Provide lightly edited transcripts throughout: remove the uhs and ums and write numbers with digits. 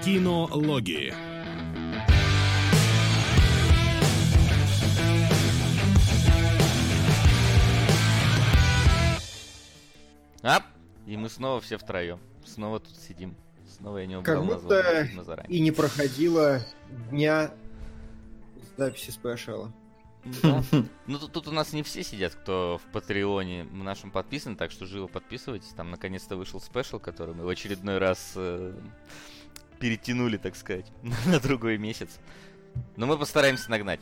Кинологии. И мы снова все втроем. Снова тут сидим. Снова я не Как убрал будто заранее. и не проходило дня записи спешала. Да. Ну тут у нас не все сидят, кто в Патреоне нашем подписан, так что живо подписывайтесь. Там наконец-то вышел спешл, который мы в очередной раз перетянули, так сказать, на другой месяц. Но мы постараемся нагнать.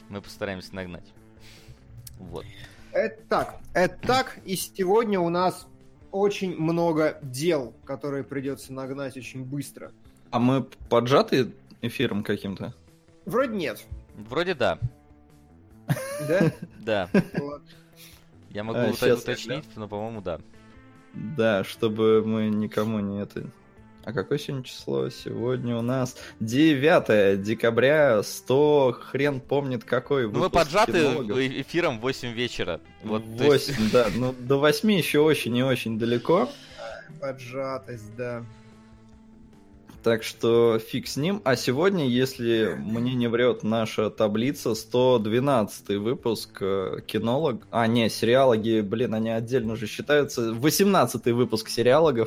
Вот. Это так. И сегодня у нас очень много дел, которые придется нагнать очень быстро. А мы поджаты эфиром каким-то? Вроде нет. Вроде да. Да? Да. Я могу уточнить, но, по-моему, да. Да, чтобы мы никому не это... А какое сегодня число? Сегодня у нас 9 декабря, 100, хрен помнит какой выпуск. Ну, мы поджаты кинологов. эфиром в 8 вечера. Вот, 8, да. Ну, до 8 еще очень и очень далеко. Поджатость, да. Так что фиг с ним. А сегодня, если мне не врет наша таблица, 112 выпуск кинолог... А, не, сериалоги, блин, они отдельно же считаются. 18 выпуск сериалогов.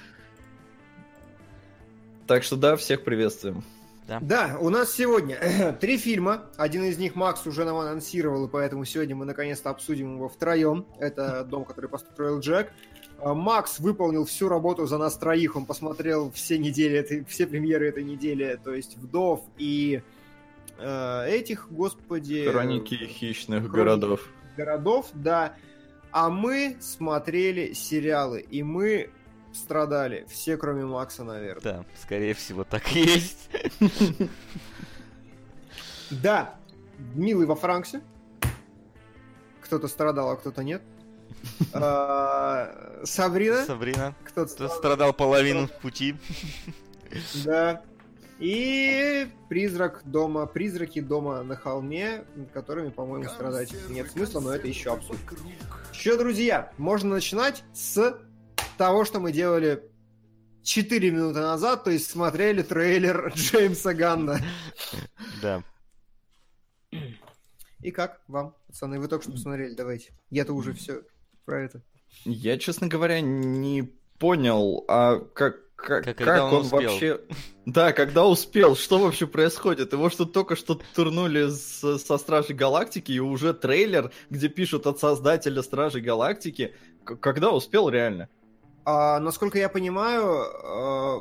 Так что да, всех приветствуем. Да, у нас сегодня 3 фильма. Один из них Макс уже нам анонсировал, и поэтому сегодня мы наконец-то обсудим его втроем. Это «Дом, который построил Джек». Макс выполнил всю работу за нас троих. Он посмотрел все премьеры этой недели, то есть «Вдов» и этих, господи... Хроники хищных городов. Городов, да. А мы смотрели сериалы, и мы... страдали. Все, кроме Макса, наверное. Да, скорее всего, так и есть. Да, «Милый во Франксе». Кто-то страдал, а кто-то нет. Сабрина. Кто-то страдал половину пути. Да. И «Призраки дома на холме», над которыми, по-моему, страдать нет смысла, но это еще обсудим. Что, друзья, можно начинать с того, что мы делали 4 минуты назад, то есть смотрели трейлер Джеймса Ганна. Да. И как вам, пацаны? Вы только что посмотрели, давайте. Я-то уже все про это. Я, честно говоря, не понял, а как он вообще... Да, когда успел, что вообще происходит? Его что только что турнули со Стражей Галактики, и уже трейлер, где пишут от создателя Стражей Галактики. Когда успел реально? Насколько я понимаю,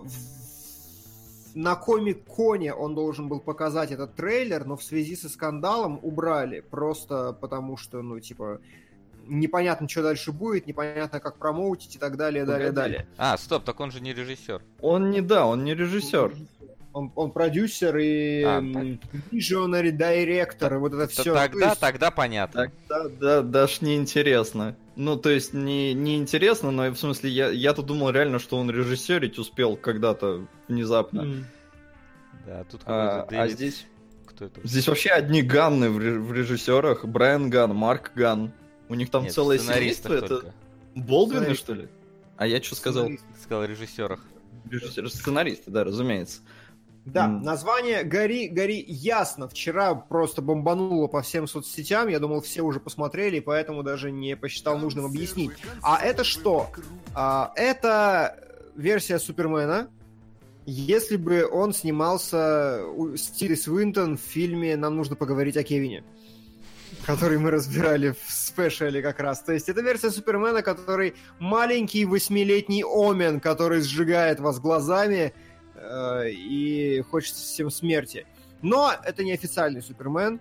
на Комик-Коне он должен был показать этот трейлер, но в связи со скандалом убрали. Просто потому что, непонятно, что дальше будет, непонятно, как промоутить и так далее, далее. Стоп, так он же не режиссер. Он не режиссер. Он продюсер и visionary директор, и вот это все. Тогда понятно. Тогда даже не интересно. Ну, то есть, не интересно, но в смысле, я-то думал реально, что он режиссерить успел когда-то внезапно. Да, тут здесь... Кто это? Здесь вообще одни Ганны в режиссерах. Брайан Ганн, Марк Ганн. У них там целое семейство. Это Болдвины, что ли? А я что сказал? Сказал режиссерах. Сценаристы, да, разумеется. Да, название «Гори ясно». Вчера просто бомбануло по всем соцсетям. Я думал, все уже посмотрели, поэтому даже не посчитал нужным объяснить. А это что? Это версия Супермена, если бы он снимался с Тилли Свинтон в фильме «Нам нужно поговорить о Кевине», который мы разбирали в спешале как раз. То есть это версия Супермена, который маленький 8-летний Омен, который сжигает вас глазами и хочется всем смерти. Но это не официальный Супермен,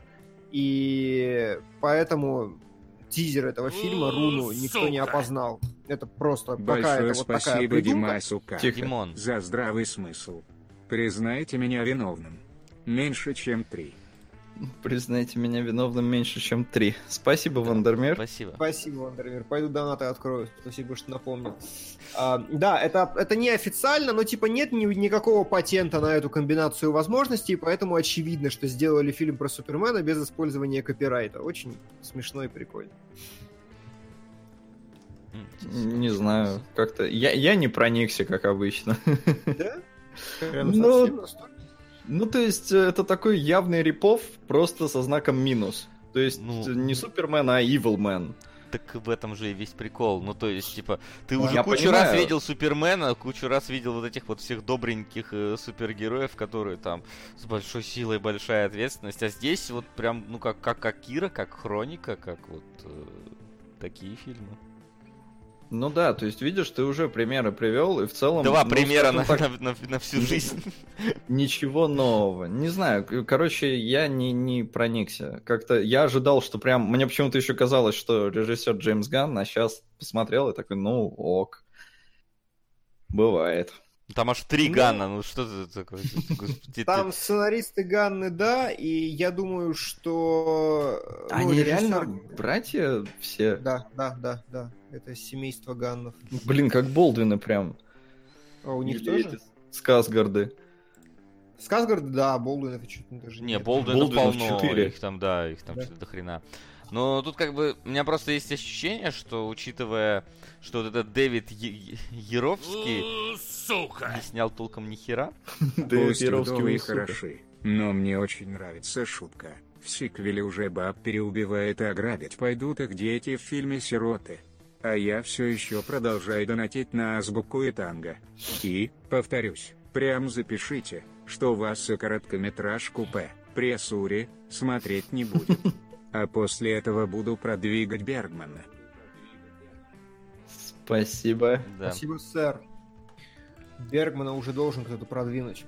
и поэтому тизер этого фильма, руну, никто не опознал. Это просто большое какая-то вот такая спасибо, придумка. Димасу К. Димон. За здравый смысл. Признайте меня виновным. Меньше, чем 3. Признайте меня виновным меньше, чем 3. Спасибо, Вандермир. Спасибо, Вандермир. Пойду донаты открою. Спасибо, что напомнил. Да, это не официально, но нет никакого патента на эту комбинацию возможностей, поэтому очевидно, что сделали фильм про Супермена без использования копирайта. Очень смешно и прикольно. Не знаю, как-то... Я не проникся, как обычно. Да? Ну, Ну, то есть, это такой явный рипов, просто со знаком минус. То есть, не Супермен, а Evil Man. Так в этом же и весь прикол. Ну, то есть, типа, ты уже Я кучу понимаю. раз видел Супермена, кучу раз видел вот этих вот всех добреньких супергероев, которые там с большой силой, большая ответственность. А здесь вот прям, ну, как Акира, как Хроника, как вот такие фильмы. Ну да, то есть, видишь, ты уже примеры привел, и в целом... Два ну, примера скажем на всю жизнь. Ничего нового. Не знаю, короче, я не проникся. Как-то я ожидал, что прям... Мне почему-то еще казалось, что режиссер Джеймс Ганн, а сейчас посмотрел и такой, ну ок. Бывает. Там аж 3 Ганна, ну что ты такое? Там сценаристы Ганны, да, и я думаю, что... Они реально братья все? Да. Это семейство Ганнов. Блин, как Болдвины прям. А у них тоже? Сказгарды. Сказгарды, да, Болдуинов что-то даже не, нет. Болдуинов полно, 4. их там что-то до хрена. Но тут как бы у меня просто есть ощущение, что учитывая, что вот этот Дэвид Яровский не снял толком ни хера. Пусть вдовы хороши, но мне очень нравится шутка. В сиквеле уже баб переубивает и ограбить пойдут их дети в фильме «Сироты». А я все еще продолжаю донатить на азбуку и танго. И, повторюсь, прям запишите, что вас и короткометражку П. Прессури смотреть не будет. А после этого буду продвигать Бергмана. Спасибо. Да. Спасибо, сэр. Бергмана уже должен кто-то продвинуть.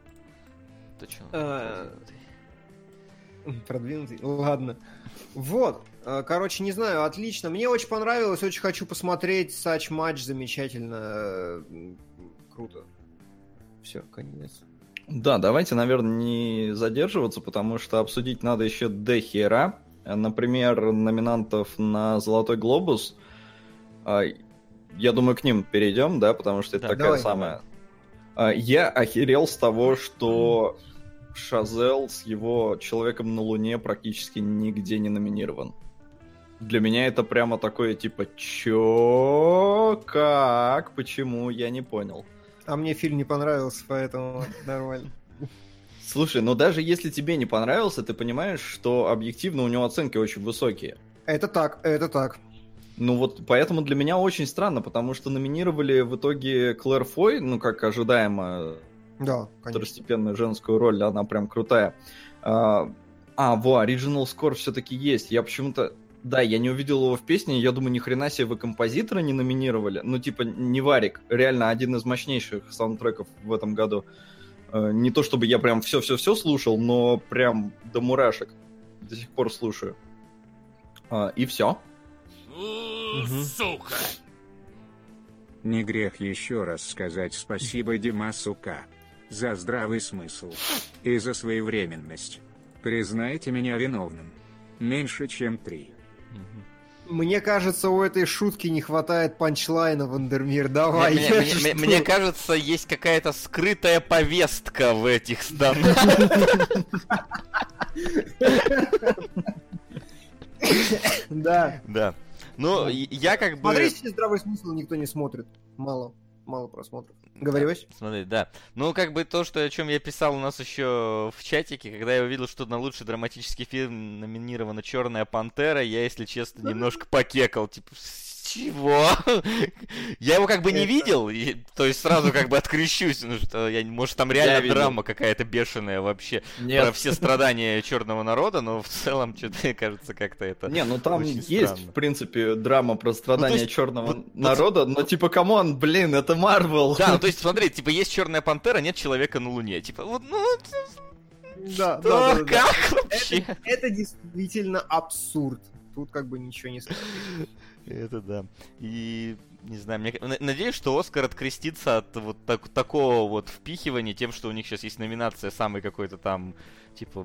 Продвинутый? Ладно. Вот. Короче, не знаю, отлично. Мне очень понравилось, очень хочу посмотреть. Such Match замечательно. Круто. Все, конец. Да, давайте, наверное, не задерживаться, потому что обсудить надо еще до хера. Например, номинантов на «Золотой глобус». Я думаю, к ним перейдем, да, потому что это такая самая... Я охерел с того, что Шазел с его «Человеком на Луне» практически нигде не номинирован. Для меня это прямо такое, типа, чё? Как? Почему? Я не понял. А мне фильм не понравился, поэтому нормально. Слушай, но даже если тебе не понравился, ты понимаешь, что объективно у него оценки очень высокие. Это так. Ну вот, поэтому для меня очень странно, потому что номинировали в итоге Клэр Фой, ну как ожидаемо, да, второстепенную женскую роль, она прям крутая. Original Score все-таки есть. Я почему-то... Да, я не увидел его в песне, я думаю, ни хрена себе вы композитора не номинировали. Ну типа, не Варик, реально один из мощнейших саундтреков в этом году. Не то чтобы я прям все-все-все слушал, но прям до мурашек до сих пор слушаю. И все. Сука! Не грех еще раз сказать спасибо Димасу К. за здравый смысл и за своевременность. Признайте меня виновным. Меньше чем 3. Мне кажется, у этой шутки не хватает панчлайна, Вандермир. Давай. Мне кажется, есть какая-то скрытая повестка в этих данных. Да. Да. Ну, я как бы... Смотрите, здравый смысл никто не смотрит. Мало просмотров. Говори, Вась. Смотри, да. Ну, как бы то, о чем я писал у нас еще в чатике, когда я увидел, что на лучший драматический фильм номинирована «Черная пантера», я, если честно, немножко покекал. Типа, чего? Я его как бы не видел, то есть сразу как бы открещусь, ну что, может там реально драма какая-то бешеная вообще про все страдания черного народа, но в целом что-то кажется как-то это. Не, ну там есть, в принципе, драма про страдания черного народа, но типа, камон, блин, это Марвел. Да, ну то есть смотри, типа есть Черная пантера, нет Человека на Луне, типа вот, ну. Да. Как вообще? Это действительно абсурд. Тут как бы ничего не сказать. Это да. И, не знаю, надеюсь, что Оскар открестится от вот такого вот впихивания тем, что у них сейчас есть номинация самый какой-то там, типа,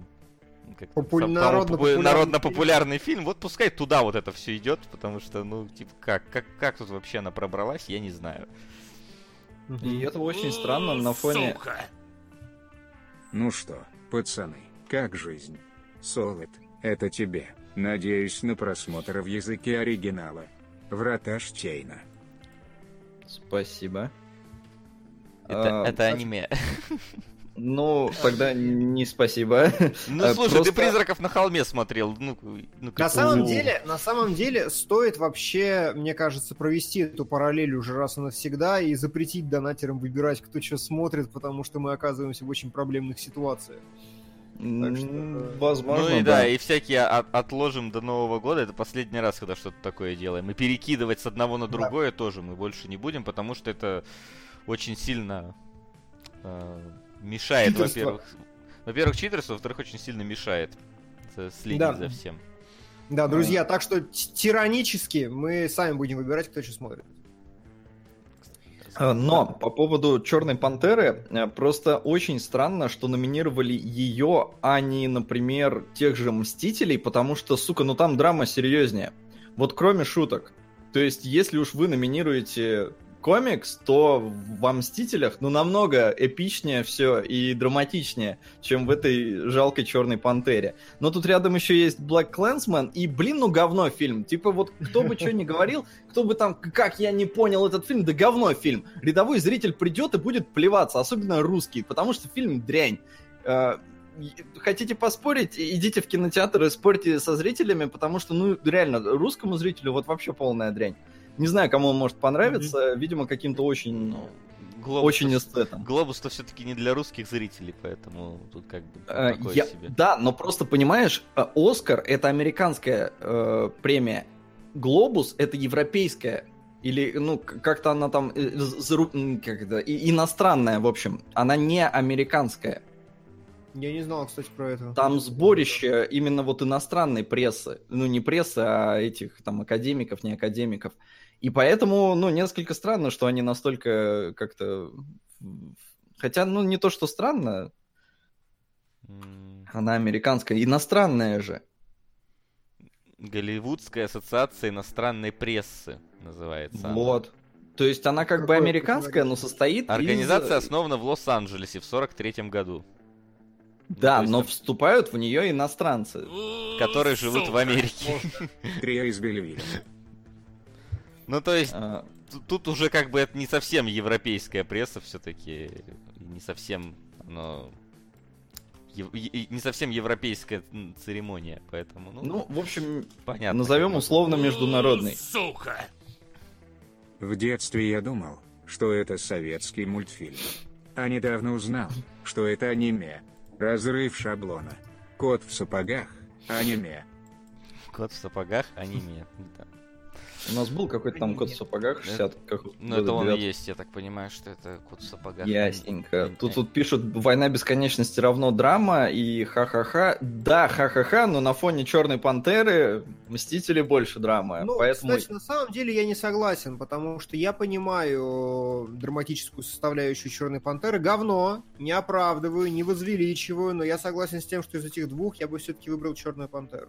народно-популярный фильм. Вот пускай туда вот это все идет, потому что, ну, типа, как тут вообще она пробралась, я не знаю. И это очень странно на фоне... Сука! Ну что, пацаны, как жизнь? Солод, это тебе. Надеюсь на просмотр в языке оригинала. Врата Штейна. Спасибо. Это аниме. Ну, тогда не спасибо. Ну, слушай, ты «Призраков на холме» смотрел. На самом деле, стоит вообще, мне кажется, провести эту параллель уже раз и навсегда и запретить донатерам выбирать, кто что смотрит, потому что мы оказываемся в очень проблемных ситуациях. Возможно, ну и да, и всякие отложим до Нового года. Это последний раз, когда что-то такое делаем. И перекидывать с одного на другое тоже мы больше не будем, потому что это очень сильно мешает, во-первых, читерству, во-вторых, очень сильно мешает следить за всем. Да, друзья, так что тиранически мы сами будем выбирать, кто что смотрит. Но по поводу «Черной пантеры», просто очень странно, что номинировали ее, а не, например, тех же «Мстителей», потому что, сука, ну там драма серьезнее. Вот кроме шуток. То есть, если уж вы номинируете комикс, то во «Мстителях» ну намного эпичнее все и драматичнее, чем в этой жалкой «Черной пантере». Но тут рядом еще есть Black Klansman, и, блин, ну говно фильм. Типа вот кто бы что ни говорил, кто бы там, как я не понял этот фильм, да говно фильм. Рядовой зритель придет и будет плеваться, особенно русский, потому что фильм дрянь. Хотите поспорить, идите в кинотеатр и спорьте со зрителями, потому что, ну, реально, русскому зрителю вот вообще полная дрянь. Не знаю, кому он может понравиться, видимо, каким-то очень, очень эстетом. «Глобус»-то все-таки не для русских зрителей, поэтому тут как бы такое себе. Да, но просто, понимаешь, «Оскар» — это американская премия, «Глобус» — это европейская. Или, ну, как-то она там иностранная, в общем. Она не американская. Я не знал, кстати, про это. Там сборище именно вот иностранной прессы. Ну, не прессы, а этих там академиков, не академиков. И поэтому, ну, несколько странно, что они настолько как-то... Хотя, ну, не то, что странно. Она американская. Иностранная же. Голливудская ассоциация иностранной прессы называется. Вот. То есть она как бы американская, но состоит Организация основана в Лос-Анджелесе в 1943 году. Да, но вступают в нее иностранцы, которые живут в Америке. Крия из Бельвилля. Ну, то есть, тут уже как бы это не совсем европейская пресса все-таки, не совсем, не совсем европейская церемония, поэтому, ну, в общем, понятно. Назовем условно международный. Сука! В детстве я думал, что это советский мультфильм. А недавно узнал, что это аниме. Разрыв шаблона. Кот в сапогах, аниме. Кот в сапогах, аниме, да. У нас был какой-то там кот в сапогах 60. Ну, это он и есть, я так понимаю, что это кот в сапогах. Ясненько. Тут пишут, «Война бесконечности равно драма» и ха-ха-ха. Да, ха-ха-ха, но на фоне «Черной пантеры» «Мстители» больше драмы. Ну, поэтому... кстати, на самом деле я не согласен, потому что я понимаю драматическую составляющую «Черной пантеры». Говно, не оправдываю, не возвеличиваю, но я согласен с тем, что из этих двух я бы все-таки выбрал «Черную пантеру».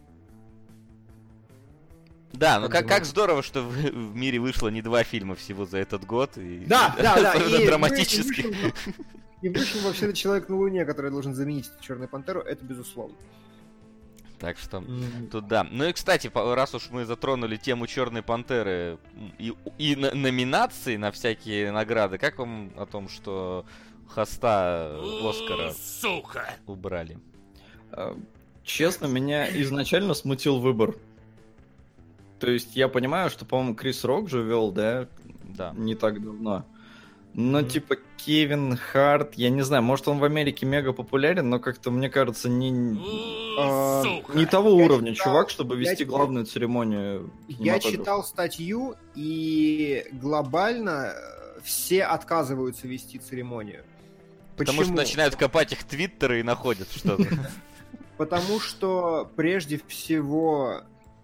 Да, ну как здорово, что в мире вышло не 2 фильма всего за этот год. Да. И драматически. И вышел вообще-то «Человек на Луне», который должен заменить «Черную пантеру», это безусловно. Так что тут да. Ну и, кстати, раз уж мы затронули тему «Черной пантеры» и номинации на всякие награды, как вам о том, что хоста Оскара убрали? Честно, меня изначально смутил выбор. То есть я понимаю, что, по-моему, Крис Рок же вел, да? Да. Не так давно. Но типа Кевин Харт, я не знаю, может он в Америке мега популярен, но как-то, мне кажется, не того уровня чувак, чтобы вести главную церемонию. Я читал статью, и глобально все отказываются вести церемонию. Потому что начинают копать их твиттеры и находят что-то. Потому что, прежде всего...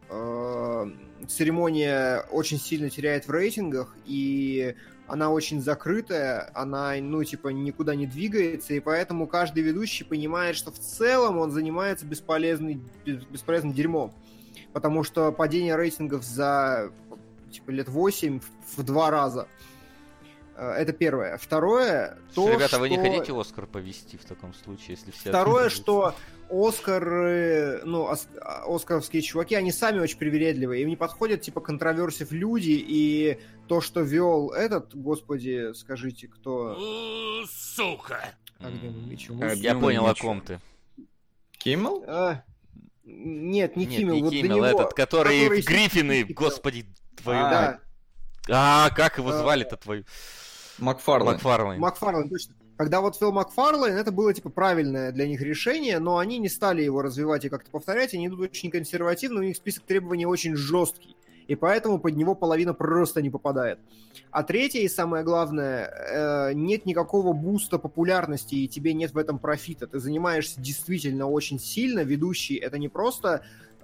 церемония очень сильно теряет в рейтингах, и она очень закрытая, она, ну, типа, никуда не двигается, и поэтому каждый ведущий понимает, что в целом он занимается бесполезным дерьмом. Потому что падение рейтингов за, типа, лет 8 в 2 раза. Это первое. Второе, ребята, вы не хотите Оскар повести в таком случае, если все... Второе, что Оскар, ну, оскаровские чуваки, они сами очень привередливые, им не подходят, типа, контроверсив люди, и то, что вел этот, господи, скажите, кто... Сука! Огнем и мечом. Я понял, о ком ты. Киммел? Нет, не Нет, Киммел, не вот Киммел, до него, этот, который в Гриффины, господи, твою мать. Как его звали-то твою? Макфарлейн. Макфарлейн, точно. Когда вот Фил Макфарлейн, это было типа правильное для них решение, но они не стали его развивать и как-то повторять, они идут очень консервативно, у них список требований очень жесткий, и поэтому под него половина просто не попадает. А третье и самое главное, нет никакого буста популярности, и тебе нет в этом профита. Ты занимаешься действительно очень сильно, ведущий, это не просто...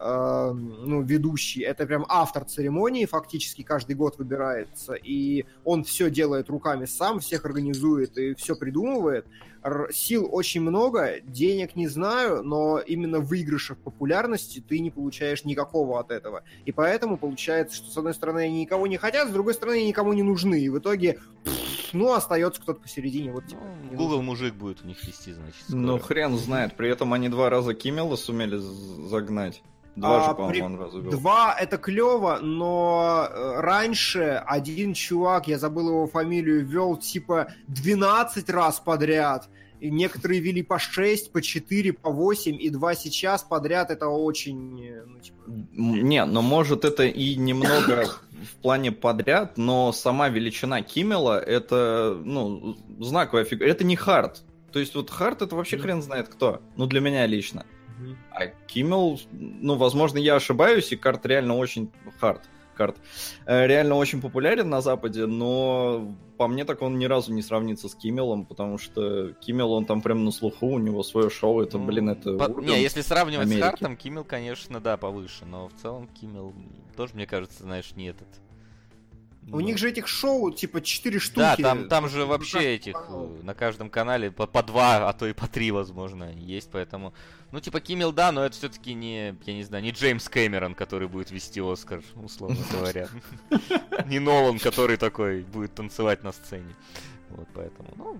ведущий, это прям автор церемонии, фактически каждый год выбирается, и он все делает руками сам, всех организует и все придумывает. Сил очень много, денег не знаю, но именно выигрышев популярности ты не получаешь никакого от этого. И поэтому получается, что с одной стороны они никого не хотят, с другой стороны они никому не нужны. И в итоге, остается кто-то посередине. Вот, типа, Google мужик будет у них вести, значит. Скоро. Ну, хрен знает. При этом они 2 раза Киммела сумели загнать. 2 же, по-моему, он разу вел. 2 это клево, но раньше один чувак, я забыл его фамилию, вел типа 12 раз подряд. И некоторые вели по 6, по 4, по 8, и 2 сейчас подряд, это очень... Не, но может это и немного в плане подряд, но сама величина Киммела это, знаковая фигура. Это не Харт. То есть вот Харт это вообще хрен знает кто. Для меня лично. А Киммел, возможно, я ошибаюсь, и Карт реально очень... Карт реально очень популярен на Западе, но по мне так он ни разу не сравнится с Киммелом, потому что Киммел, он там прям на слуху, у него свое шоу, это, это... Не, если сравнивать Америки. с Хартом, Киммел, конечно, да, повыше, но в целом Киммел тоже, мне кажется, знаешь, не этот... У них же этих шоу, типа, 4 штуки. Да, там же вообще этих на каждом канале по 2, а то и по 3, возможно, есть, поэтому... Киммел, да, но это все-таки не, я не знаю, не Джеймс Кэмерон, который будет вести Оскар, условно говоря. Не Нолан, который такой будет танцевать на сцене. Вот, поэтому,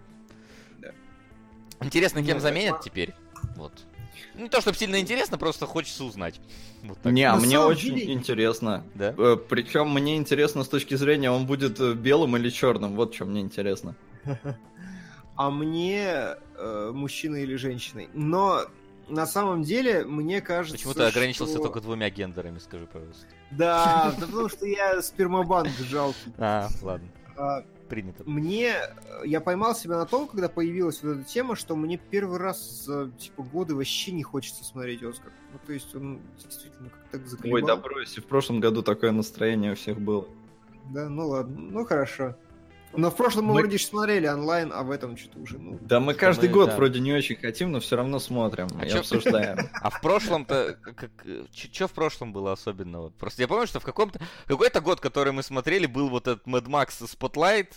Интересно, кем заменят теперь? Вот. Не то, чтобы сильно интересно, просто хочется узнать. Вот так. Мне очень интересно. Да? Причем мне интересно с точки зрения, он будет белым или черным. Вот что мне интересно. А мне мужчиной или женщиной. Но на самом деле, мне кажется, почему ты ограничился только 2 гендерами, скажи, пожалуйста. Да, потому что я спермобанк жалкий. Ладно. Принято. Я поймал себя на том, когда появилась вот эта тема, что мне первый раз за годы вообще не хочется смотреть Оскар. То есть он действительно как-то так заколебал. Ой, да брось, в прошлом году такое настроение у всех было. Да, ладно, хорошо. Но в прошлом мы вроде смотрели онлайн, а в этом что-то уже, Да мы каждый год вроде не очень хотим, но все равно смотрим и обсуждаем. А в прошлом-то... Что в прошлом было особенного? Просто я помню, что в какой-то год, который мы смотрели, был вот этот Mad Max Spotlight,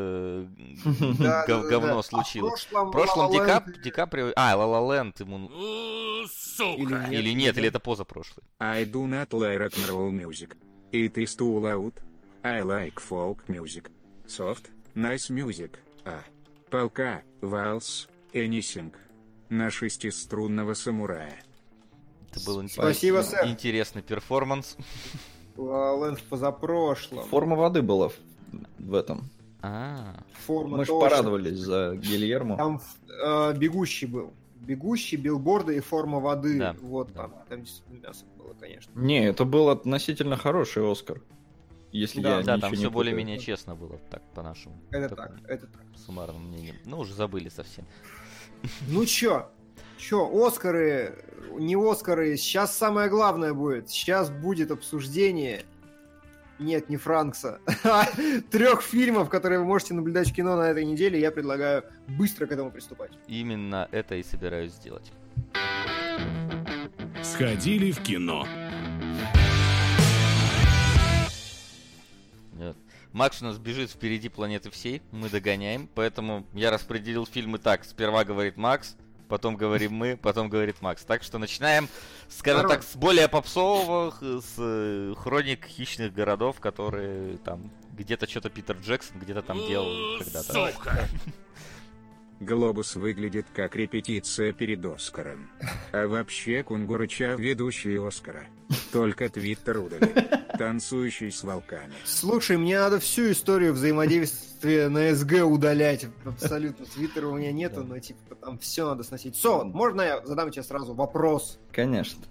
говно случилось. В прошлом Ди Каприо... La La Land ему... Или нет, или это позапрошлый. I do not like rock and roll music. It is too loud. I like folk music. Soft, nice music. Полка, вальс, anything. На 6-струнного самурая. Это был Спасибо, сэр. Интересный перформанс. Лэнд в позапрошлом. Форма воды была в этом. Мы же порадовались за Гильермо. Там бегущий был. Бегущий, билборды и форма воды. Да. Вот там действительно мясо было, конечно. Не, это был относительно хороший Оскар. Если я там все более-менее честно было, так, по-нашему. Это так. Суммарным мнением. Уже забыли совсем. Чё, Оскары, не Оскары, сейчас самое главное будет. Сейчас будет обсуждение, нет, не Франкса, 3 фильмов, которые вы можете наблюдать в кино на этой неделе. Я предлагаю быстро к этому приступать. Именно это и собираюсь сделать. Сходили в кино. Макс у нас бежит впереди планеты всей, мы догоняем, поэтому я распределил фильмы так. Сперва говорит Макс, потом говорим мы, потом говорит Макс. Так что начинаем, скажем так, с более попсовых, с хроник хищных городов, которые там где-то что-то Питер Джексон где-то там делал когда-то. Глобус выглядит как репетиция перед Оскаром. А вообще Кунгурыча ведущий Оскара. Только Твиттер удали. танцующий с волками. Слушай, мне надо всю историю взаимодействия на СГ удалять. Абсолютно. Твиттера у меня нету, но типа там все надо сносить. Можно я задам тебе сразу вопрос? Конечно.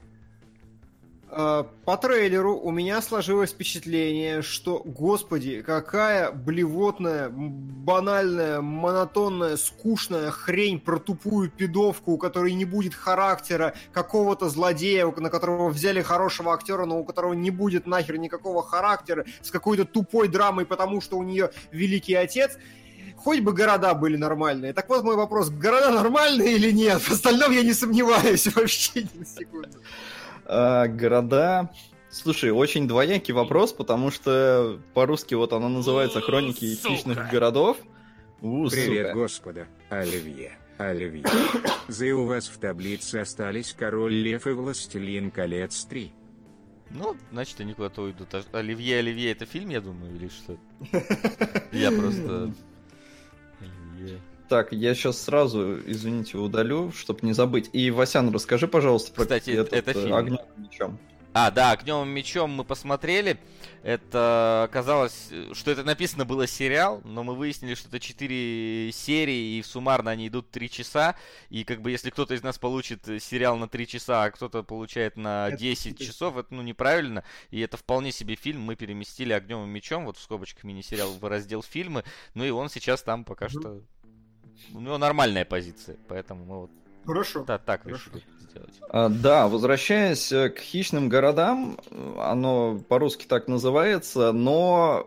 По трейлеру у меня сложилось впечатление, что, господи, какая блевотная, банальная, монотонная, скучная хрень про тупую пидовку, у которой не будет характера, какого-то злодея, на которого взяли хорошего актера, но у которого не будет нахер никакого характера, с какой-то тупой драмой, потому что у нее великий отец. Хоть бы города были нормальные. Так вот мой вопрос, города нормальные или нет? В остальном я не сомневаюсь вообще ни на секунду. Города... Слушай, очень двоякий вопрос, потому что по-русски вот оно называется «Хроники хищных городов». Привет, сука. Господа. Оливье. У вас в таблице остались Король Лев и Властелин колец 3. Ну, значит, они куда-то уйдут. Оливье, это фильм, я думаю, или что? Я просто... Так, я сейчас сразу, извините, удалю, чтобы не забыть. И, Васян, расскажи, пожалуйста, про Кстати, это фильм. «Огнем и мечом». Да, «Огнем и мечом» мы посмотрели. Это оказалось, что это написано было сериал, но мы выяснили, что это 4 серии, и суммарно они идут 3 часа. И как бы если кто-то из нас получит сериал на 3 часа, а кто-то получает на 10 часов, это неправильно. И это вполне себе фильм. Мы переместили «Огнем и мечом», вот в скобочках мини-сериал, в раздел фильмы. Ну и он сейчас там пока что... У него нормальная позиция, поэтому мы вот Хорошо. так Хорошо. решили сделать. Да, возвращаясь к «Хищным городам», оно по-русски так называется, но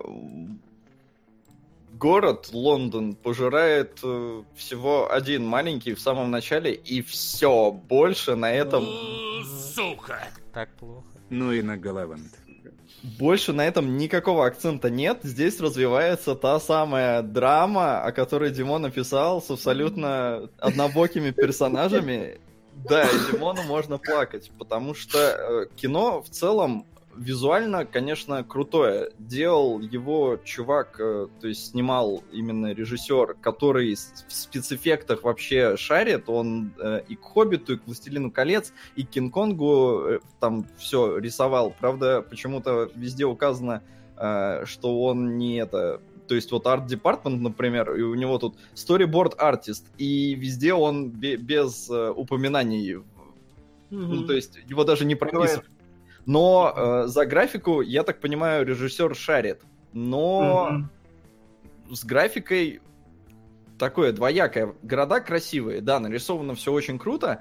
город Лондон пожирает всего один маленький в самом начале, и все, больше на этом... Сука! Так плохо. Ну и на Галавант. Больше на этом никакого акцента нет. Здесь развивается та самая драма, о которой Димон написал, с абсолютно однобокими персонажами. Да, и Димону можно плакать, потому что кино в целом визуально, конечно, крутое. Делал его чувак, то есть снимал именно режиссер, который в спецэффектах вообще шарит. Он и к «Хоббиту», и к «Властелину колец», и к «Кинг-Конгу» там все рисовал. Правда, почему-то везде указано, что он не это... То есть вот Art Department, например, и у него тут Storyboard Artist, и везде он без упоминаний. Ну, то есть его даже не прописывают. Но за графику, я так понимаю, режиссер шарит. Но с графикой такое двоякое. Города красивые, да, нарисовано все очень круто,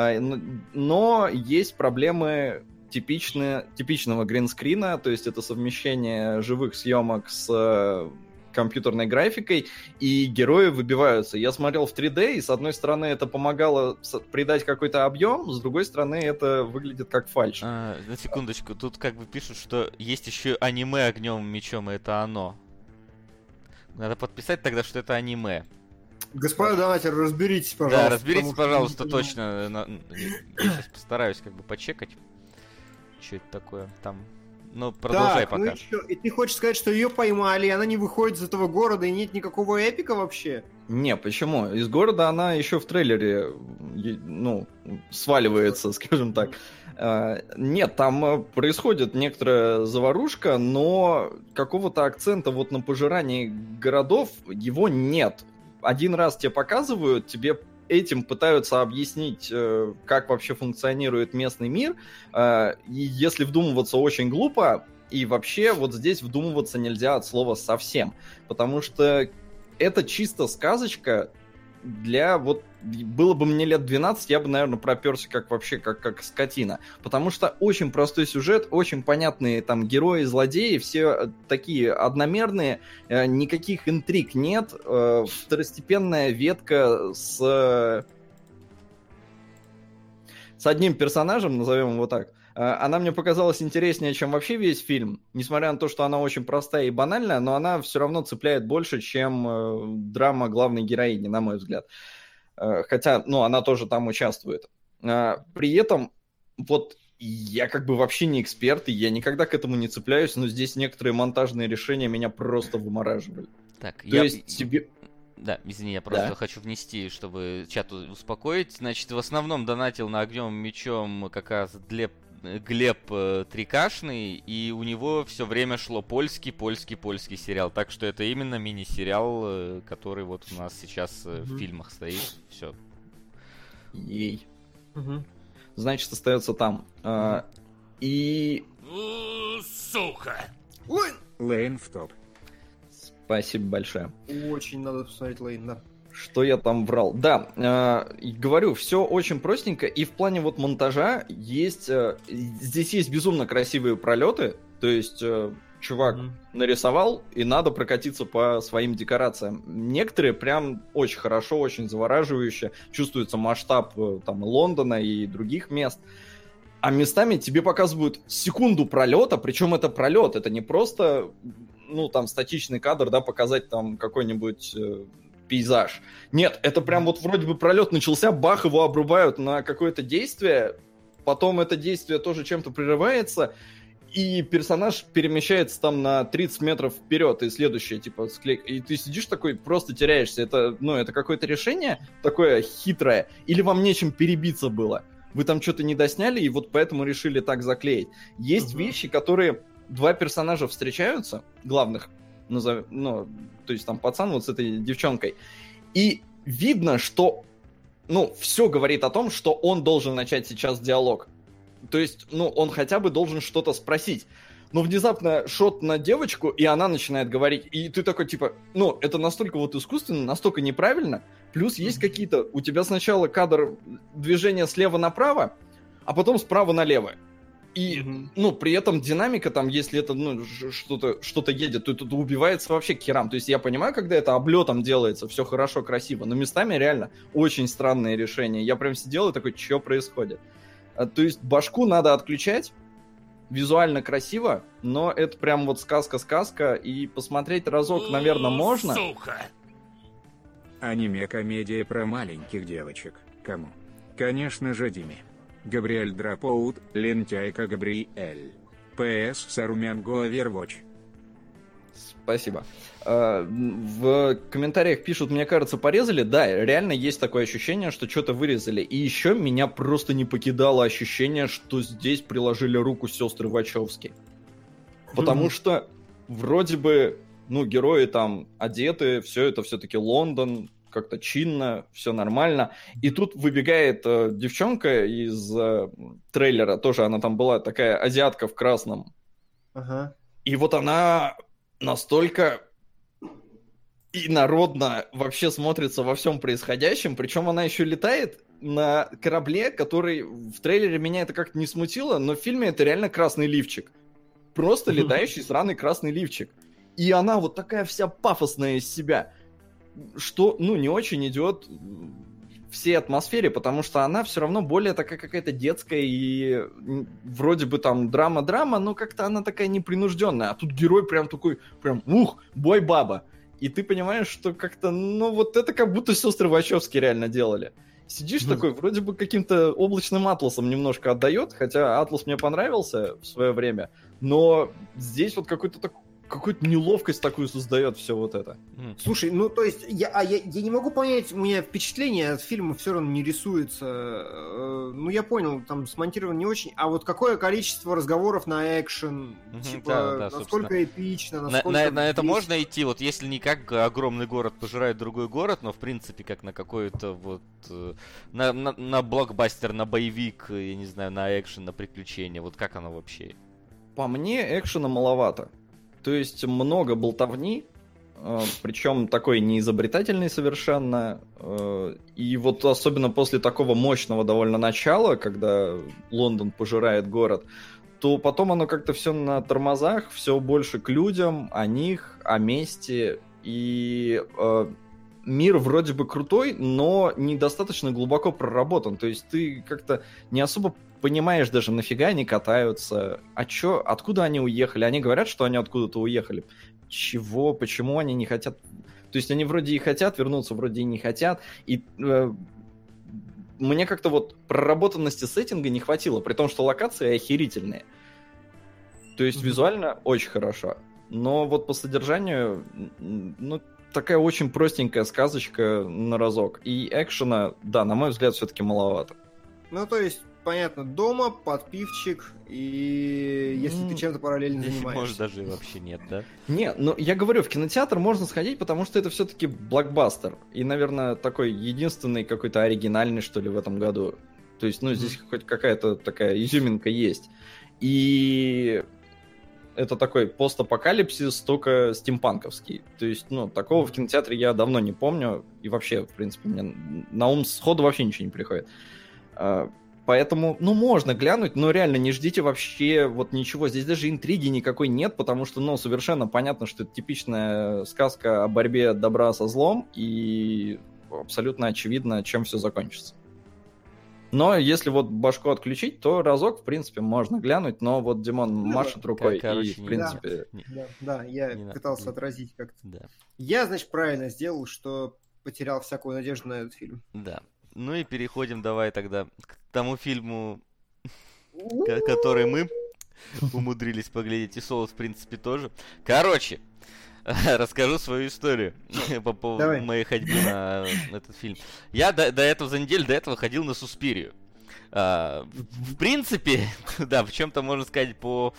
но есть проблемы типичного гринскрина, то есть это совмещение живых съемок с компьютерной графикой, и герои выбиваются. Я смотрел в 3D, и с одной стороны это помогало придать какой-то объем, с другой стороны это выглядит как фальшь. На секундочку, тут как бы пишут, что есть еще аниме «Огнем и мечом», и это оно. Надо подписать тогда, что это аниме. Господа донатеры, разберитесь, пожалуйста. Да, разберитесь, пожалуйста, точно. Я сейчас постараюсь как бы почекать, что это такое там. Ну, продолжай так, пока. Ну и ты хочешь сказать, что ее поймали, и она не выходит из этого города, и нет никакого эпика вообще? Не, почему? Из города она еще в трейлере, сваливается, скажем так. Нет, там происходит некоторая заварушка, но какого-то акцента вот на пожирании городов его нет. Один раз тебе показывают, тебе этим пытаются объяснить, как вообще функционирует местный мир, и если вдумываться очень глупо, и вообще вот здесь вдумываться нельзя от слова совсем, потому что это чисто сказочка для вот... Было бы мне лет 12, я бы, наверное, проперся как скотина. Потому что очень простой сюжет, очень понятные там герои, злодеи, все такие одномерные, никаких интриг нет, второстепенная ветка с одним персонажем, назовем его так. Она мне показалась интереснее, чем вообще весь фильм. Несмотря на то, что она очень простая и банальная, но она все равно цепляет больше, чем драма главной героини, на мой взгляд. Хотя, она тоже там участвует. При этом, вот, я как бы вообще не эксперт, и я никогда к этому не цепляюсь, но здесь некоторые монтажные решения меня просто вымораживали. Так, Да, извини, я просто хочу внести, чтобы чат успокоить. Значит, в основном донатил на «Огнем и мечом» как раз Глеб Трикашный, и у него все время шло польский сериал. Так что это именно мини-сериал, который вот у нас сейчас в фильмах стоит. Все. Ей. Значит, остается там. И... Сука! Лейн в топ. Спасибо большое. Очень надо посмотреть Лейн, да. Что я там врал? Да, говорю, все очень простенько, и в плане вот монтажа есть... здесь есть безумно красивые пролеты, то есть чувак нарисовал, и надо прокатиться по своим декорациям. Некоторые прям очень хорошо, очень завораживающе, чувствуется масштаб там Лондона и других мест. А местами тебе показывают секунду пролета, причем это пролет, это не просто, ну, там, статичный кадр, да, показать там какой-нибудь пейзаж. Нет, это прям вот вроде бы пролет начался, бах, его обрубают на какое-то действие, потом это действие тоже чем-то прерывается, и персонаж перемещается там на 30 метров вперед, и следующее, типа, и ты сидишь такой, просто теряешься. Это, ну, это какое-то решение такое хитрое, или вам нечем перебиться было? Вы там что-то не досняли, и вот поэтому решили так заклеить. Есть вещи, которые два персонажа встречаются, главных, ну, то есть там пацан вот с этой девчонкой, и видно, что, ну, все говорит о том, что он должен начать сейчас диалог. То есть, ну, он хотя бы должен что-то спросить. Но внезапно шот на девочку, и она начинает говорить. И ты такой, типа, ну, это настолько вот искусственно, настолько неправильно. Плюс есть какие-то... У тебя сначала кадр движения слева направо, а потом справа налево. И, ну, при этом динамика там, если это, ну, что-то едет, то это убивается вообще к херам. То есть я понимаю, когда это облетом делается, все хорошо, красиво, но местами реально очень странные решения. Я прям сидел и такой, что происходит? То есть башку надо отключать, визуально красиво, но это прям вот сказка-сказка, и посмотреть разок, наверное, можно. Сука! Аниме-комедия про маленьких девочек. Кому? Конечно же, Диме. Габриэль Драпоут, лентяйка Габриэль. ПС Сарумянго Overwatch. Спасибо. В комментариях пишут, мне кажется, порезали. Да, реально есть такое ощущение, что что-то вырезали. И еще меня просто не покидало ощущение, что здесь приложили руку сестры Вачовски. Потому что вроде бы, ну, герои там одеты, все это все-таки Лондон, как-то чинно, все нормально. И тут выбегает девчонка из трейлера, тоже она там была такая азиатка в красном. И вот она настолько инородно вообще смотрится во всем происходящем, причем она еще летает на корабле, который в трейлере меня это как-то не смутило, но в фильме это реально красный лифчик. Просто летающий сраный красный лифчик. И она вот такая вся пафосная из себя, что, ну, не очень идет всей атмосфере, потому что она все равно более такая какая-то детская и вроде бы там драма-драма, но как-то она такая непринужденная. А тут герой прям такой, прям, бой-баба. И ты понимаешь, что как-то, ну, вот это как будто сестры Вачовски реально делали. Сидишь такой, вроде бы каким-то облачным атласом немножко отдает, хотя атлас мне понравился в свое время, но здесь вот какую-то неловкость такую создает все вот это. Слушай, ну то есть я не могу понять, у меня впечатление от фильма все равно не рисуется. Ну я понял, там смонтировано не очень, а вот какое количество разговоров на экшен, типа насколько эпично, насколько... На это можно идти, вот если не как огромный город пожирает другой город, но в принципе как на какой-то вот... На блокбастер, на боевик, я не знаю, на экшен, на приключения, вот как оно вообще? По мне экшена маловато. То есть много болтовни, причем такой неизобретательный совершенно. И вот особенно после такого мощного довольно начала, когда Лондон пожирает город, то потом оно как-то все на тормозах, все больше к людям, о них, о месте. И мир вроде бы крутой, но недостаточно глубоко проработан. То есть ты как-то не особо понимаешь даже, нафига они катаются, откуда они уехали. Они говорят, что они откуда-то уехали. Чего? Почему они не хотят? То есть они вроде и хотят вернуться, вроде и не хотят. И мне как-то вот проработанности сеттинга не хватило, при том, что локации охерительные. То есть визуально очень хорошо. Но вот по содержанию, ну, такая очень простенькая сказочка на разок. И экшена, да, на мой взгляд, все-таки маловато. Ну, то есть, понятно, дома, под пивчик, и если ты чем-то параллельно занимаешься. Может, даже вообще нет, да? Не, ну я говорю, в кинотеатр можно сходить, потому что это все-таки блокбастер. И, наверное, такой единственный какой-то оригинальный, что ли, в этом году. То есть, ну, здесь хоть какая-то такая изюминка есть. И это такой постапокалипсис, только стимпанковский. То есть, ну, такого в кинотеатре я давно не помню. И вообще, в принципе, мне на ум сходу вообще ничего не приходит. Поэтому, ну, можно глянуть, но реально не ждите вообще вот ничего. Здесь даже интриги никакой нет, потому что, ну, совершенно понятно, что это типичная сказка о борьбе добра со злом, и абсолютно очевидно, чем все закончится. Но если вот башку отключить, то разок, в принципе, можно глянуть, но вот Димон машет рукой, и, в принципе... Да, я пытался отразить как-то. Да. Я, значит, правильно сделал, что потерял всякую надежду на этот фильм. Да. Ну и переходим давай тогда к тому фильму, который мы умудрились поглядеть, и Солод, в принципе, тоже. Короче, расскажу свою историю по поводу моей ходьбы на этот фильм. Я до этого, за неделю до этого ходил на Суспирию. В принципе, да, в чем-то можно сказать по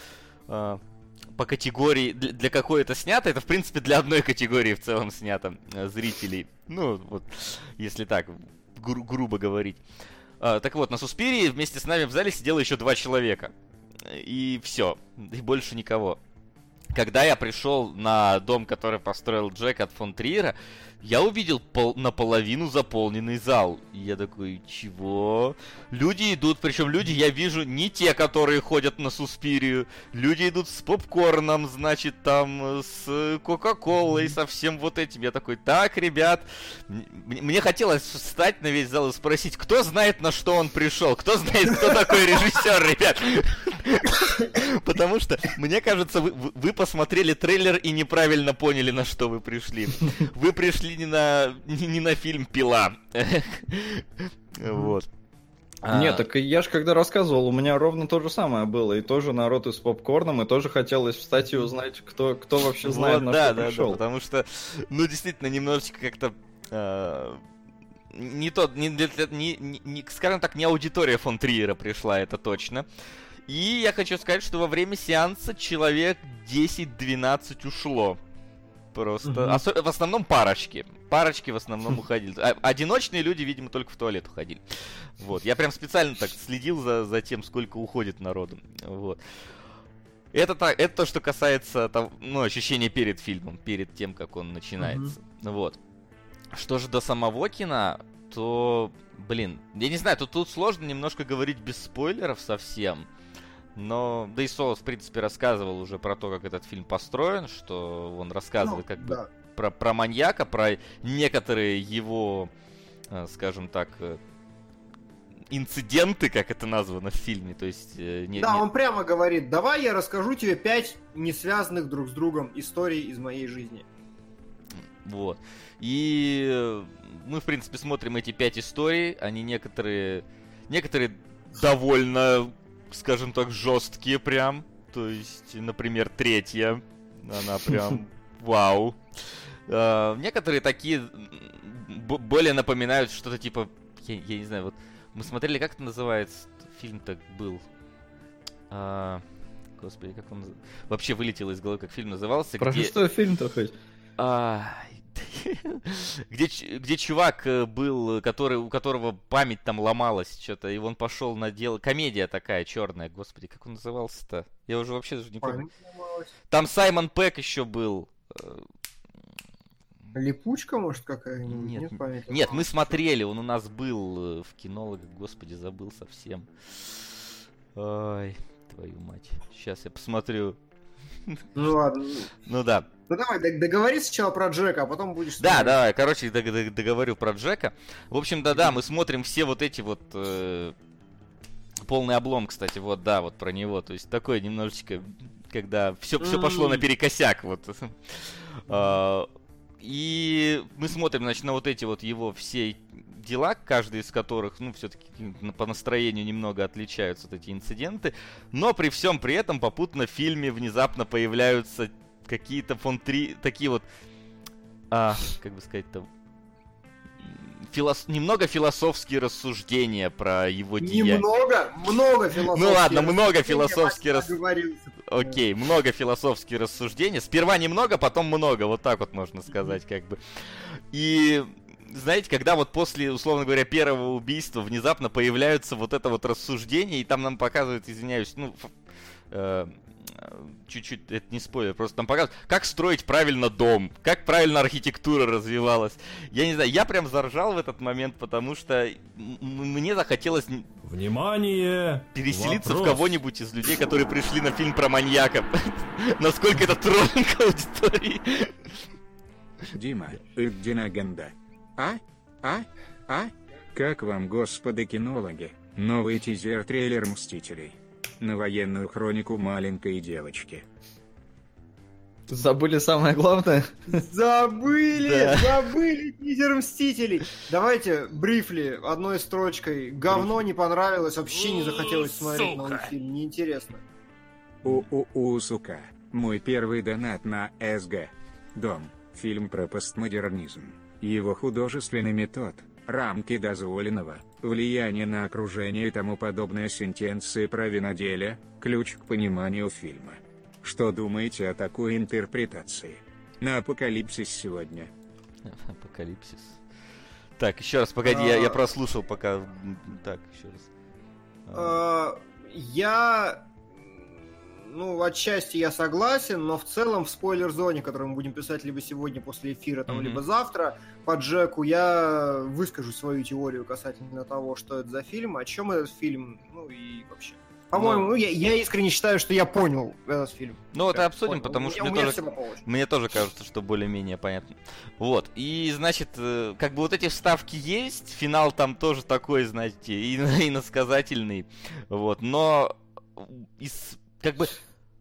категории, для какой это снято, это, в принципе, для одной категории в целом снято зрителей. Ну, вот, если так... грубо говорить. Так вот, на Суспирии вместе с нами в зале сидело еще 2 человека. И все. И больше никого. Когда я пришел на дом, который построил Джек от фон Триера, я увидел наполовину заполненный зал. И я такой, чего? Люди идут, причем люди, я вижу, не те, которые ходят на Суспирию. Люди идут с попкорном, значит, там, с Кока-Колой, со всем вот этим. Я такой, так, ребят, мне хотелось встать на весь зал и спросить, кто знает, на что он пришел? Кто знает, кто такой режиссер, ребят? Потому что, мне кажется, вы посмотрели трейлер и неправильно поняли, на что вы пришли. Вы пришли не на фильм «Пила». Вот. Нет, так я же когда рассказывал, у меня ровно то же самое было. И тоже народ и с попкорном, и тоже хотелось встать и узнать, кто вообще знает, на что пришел. Да, потому что, ну, действительно, немножечко как-то... скажем так, не аудитория фон Триера пришла, это точно. И я хочу сказать, что во время сеанса человек 10-12 ушло. Просто. В основном парочки. Парочки в основном уходили. Одиночные люди, видимо, только в туалет уходили. Вот. Я прям специально так следил за тем, сколько уходит народу. Вот. Это то, что касается ощущения перед фильмом, перед тем, как он начинается. Вот. Что же до самого кино, то, блин, я не знаю, тут сложно немножко говорить без спойлеров совсем. Но, да и Солос, в принципе, рассказывал уже про то, как этот фильм построен, что он рассказывает бы про маньяка, про некоторые его, скажем так, инциденты, как это названо в фильме. То есть, он прямо говорит, давай я расскажу тебе 5 не связанных друг с другом историй из моей жизни. Вот. И мы, в принципе, смотрим эти 5 историй, они некоторые довольно... скажем так, жесткие прям. То есть, например, 3-я. Она прям вау. Некоторые такие более напоминают что-то типа... Я не знаю, вот мы смотрели, как это называется? Фильм-то был. Господи, как он... Вообще вылетело из головы, как фильм назывался. Про что фильм-то хоть? Где чувак был, у которого память там ломалась что-то, и он пошел на дело... Комедия такая черная, господи, как он назывался-то? Я уже вообще даже не помню. Там Саймон Пегг еще был. Липучка, может, какая-нибудь? Нет, мы смотрели, он у нас был в кинологах, господи, забыл совсем. Ой, твою мать. Сейчас я посмотрю. Ну ладно. Ну да. Ну давай, договори сначала про Джека, а потом будешь... Да, давай, короче, договорю про Джека. В общем, да, мы смотрим все вот эти вот... Полный облом, кстати, вот, да, вот про него. То есть такое немножечко, когда все пошло наперекосяк, вот. И мы смотрим, значит, на вот эти вот его все дела, каждый из которых, ну, все-таки по настроению немного отличаются вот эти инциденты. Но при всем при этом попутно в фильме внезапно появляются какие-то такие вот, как бы сказать-то, немного философские рассуждения про его деяния. Много философских. Ну ладно, много философских рассуждений. Окей, много философских рассуждений. Сперва немного, потом много, вот так вот можно сказать, как бы. И... Знаете, когда вот после, условно говоря, первого убийства внезапно появляются вот это вот рассуждение, и там нам показывают, извиняюсь, ну, чуть-чуть, это не спойлер, просто там показывают, как строить правильно дом, как правильно архитектура развивалась. Я не знаю, я прям заржал в этот момент, потому что мне захотелось... Внимание! Переселиться в кого-нибудь из людей, которые пришли на фильм про маньяка. Насколько это троллинг аудитории. Дима, Динаганда. Как вам, господа кинологи, новый тизер-трейлер «Мстителей» на военную хронику маленькой девочки? Забыли самое главное? Забыли тизер «Мстителей». Давайте, брифли, одной строчкой. Говно не понравилось, вообще не захотелось смотреть новый фильм, неинтересно. Сука. Мой первый донат на СГ. Дом. Фильм про постмодернизм. Его художественный метод, рамки дозволенного, влияние на окружение и тому подобное сентенции про виноделие, ключ к пониманию фильма. Что думаете о такой интерпретации? На Апокалипсис сегодня. Апокалипсис. Так, еще раз, погоди, я прослушал пока... Так, еще раз. Ну, отчасти я согласен, но в целом в спойлер-зоне, которую мы будем писать либо сегодня после эфира, там, либо завтра, по Джеку, я выскажу свою теорию касательно того, что это за фильм, о чем этот фильм, ну и вообще. По-моему, я искренне считаю, что я понял этот фильм. Ну, это обсудим, потому что мне тоже кажется, что более-менее понятно. Вот, и, значит, как бы вот эти вставки есть, финал там тоже такой, знаете, и иносказательный, вот, но из... Как бы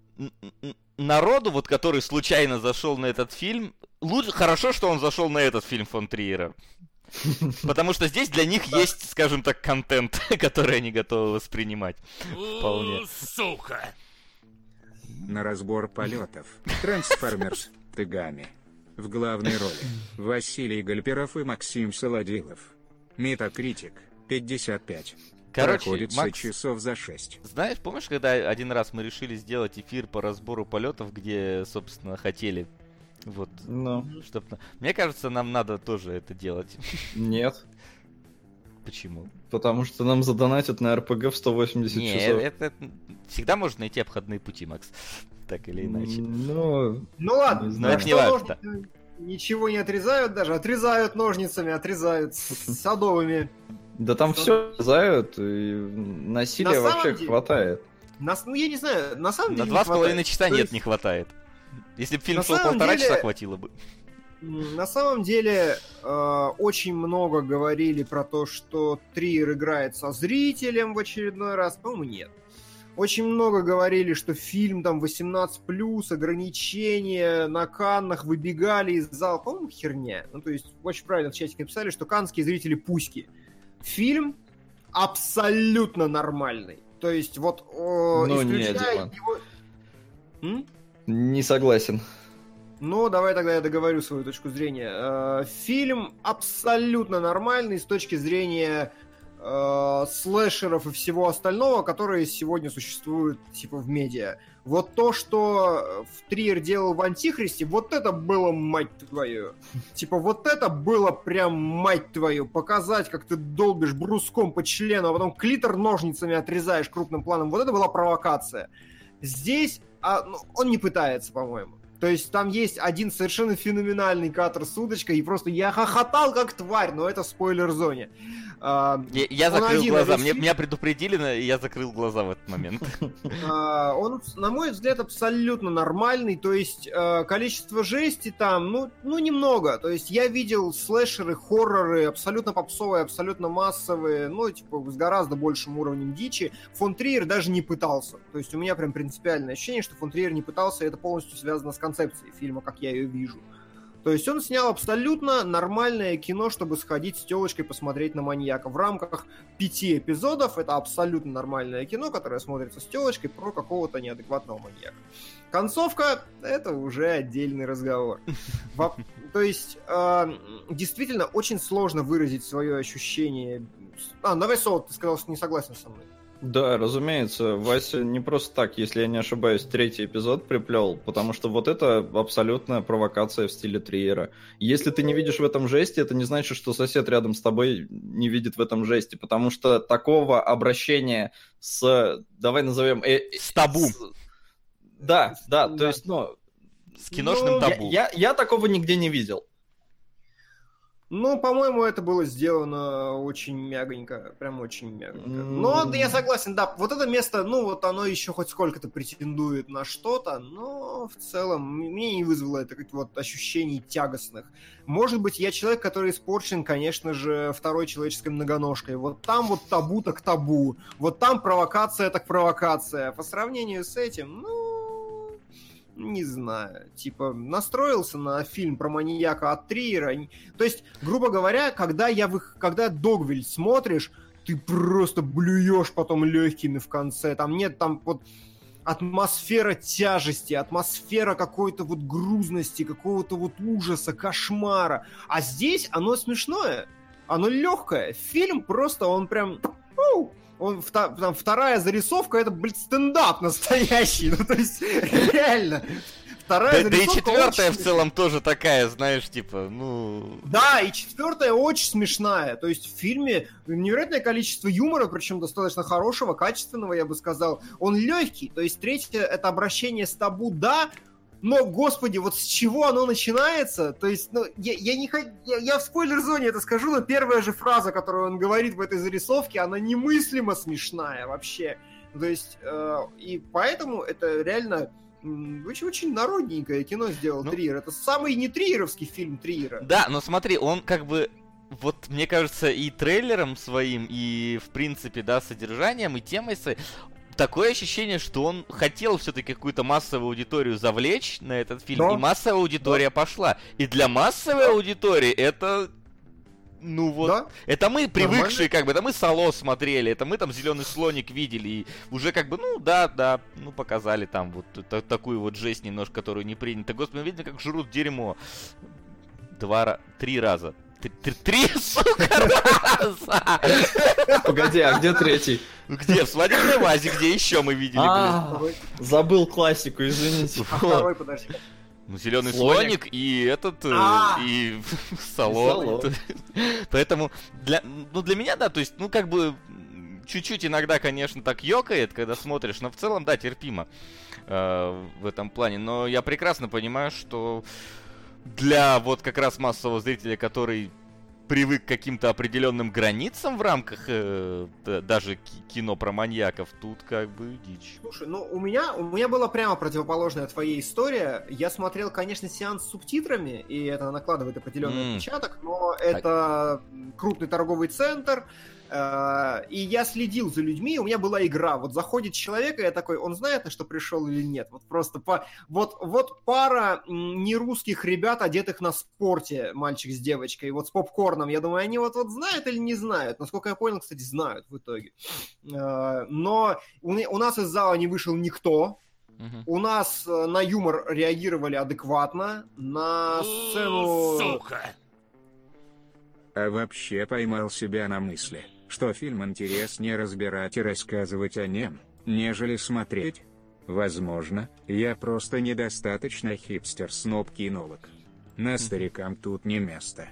народу, вот который случайно зашел на этот фильм, хорошо, что он зашел на этот фильм фон Триера. Потому что здесь для них есть, скажем так, контент, который они готовы воспринимать. Вполне. Сука! На разбор полетов. Трансформерс. Тыгами. В главной роли Василий Гальперов и Максим Солодилов. Метакритик. 55. Короче, проходится Макс, часов за 6. Знаешь, помнишь, когда один раз мы решили сделать эфир по разбору полетов, где, собственно, хотели, вот, чтоб... Мне кажется, нам надо тоже это делать. Нет. Почему? Потому что нам задонатят на РПГ в 180 часов. Это всегда можно найти обходные пути, Макс. Так или иначе. Ну ладно, но это не важно. Ничего не отрезают даже, отрезают ножницами, отрезают садовыми. Да там все отрезают, и насилия вообще хватает. Ну я не знаю, на самом деле на 2,5 часа нет, не хватает. Если бы фильм шел 1,5 часа, хватило бы. На самом деле, очень много говорили про то, что Триер играет со зрителем в очередной раз. По-моему, нет. Очень много говорили, что фильм там 18+, ограничения, на Каннах выбегали из зала. По-моему, херня. Ну, то есть, очень правильно в чатике написали, что каннские зрители пуськи. Фильм абсолютно нормальный. То есть, вот, исключая его... Не согласен. Ну, давай тогда я договорю свою точку зрения. Фильм абсолютно нормальный с точки зрения слэшеров и всего остального, которые сегодня существуют, типа, в медиа. Вот то, что Триер делал в «Антихристе», вот это было, мать твою. Типа, вот это было прям, мать твою, показать, как ты долбишь бруском по члену, а потом клитор ножницами отрезаешь крупным планом. Вот это была провокация. Здесь он не пытается, по-моему. То есть там есть один совершенно феноменальный кадр с удочкой, и просто я хохотал как тварь, но это в спойлер-зоне. Я закрыл глаза, меня предупредили, и я закрыл глаза в этот момент. Он, на мой взгляд, абсолютно нормальный, то есть количество жести там, ну немного. То есть я видел слэшеры, хорроры, абсолютно попсовые, абсолютно массовые, ну типа с гораздо большим уровнем дичи. Фон Триер даже не пытался. То есть у меня прям принципиальное ощущение, что фон Триер не пытался, и это полностью связано с концепцией фильма, как я ее вижу. То есть он снял абсолютно нормальное кино, чтобы сходить с телочкой посмотреть на маньяка. В рамках 5 эпизодов это абсолютно нормальное кино, которое смотрится с телочкой про какого-то неадекватного маньяка. Концовка — это уже отдельный разговор. То есть действительно очень сложно выразить свое ощущение. Давай, Солод, ты сказал, что не согласен со мной. Да, разумеется, Вася не просто так, если я не ошибаюсь, 3-й эпизод приплел, потому что вот это абсолютная провокация в стиле Триера. Если ты не видишь в этом жесте, это не значит, что сосед рядом с тобой не видит в этом жесте, потому что такого обращения с, давай назовем... с табу. Да, то есть, с киношным табу. Я такого нигде не видел. По-моему, это было сделано очень мягонько, прям очень мягонько. Но я согласен, да, вот это место, оно еще хоть сколько-то претендует на что-то, но в целом мне не вызвало это каких-то вот ощущений тягостных. Может быть, я человек, который испорчен, конечно же, второй человеческой многоножкой. Вот там вот табу так табу, вот там провокация так провокация. По сравнению с этим, не знаю, настроился на фильм про маньяка от Триера. То есть, грубо говоря, когда Догвиль смотришь, ты просто блюешь потом легкими в конце. Там нет, вот атмосфера тяжести, атмосфера какой-то вот грузности, какого-то вот ужаса, кошмара. А здесь оно смешное, оно легкое. Фильм просто, он прям... Там вторая зарисовка, это, стендап настоящий. То есть, реально. Вторая зарисовка... Да и четвертая в целом тоже такая, знаешь, Да, и четвертая очень смешная. То есть в фильме невероятное количество юмора, причем достаточно хорошего, качественного, я бы сказал. Он легкий. То есть третья — это обращение с табу, да, но, господи, вот с чего оно начинается? То есть, я в спойлер-зоне это скажу, но первая же фраза, которую он говорит в этой зарисовке, она немыслимо смешная вообще. То есть, и поэтому это реально очень народненькое кино сделал Триер. Это самый не триеровский фильм Триера. Да, но смотри, он вот, мне кажется, и трейлером своим, и, в принципе, да, содержанием, и темой своей, такое ощущение, что он хотел все-таки какую-то массовую аудиторию завлечь на этот фильм, и массовая аудитория пошла. И для массовой аудитории это... это мы привыкшие, это мы Сало смотрели, это мы там Зеленый слоник видели, и уже показали там вот такую вот жесть немножко, которую не принято. Господи, видно, как жрут дерьмо. 3 раза. 3, сука, раза! Погоди, а где 3-й? Где? В свадебной вазе, где еще мы видели, забыл классику, извините. Второй, подожди. Зеленый слоник и и Сало. Поэтому для меня, да, то есть, чуть-чуть иногда, конечно, так ёкает, когда смотришь, но в целом, да, терпимо в этом плане. Но я прекрасно понимаю, что для вот как раз массового зрителя, который привык к каким-то определенным границам в рамках даже кино про маньяков, тут дичь. Слушай, у меня была прямо противоположная твоей история. Я смотрел, конечно, сеанс с субтитрами, и это накладывает определенный отпечаток, но это крупный торговый центр, и я следил за людьми, у меня была игра. Вот заходит человек, и я такой, он знает, на что пришел или нет? Вот просто вот пара нерусских ребят, одетых на спорте, мальчик с девочкой, вот с попкорном. Я думаю, они вот знают или не знают? Насколько я понял, кстати, знают в итоге. Но у нас из зала не вышел никто. У нас на юмор реагировали адекватно, на сцену... Сука! А вообще поймал себя на мысли, что фильм интереснее разбирать и рассказывать о нем, нежели смотреть. Возможно, я просто недостаточно хипстер-сноб-кинолог. На старикам тут не место.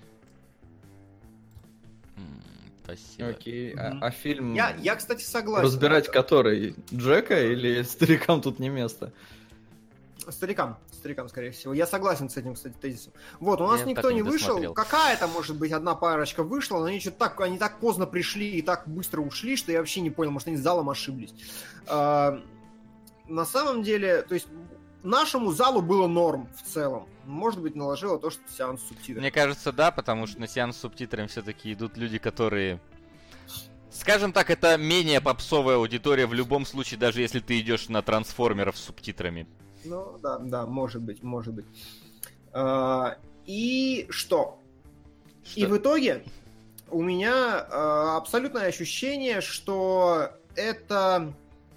Спасибо. Окей, а фильм... Я, кстати, согласен. Разбирать который? Джека или старикам тут не место? Старикам, скорее всего. Я согласен с этим, кстати, тезисом. Вот, у нас никто не вышел. Какая-то, может быть, одна парочка вышла, но они так поздно пришли и так быстро ушли, что я вообще не понял, может, они с залом ошиблись. На самом деле, то есть, нашему залу было норм в целом. Может быть, наложило то, что сеанс с субтитрами. Мне кажется, да, потому что на сеанс с субтитрами все-таки идут люди, которые... Скажем так, это менее попсовая аудитория в любом случае, даже если ты идешь на трансформеров с субтитрами. Да, может быть. И что? И в итоге у меня абсолютное ощущение, что это...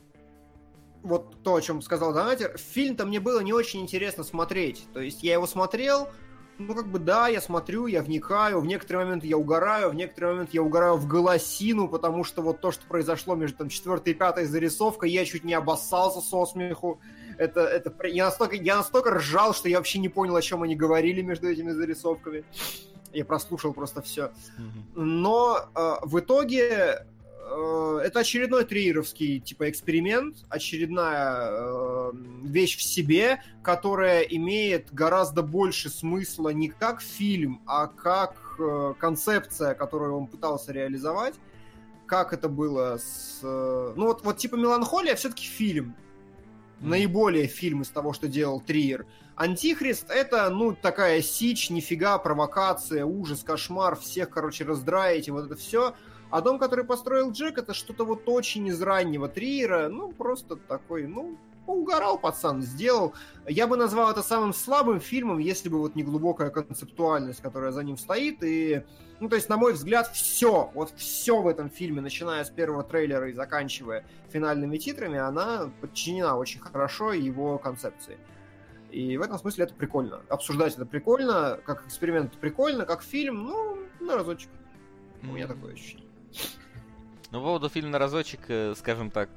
Вот то, о чем сказал Донатер, фильм-то мне было не очень интересно смотреть. То есть я его смотрел, да, я смотрю, я вникаю, в некоторые моменты я угораю, в некоторые моменты я угораю в голосину, потому что вот то, что произошло между 4-й и 5-й зарисовкой, я чуть не обоссался со смеху. Я настолько ржал, что я вообще не понял, о чем они говорили между этими зарисовками. Я прослушал просто все. Но в итоге... Это очередной триеровский эксперимент, очередная вещь в себе, которая имеет гораздо больше смысла не как фильм, а как концепция, которую он пытался реализовать. Как это было с... «Меланхолия» все-таки фильм. Наиболее фильм из того, что делал Триер. «Антихрист» — это, такая сичь, нифига, провокация, ужас, кошмар, всех, раздраить, и вот это все. А «Дом, который построил Джек», это что-то очень из раннего Триера, просто такой, угорал пацан, сделал. Я бы назвал это самым слабым фильмом, если бы не глубокая концептуальность, которая за ним стоит, и, то есть, на мой взгляд, все в этом фильме, начиная с первого трейлера и заканчивая финальными титрами, она подчинена очень хорошо его концепции. И в этом смысле это прикольно. Обсуждать это прикольно, как эксперимент прикольно, как фильм, на разочек. У меня такое ощущение. По поводу фильма на разочек, скажем так,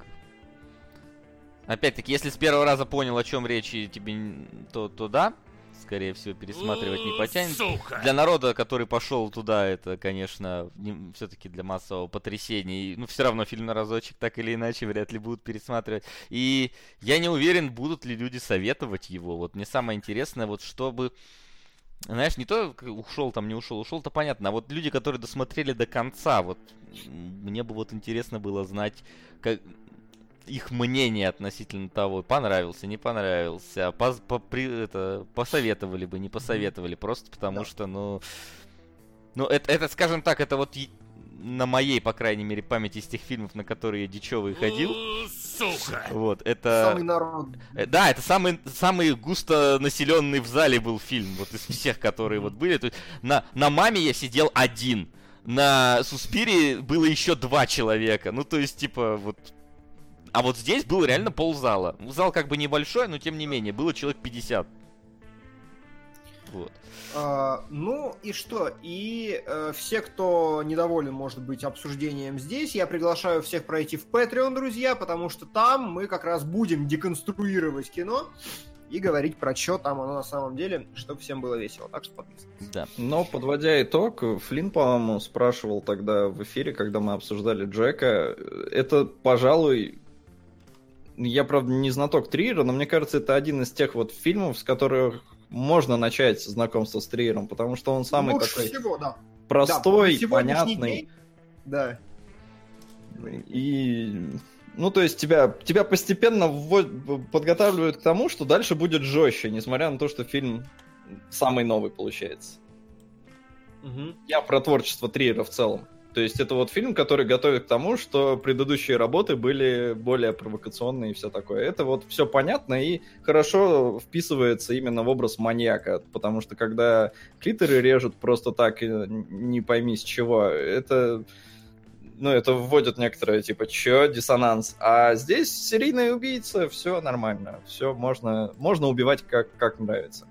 опять-таки, если с первого раза понял, о чем речь, и тебе то да, скорее всего, пересматривать не потянет. Сука. Для народа, который пошел туда, это, конечно, все-таки для массового потрясения. И, все равно фильм на разочек так или иначе вряд ли будут пересматривать. И я не уверен, будут ли люди советовать его. Вот мне самое интересное, чтобы... Знаешь, не то ушел не ушел-то понятно, а вот люди, которые досмотрели до конца, мне бы интересно было знать, как их мнение относительно того, понравился, не понравился, посоветовали бы, не посоветовали, просто потому что, это, скажем так, это на моей, по крайней мере, памяти из тех фильмов, на которые я дичевый ходил. Сука! Это... Самый народ. Да, это самый густо населенный в зале был фильм, из всех, которые были. То есть, на «Маме» я сидел один, на «Суспире» было еще 2 человека. То есть, А вот здесь было реально ползала. Зал небольшой, но тем не менее, было человек 50. И что? И все, кто недоволен, может быть, обсуждением здесь, я приглашаю всех пройти в Patreon, друзья, потому что там мы как раз будем деконструировать кино и говорить про что там оно на самом деле, чтобы всем было весело. Так что подписывайтесь. Да. Но, подводя итог, Флинн, по-моему, спрашивал тогда в эфире, когда мы обсуждали Джека, это, пожалуй... Я, правда, не знаток Триера, но мне кажется, это один из тех фильмов, с которых можно начать знакомство с Триером, потому что он самый такой всего, да. простой, понятный. День, да. И... то есть тебя постепенно подготавливают к тому, что дальше будет жестче, несмотря на то, что фильм самый новый получается. Угу. Я про творчество Триера в целом. То есть это фильм, который готовит к тому, что предыдущие работы были более провокационные и все такое. Это все понятно и хорошо вписывается именно в образ маньяка, потому что когда клиторы режут просто так, не пойми с чего, это вводит некоторое диссонанс. А здесь серийный убийца, все нормально, все можно убивать как нравится.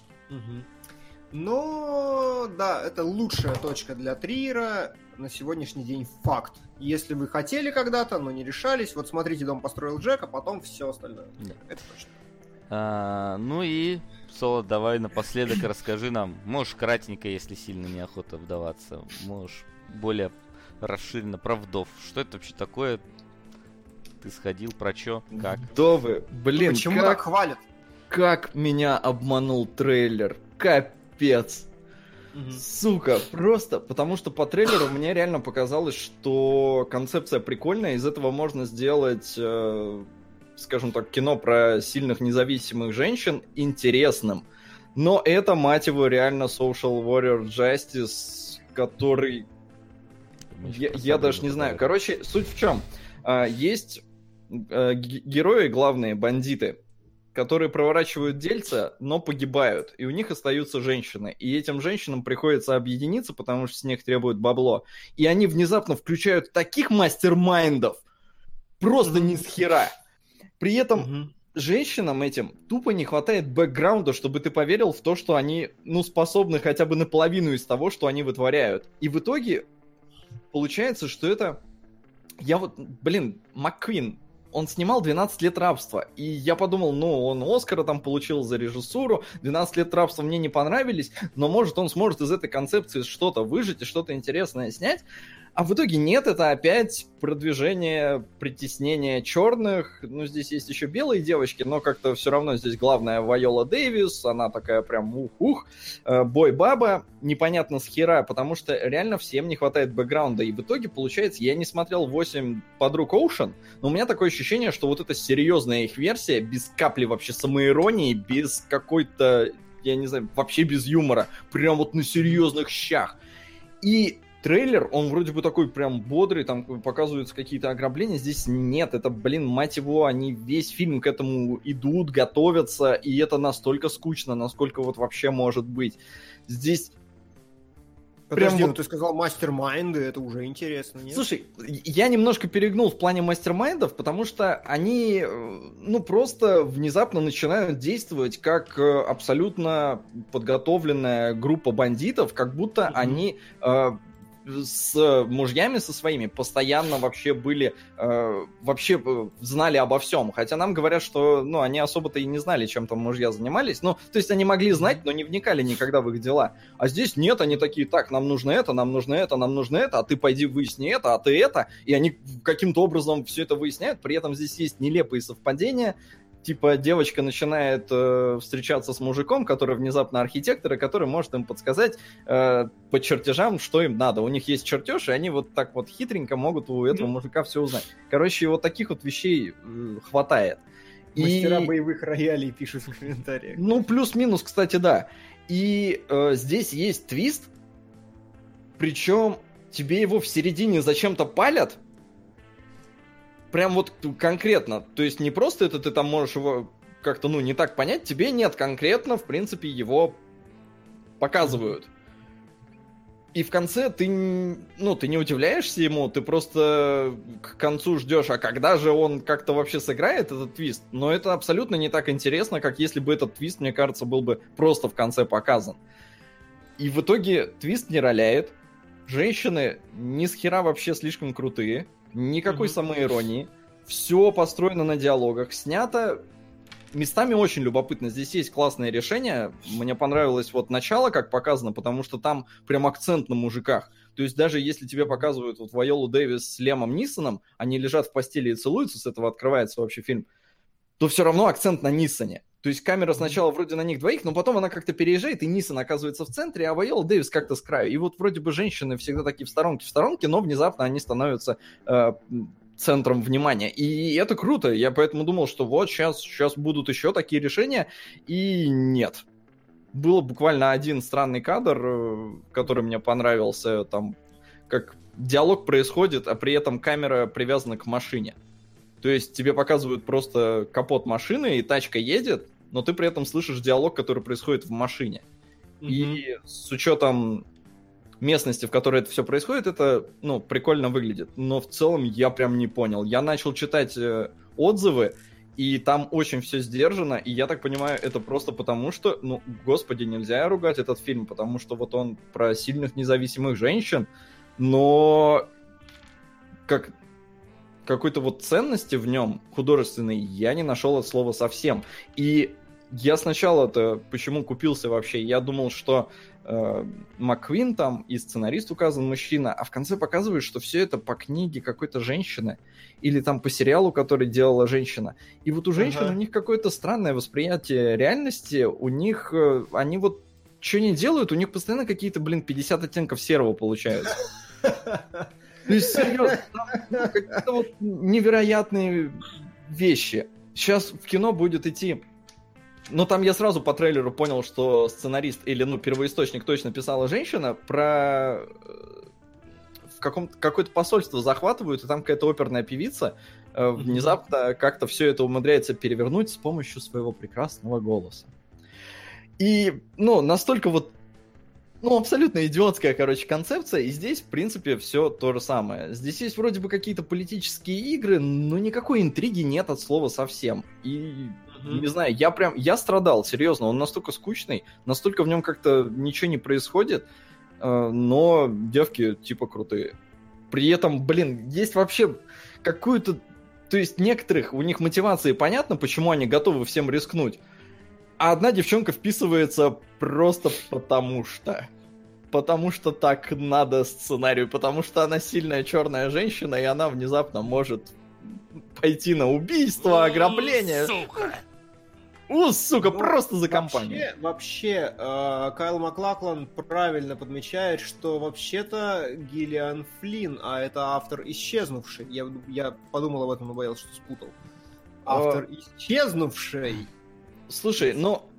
Но, да, это лучшая точка для Триера. На сегодняшний день факт. Если вы хотели когда-то, но не решались, смотрите «Дом построил Джек», а потом все остальное. Да. Это точно. И, Соло, давай напоследок расскажи нам, можешь кратенько, если сильно неохота вдаваться, можешь более расширенно про вдов. Что это вообще такое? Ты сходил, про чё, как? Вдовы, блин, почему так хвалят? Как меня обманул трейлер, капец. Сука, просто потому что по трейлеру мне реально показалось, что концепция прикольная, из этого можно сделать, скажем так, кино про сильных независимых женщин интересным. Но это, мать его, реально Social Warrior Justice, который... Я даже не знаю. Короче, суть в чем? Есть герои, главные бандиты, которые проворачивают дельца, но погибают, и у них остаются женщины. И этим женщинам приходится объединиться, потому что с них требуют бабло. И они внезапно включают таких мастер-майндов, просто ни с хера. При этом женщинам этим тупо не хватает бэкграунда, чтобы ты поверил в то, что они, способны хотя бы наполовину из того, что они вытворяют. И в итоге получается, что это... МакКуин, он снимал «12 лет рабства», и я подумал, он Оскара там получил за режиссуру, «12 лет рабства» мне не понравились, но может он сможет из этой концепции что-то выжать и что-то интересное снять. А в итоге нет, это опять продвижение, притеснение черных. Здесь есть еще белые девочки, но как-то все равно здесь главная Вайола Дэвис, она такая прям бой-баба, непонятно с хера, потому что реально всем не хватает бэкграунда. И в итоге, получается, я не смотрел 8 подруг Оушен, но у меня такое ощущение, что вот эта серьезная их версия, без капли вообще самоиронии, без какой-то, я не знаю, вообще без юмора, прям вот на серьезных щах. И трейлер, он вроде бы такой прям бодрый, там показываются какие-то ограбления, здесь нет, это, мать его, они весь фильм к этому идут, готовятся, и это настолько скучно, насколько вот вообще может быть. Здесь... Подожди, ты сказал мастер-майнды, это уже интересно, нет? Слушай, я немножко перегнул в плане мастер-майндов, потому что они, просто внезапно начинают действовать как абсолютно подготовленная группа бандитов, как будто они... с мужьями со своими постоянно вообще были, знали обо всем. Хотя нам говорят, что, они особо-то и не знали, чем там мужья занимались. То есть они могли знать, но не вникали никогда в их дела. А здесь нет, они такие, так, нам нужно это, нам нужно это, нам нужно это, а ты пойди выясни это, а ты это. И они каким-то образом все это выясняют. При этом здесь есть нелепые совпадения. Типа девочка начинает встречаться с мужиком, который внезапно архитектор, и который может им подсказать по чертежам, что им надо. У них есть чертеж, и они вот так вот хитренько могут у этого мужика все узнать. Короче, вот таких вот вещей хватает. Мастера боевых роялей пишут в комментариях. Плюс-минус, кстати, да. И здесь есть твист, причем тебе его в середине зачем-то палят, прям вот конкретно. То есть не просто это ты там можешь его как-то, не так понять, тебе нет, конкретно, в принципе, его показывают. И в конце ты не удивляешься ему, ты просто к концу ждешь, а когда же он как-то вообще сыграет этот твист? Но это абсолютно не так интересно, как если бы этот твист, мне кажется, был бы просто в конце показан. И в итоге твист не роляет, женщины ни с хера вообще слишком крутые, никакой самоиронии. Все построено на диалогах. Снято местами очень любопытно. Здесь есть классное решение. Мне понравилось вот начало, как показано, потому что там прям акцент на мужиках. То есть даже если тебе показывают вот Вайолу Дэвис с Лемом Нисоном, они лежат в постели и целуются, с этого открывается вообще фильм, то все равно акцент на Нисоне. То есть камера сначала вроде на них двоих, но потом она как-то переезжает, и Нисон оказывается в центре, а Вайола Дэвис как-то с краю. И вот вроде бы женщины всегда такие в сторонке, но внезапно они становятся центром внимания. И это круто. Я поэтому думал, что вот сейчас будут еще такие решения, и нет. Был буквально один странный кадр, который мне понравился, там, как диалог происходит, а при этом камера привязана к машине. То есть тебе показывают просто капот машины, и тачка едет, но ты при этом слышишь диалог, который происходит в машине. И с учетом местности, в которой это все происходит, это, прикольно выглядит. Но в целом я прям не понял. Я начал читать отзывы, и там очень все сдержано, и я так понимаю, это просто потому, что, господи, нельзя ругать этот фильм, потому что вот он про сильных независимых женщин, но какой-то вот ценности в нем художественной я не нашел от слова совсем. И я сначала-то почему купился вообще? Я думал, что МакКуин там и сценарист указан мужчина, а в конце показывают, что все это по книге какой-то женщины или там по сериалу, который делала женщина. И вот у женщин у них какое-то странное восприятие реальности, у них они вот что не делают, у них постоянно какие-то, 50 оттенков серого получаются. То есть, серьезно, там какие-то вот невероятные вещи. Сейчас в кино будет идти... Но там я сразу по трейлеру понял, что сценарист или, первоисточник точно писала женщина про какое-то посольство захватывают, и там какая-то оперная певица внезапно как-то все это умудряется перевернуть с помощью своего прекрасного голоса. И, настолько абсолютно идиотская, концепция, и здесь, в принципе, все то же самое. Здесь есть вроде бы какие-то политические игры, но никакой интриги нет от слова совсем. И, не знаю, я страдал, серьезно, он настолько скучный, настолько в нем как-то ничего не происходит, но девки типа крутые. При этом, есть вообще какую-то... То есть некоторых, у них мотивации понятно, почему они готовы всем рискнуть. А одна девчонка вписывается просто потому что. Потому что так надо сценарию. Потому что она сильная черная женщина, и она внезапно может пойти на убийство, ограбление. Сука, просто за компанию. Вообще, Кайл Маклаклан правильно подмечает, что вообще-то Гиллиан Флинн, а это автор «Исчезнувший». Я подумал об этом, но боялся, что спутал. Автор «Исчезнувший». Слушай,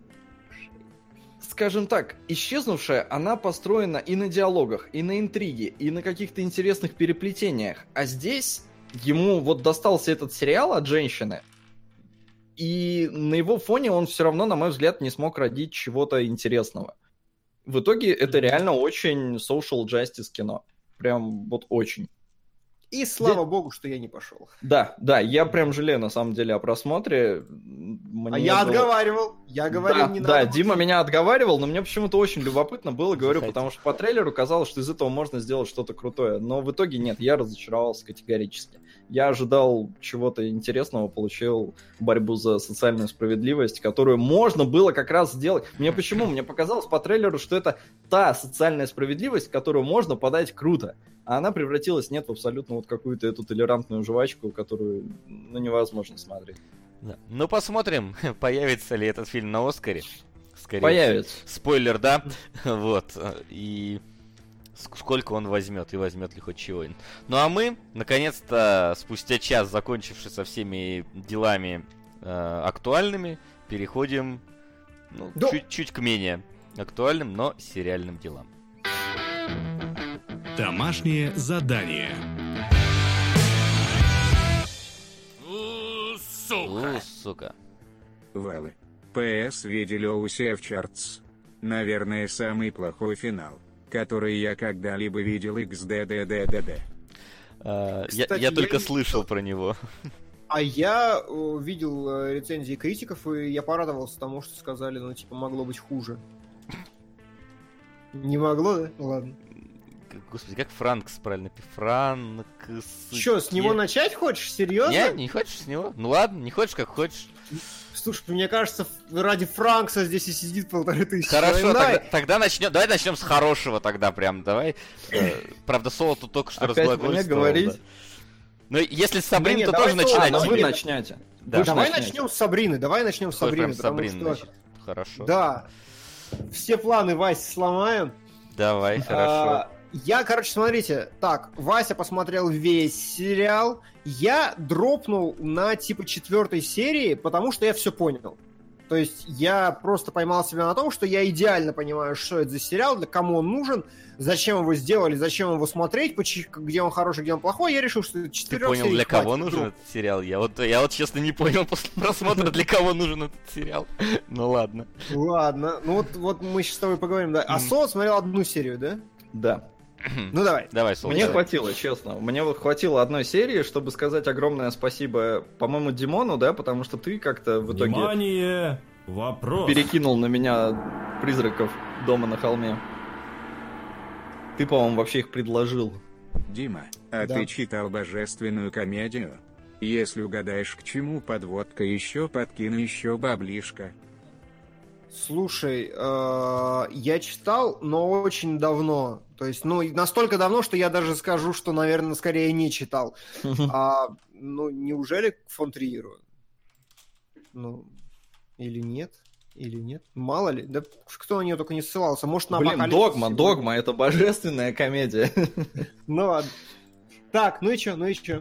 скажем так, «Исчезнувшая», она построена и на диалогах, и на интриге, и на каких-то интересных переплетениях. А здесь ему достался этот сериал от женщины, и на его фоне он все равно, на мой взгляд, не смог родить чего-то интересного. В итоге это реально очень social justice кино. Прям очень. И слава богу, что я не пошел. Да, я прям жалею, на самом деле, о просмотре. Я отговаривал. Я говорил, не надо. Да, Дима меня отговаривал, но мне почему-то очень любопытно было, говорю, потому что по трейлеру казалось, что из этого можно сделать что-то крутое. Но в итоге нет, я разочаровался категорически. Я ожидал чего-то интересного, получил борьбу за социальную справедливость, которую можно было как раз сделать. Мне показалось по трейлеру, что это та социальная справедливость, которую можно подать круто. А она превратилась, в абсолютно какую-то эту толерантную жвачку, которую невозможно смотреть. Да. Ну, посмотрим, появится ли этот фильм на Оскаре. Скорее появится. Спойлер, да? И сколько он возьмет, и возьмет ли хоть чего-нибудь. Ну, а мы, наконец-то, спустя час, закончивший со всеми делами актуальными, переходим чуть-чуть к менее актуальным, но сериальным делам. Домашнее задание. Сука. Валы. ПС видели у себя в чартс. Наверное, самый плохой финал, который я когда-либо видел XDDDDD. Я только слышал про него. А я видел рецензии критиков, и я порадовался тому, что сказали, могло быть хуже. Не могло, да? Ладно. Господи, как Франкс правильно? Франкс. Что, с него начать хочешь? Серьезно? Нет, не хочешь с него? Ну ладно, не хочешь, как хочешь. Слушай, мне кажется, ради Франкса здесь и сидит 1500. Хорошо, тогда начнем. Давай начнем с хорошего тогда прям, давай. Правда, Соло тут только что разглагольствовал. Опять мне говорить? Ну, если с Сабрины, то тоже начинать. Вы начнете. Давай начнем с Сабрины, Хорошо. Да. Все планы Васи сломаем. Давай, хорошо. Я, смотрите, Вася посмотрел весь сериал, я дропнул на 4-й серии, потому что я все понял. То есть я просто поймал себя на том, что я идеально понимаю, что это за сериал, для кому он нужен, зачем его сделали, зачем его смотреть, где он хороший, где он плохой. Я решил, что 4 серии. Ты понял, для кого нужен этот сериал? Я вот честно не понял после просмотра, для кого нужен этот сериал. Ну ладно. Ладно, вот мы сейчас с тобой поговорим, да. А Соло смотрел одну серию, да? Да. Ну давай. Соло. Мне хватило, честно. Мне хватило одной серии, чтобы сказать огромное спасибо, по-моему, Димону, да, потому что ты как-то в итоге... Внимание! Вопрос! Перекинул на меня призраков дома на холме. Ты, по-моему, вообще их предложил. Дима, ты читал божественную комедию? Если угадаешь, к чему подводка, еще подкину еще баблишко. Слушай, я читал, но очень давно. То есть, настолько давно, что я даже скажу, что, наверное, скорее не читал. Неужели фон Триеру? Или нет? Мало ли. Да кто на нее только не ссылался. Может, на Апокалипсис. Догма, это божественная комедия. Ну ладно. Так, ну и чё?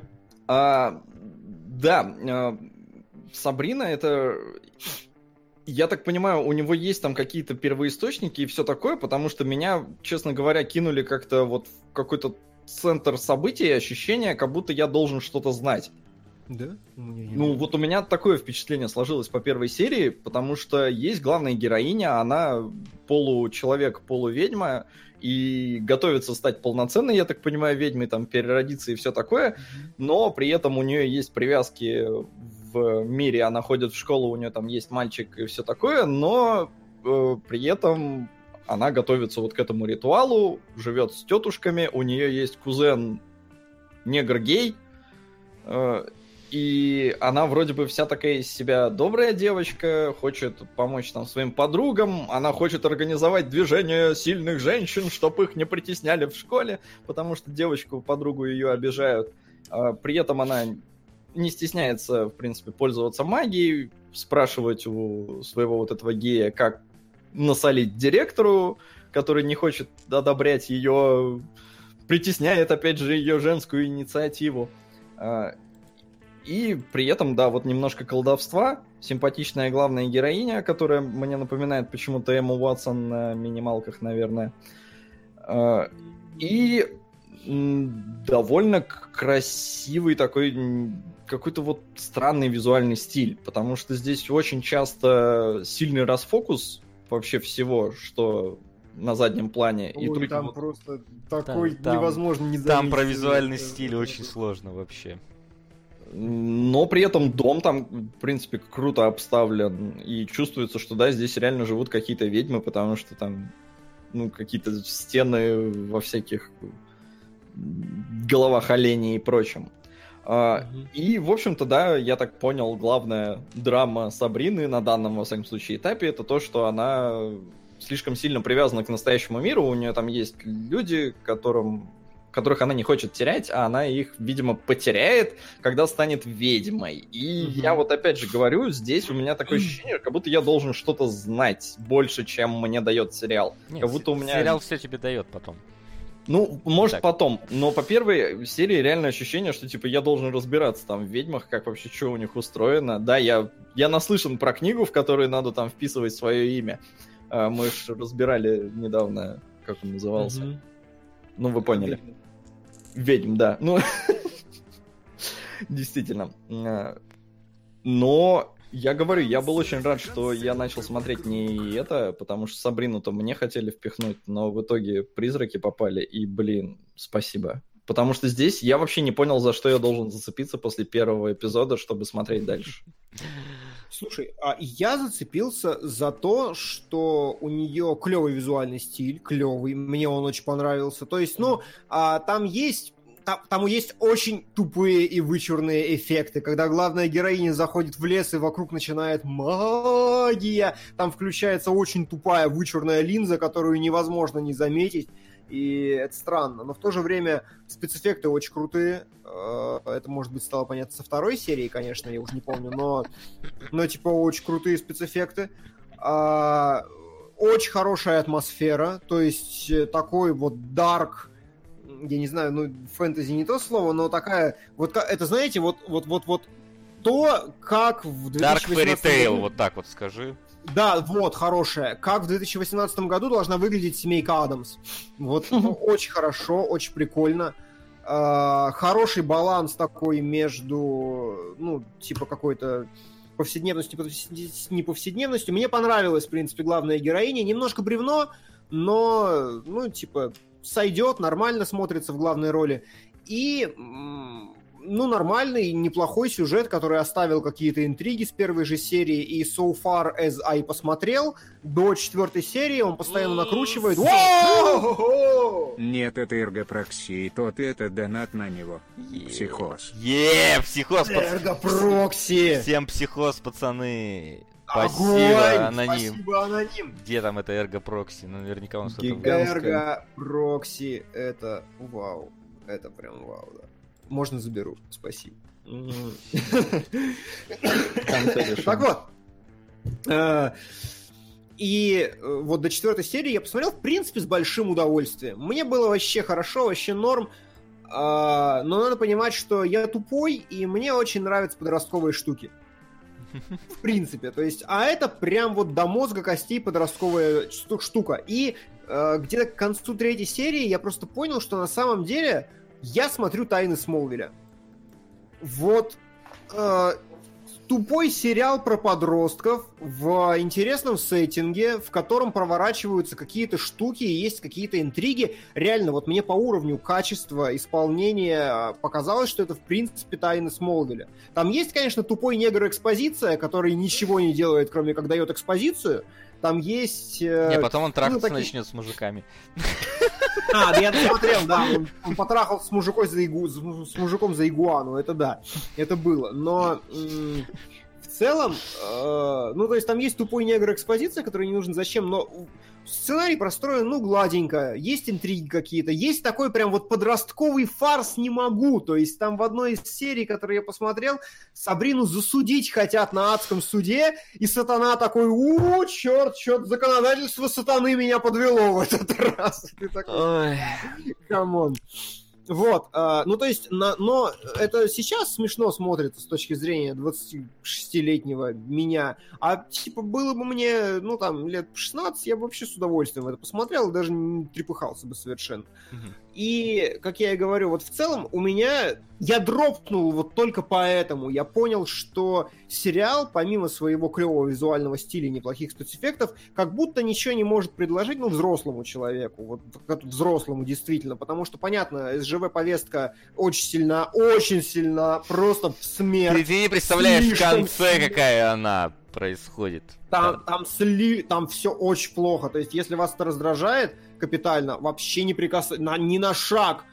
Да, Сабрина это... Я так понимаю, у него есть там какие-то первоисточники и все такое, потому что меня, честно говоря, кинули как-то в какой-то центр событий, ощущение, как будто я должен что-то знать. Да? Вот у меня такое впечатление сложилось по первой серии, потому что есть главная героиня, она получеловек, полуведьма, и готовится стать полноценной, я так понимаю, ведьмой, там, переродиться и все такое, но при этом у нее есть привязки в мире, она ходит в школу, у нее там есть мальчик и все такое, но при этом она готовится вот к этому ритуалу, живет с тетушками, у нее есть кузен негр-гей, и она вроде бы вся такая из себя добрая девочка, хочет помочь там своим подругам, она хочет организовать движение сильных женщин, чтобы их не притесняли в школе, потому что девочку, подругу ее обижают. При этом она не стесняется, в принципе, пользоваться магией, спрашивать у своего вот этого гея, как насолить директору, который не хочет одобрять ее, притесняет, опять же, ее женскую инициативу. И при этом, да, вот немножко колдовства, симпатичная главная героиня, которая мне напоминает почему-то Эмму Уотсон на минималках, наверное. И довольно красивый такой, какой-то вот странный визуальный стиль, потому что здесь очень часто сильный расфокус вообще всего, что на заднем плане. Ой, и там просто такой невозможно не заметить. Там про визуальный стиль очень сложно вообще. Но при этом дом там, в принципе, круто обставлен. И чувствуется, что да, здесь реально живут какие-то ведьмы, потому что там, какие-то стены во всяких головах оленей и прочем. И, в общем-то, да, я так понял, главная драма Сабрины на данном, во всяком случае, этапе, это то, что она слишком сильно привязана к настоящему миру. У нее там есть люди, которых она не хочет терять, а она их, видимо, потеряет, когда станет ведьмой. И я вот опять же говорю, здесь у меня такое ощущение, как будто я должен что-то знать больше, чем мне дает сериал. Нет, как будто у меня... сериал все тебе дает потом. Может, так. Потом. Но по первой серии реально ощущение, что, типа, я должен разбираться там в ведьмах, как вообще, что у них устроено. Да, я наслышан про книгу, в которой надо там вписывать свое имя. Мы же разбирали недавно, как он назывался. Вы поняли. Ведьм, да. Действительно. Но я говорю, я был очень рад, что я начал смотреть не это, потому что Сабрину-то мне хотели впихнуть, но в итоге призраки попали, и, спасибо. Потому что здесь я вообще не понял, за что я должен зацепиться после первого эпизода, чтобы смотреть дальше. Слушай, я зацепился за то, что у нее клевый визуальный стиль, клевый, мне он очень понравился. То есть, там есть очень тупые и вычурные эффекты, когда главная героиня заходит в лес и вокруг начинает магия. Там включается очень тупая вычурная линза, которую невозможно не заметить. И это странно. Но в то же время спецэффекты очень крутые. Это, может быть, стало понятно со второй серии, конечно, я уже не помню, но типа очень крутые спецэффекты. Очень хорошая атмосфера, то есть такой вот дарк, я не знаю, фэнтези не то слово, но такая, вот это, знаете, вот то, как в 2018 году... Dark Fairy Tale, вот так вот скажи. Да, вот, хорошая. Как в 2018 году должна выглядеть семейка Адамс. Вот, очень хорошо, очень прикольно. Хороший баланс такой между, типа какой-то повседневностью, неповседневностью. Мне понравилась, в принципе, главная героиня. Немножко бревно, но, сойдет, нормально смотрится в главной роли. И... нормальный, неплохой сюжет, который оставил какие-то интриги с первой же серии, и so far as I посмотрел, до 4 серии он постоянно накручивает. Нет, это эргопрокси, это донат на него. Психоз. Психоз, пацаны. Эргопрокси. Всем психоз, пацаны. Спасибо, аноним. Где там это эргопрокси? Наверняка он что-то... Эргопрокси, это вау. Это прям вау, да. Можно заберу, спасибо. Так вот. И вот до 4 серии я посмотрел, в принципе, с большим удовольствием. Мне было вообще хорошо, вообще норм. Но надо понимать, что я тупой, и мне очень нравятся подростковые штуки. В принципе, то есть, это прям вот до мозга костей подростковая штука. И где-то к концу 3-й серии я просто понял, что на самом деле я смотрю «Тайны Смолвиля». Вот тупой сериал про подростков в интересном сеттинге, в котором проворачиваются какие-то штуки и есть какие-то интриги. Реально, вот мне по уровню качества исполнения показалось, что это в принципе «Тайны Смолвиля». Там есть, конечно, тупой негр-экспозиция, который ничего не делает, кроме как дает экспозицию. Там есть... Не, потом он трахаться начнет с мужиками. Да я смотрел, да, он потрахал с мужиком за игуану, это да, это было, но в целом, ну, то есть там есть тупой негр-экспозиция, которая не нужна зачем, но сценарий простроен, ну, гладенько, есть интриги какие-то, есть такой прям вот подростковый фарс «не могу», то есть там в одной из серий, которую я посмотрел, Сабрину засудить хотят на адском суде, и сатана такой: черт, законодательство сатаны меня подвело в этот раз. Ты такой: камон. Вот, ну то есть, но это сейчас смешно смотрится с точки зрения 26-летнего меня, а типа было бы мне, ну там, лет 16, я бы вообще с удовольствием это посмотрел и даже не трепыхался бы совершенно. И, как я и говорю, вот в целом у меня, я дропнул вот только поэтому, я понял, что сериал, помимо своего клевого визуального стиля и неплохих спецэффектов, как будто ничего не может предложить, ну, взрослому человеку, вот взрослому действительно, потому что, понятно, СЖВ-повестка очень сильна, просто в смерть. Ты не представляешь в конце, какая она происходит. Там все очень плохо, то есть если вас это раздражает капитально, вообще не прикасаться ни на шаг.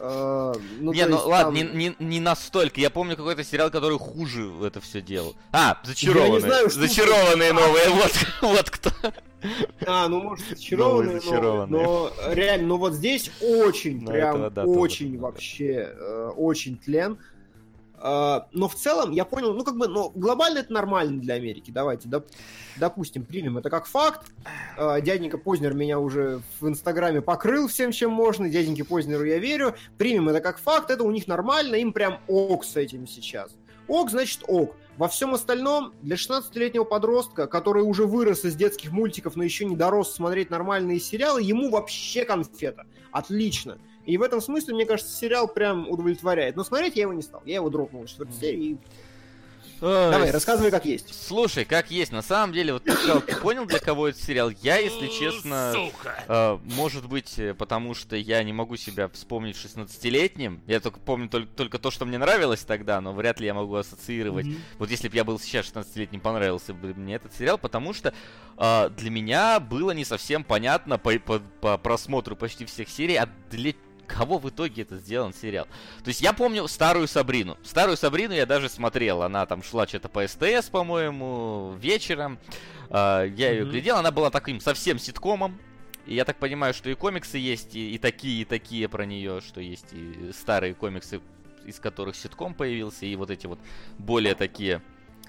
Ладно, не настолько. Я помню какой-то сериал, который хуже это все делал. Зачарованные. Знаю, зачарованные новые. Вот кто. Ну может зачарованные новые, но реально, ну вот здесь очень, прям очень вообще, очень тлен. Но в целом я понял, ну как бы, глобально это нормально для Америки. Давайте, допустим, примем это как факт. Дяденька Познер меня уже в Инстаграме покрыл всем, чем можно. Дяденьке Познеру я верю. Примем это как факт, это у них нормально, им прям ок с этим сейчас. Ок, значит ок. Во всем остальном, для 16-летнего подростка, который уже вырос из детских мультиков, но еще не дорос смотреть нормальные сериалы, ему вообще конфета. Отлично. И в этом смысле, мне кажется, сериал прям удовлетворяет. Но смотреть я его не стал. Я его дропнул в 4-й серии. Давай, рассказывай, как есть. Слушай, как есть. На самом деле, вот ты сказал, ты понял, для кого этот сериал? Я, если честно, может быть, потому что я не могу себя вспомнить 16-летним. Я только помню только то, что мне нравилось тогда, но вряд ли я могу ассоциировать. Вот если бы я был сейчас 16-летним, понравился бы мне этот сериал, потому что для меня было не совсем понятно по просмотру почти всех серий, а для кого в итоге это сделан сериал. То есть я помню старую Сабрину. Старую Сабрину я даже смотрел. Она там шла что-то по СТС, по-моему, вечером. Я ее глядел. Она была таким совсем ситкомом. И я так понимаю, что и комиксы есть, и такие про нее, что есть и старые комиксы, из которых ситком появился, и вот эти вот более такие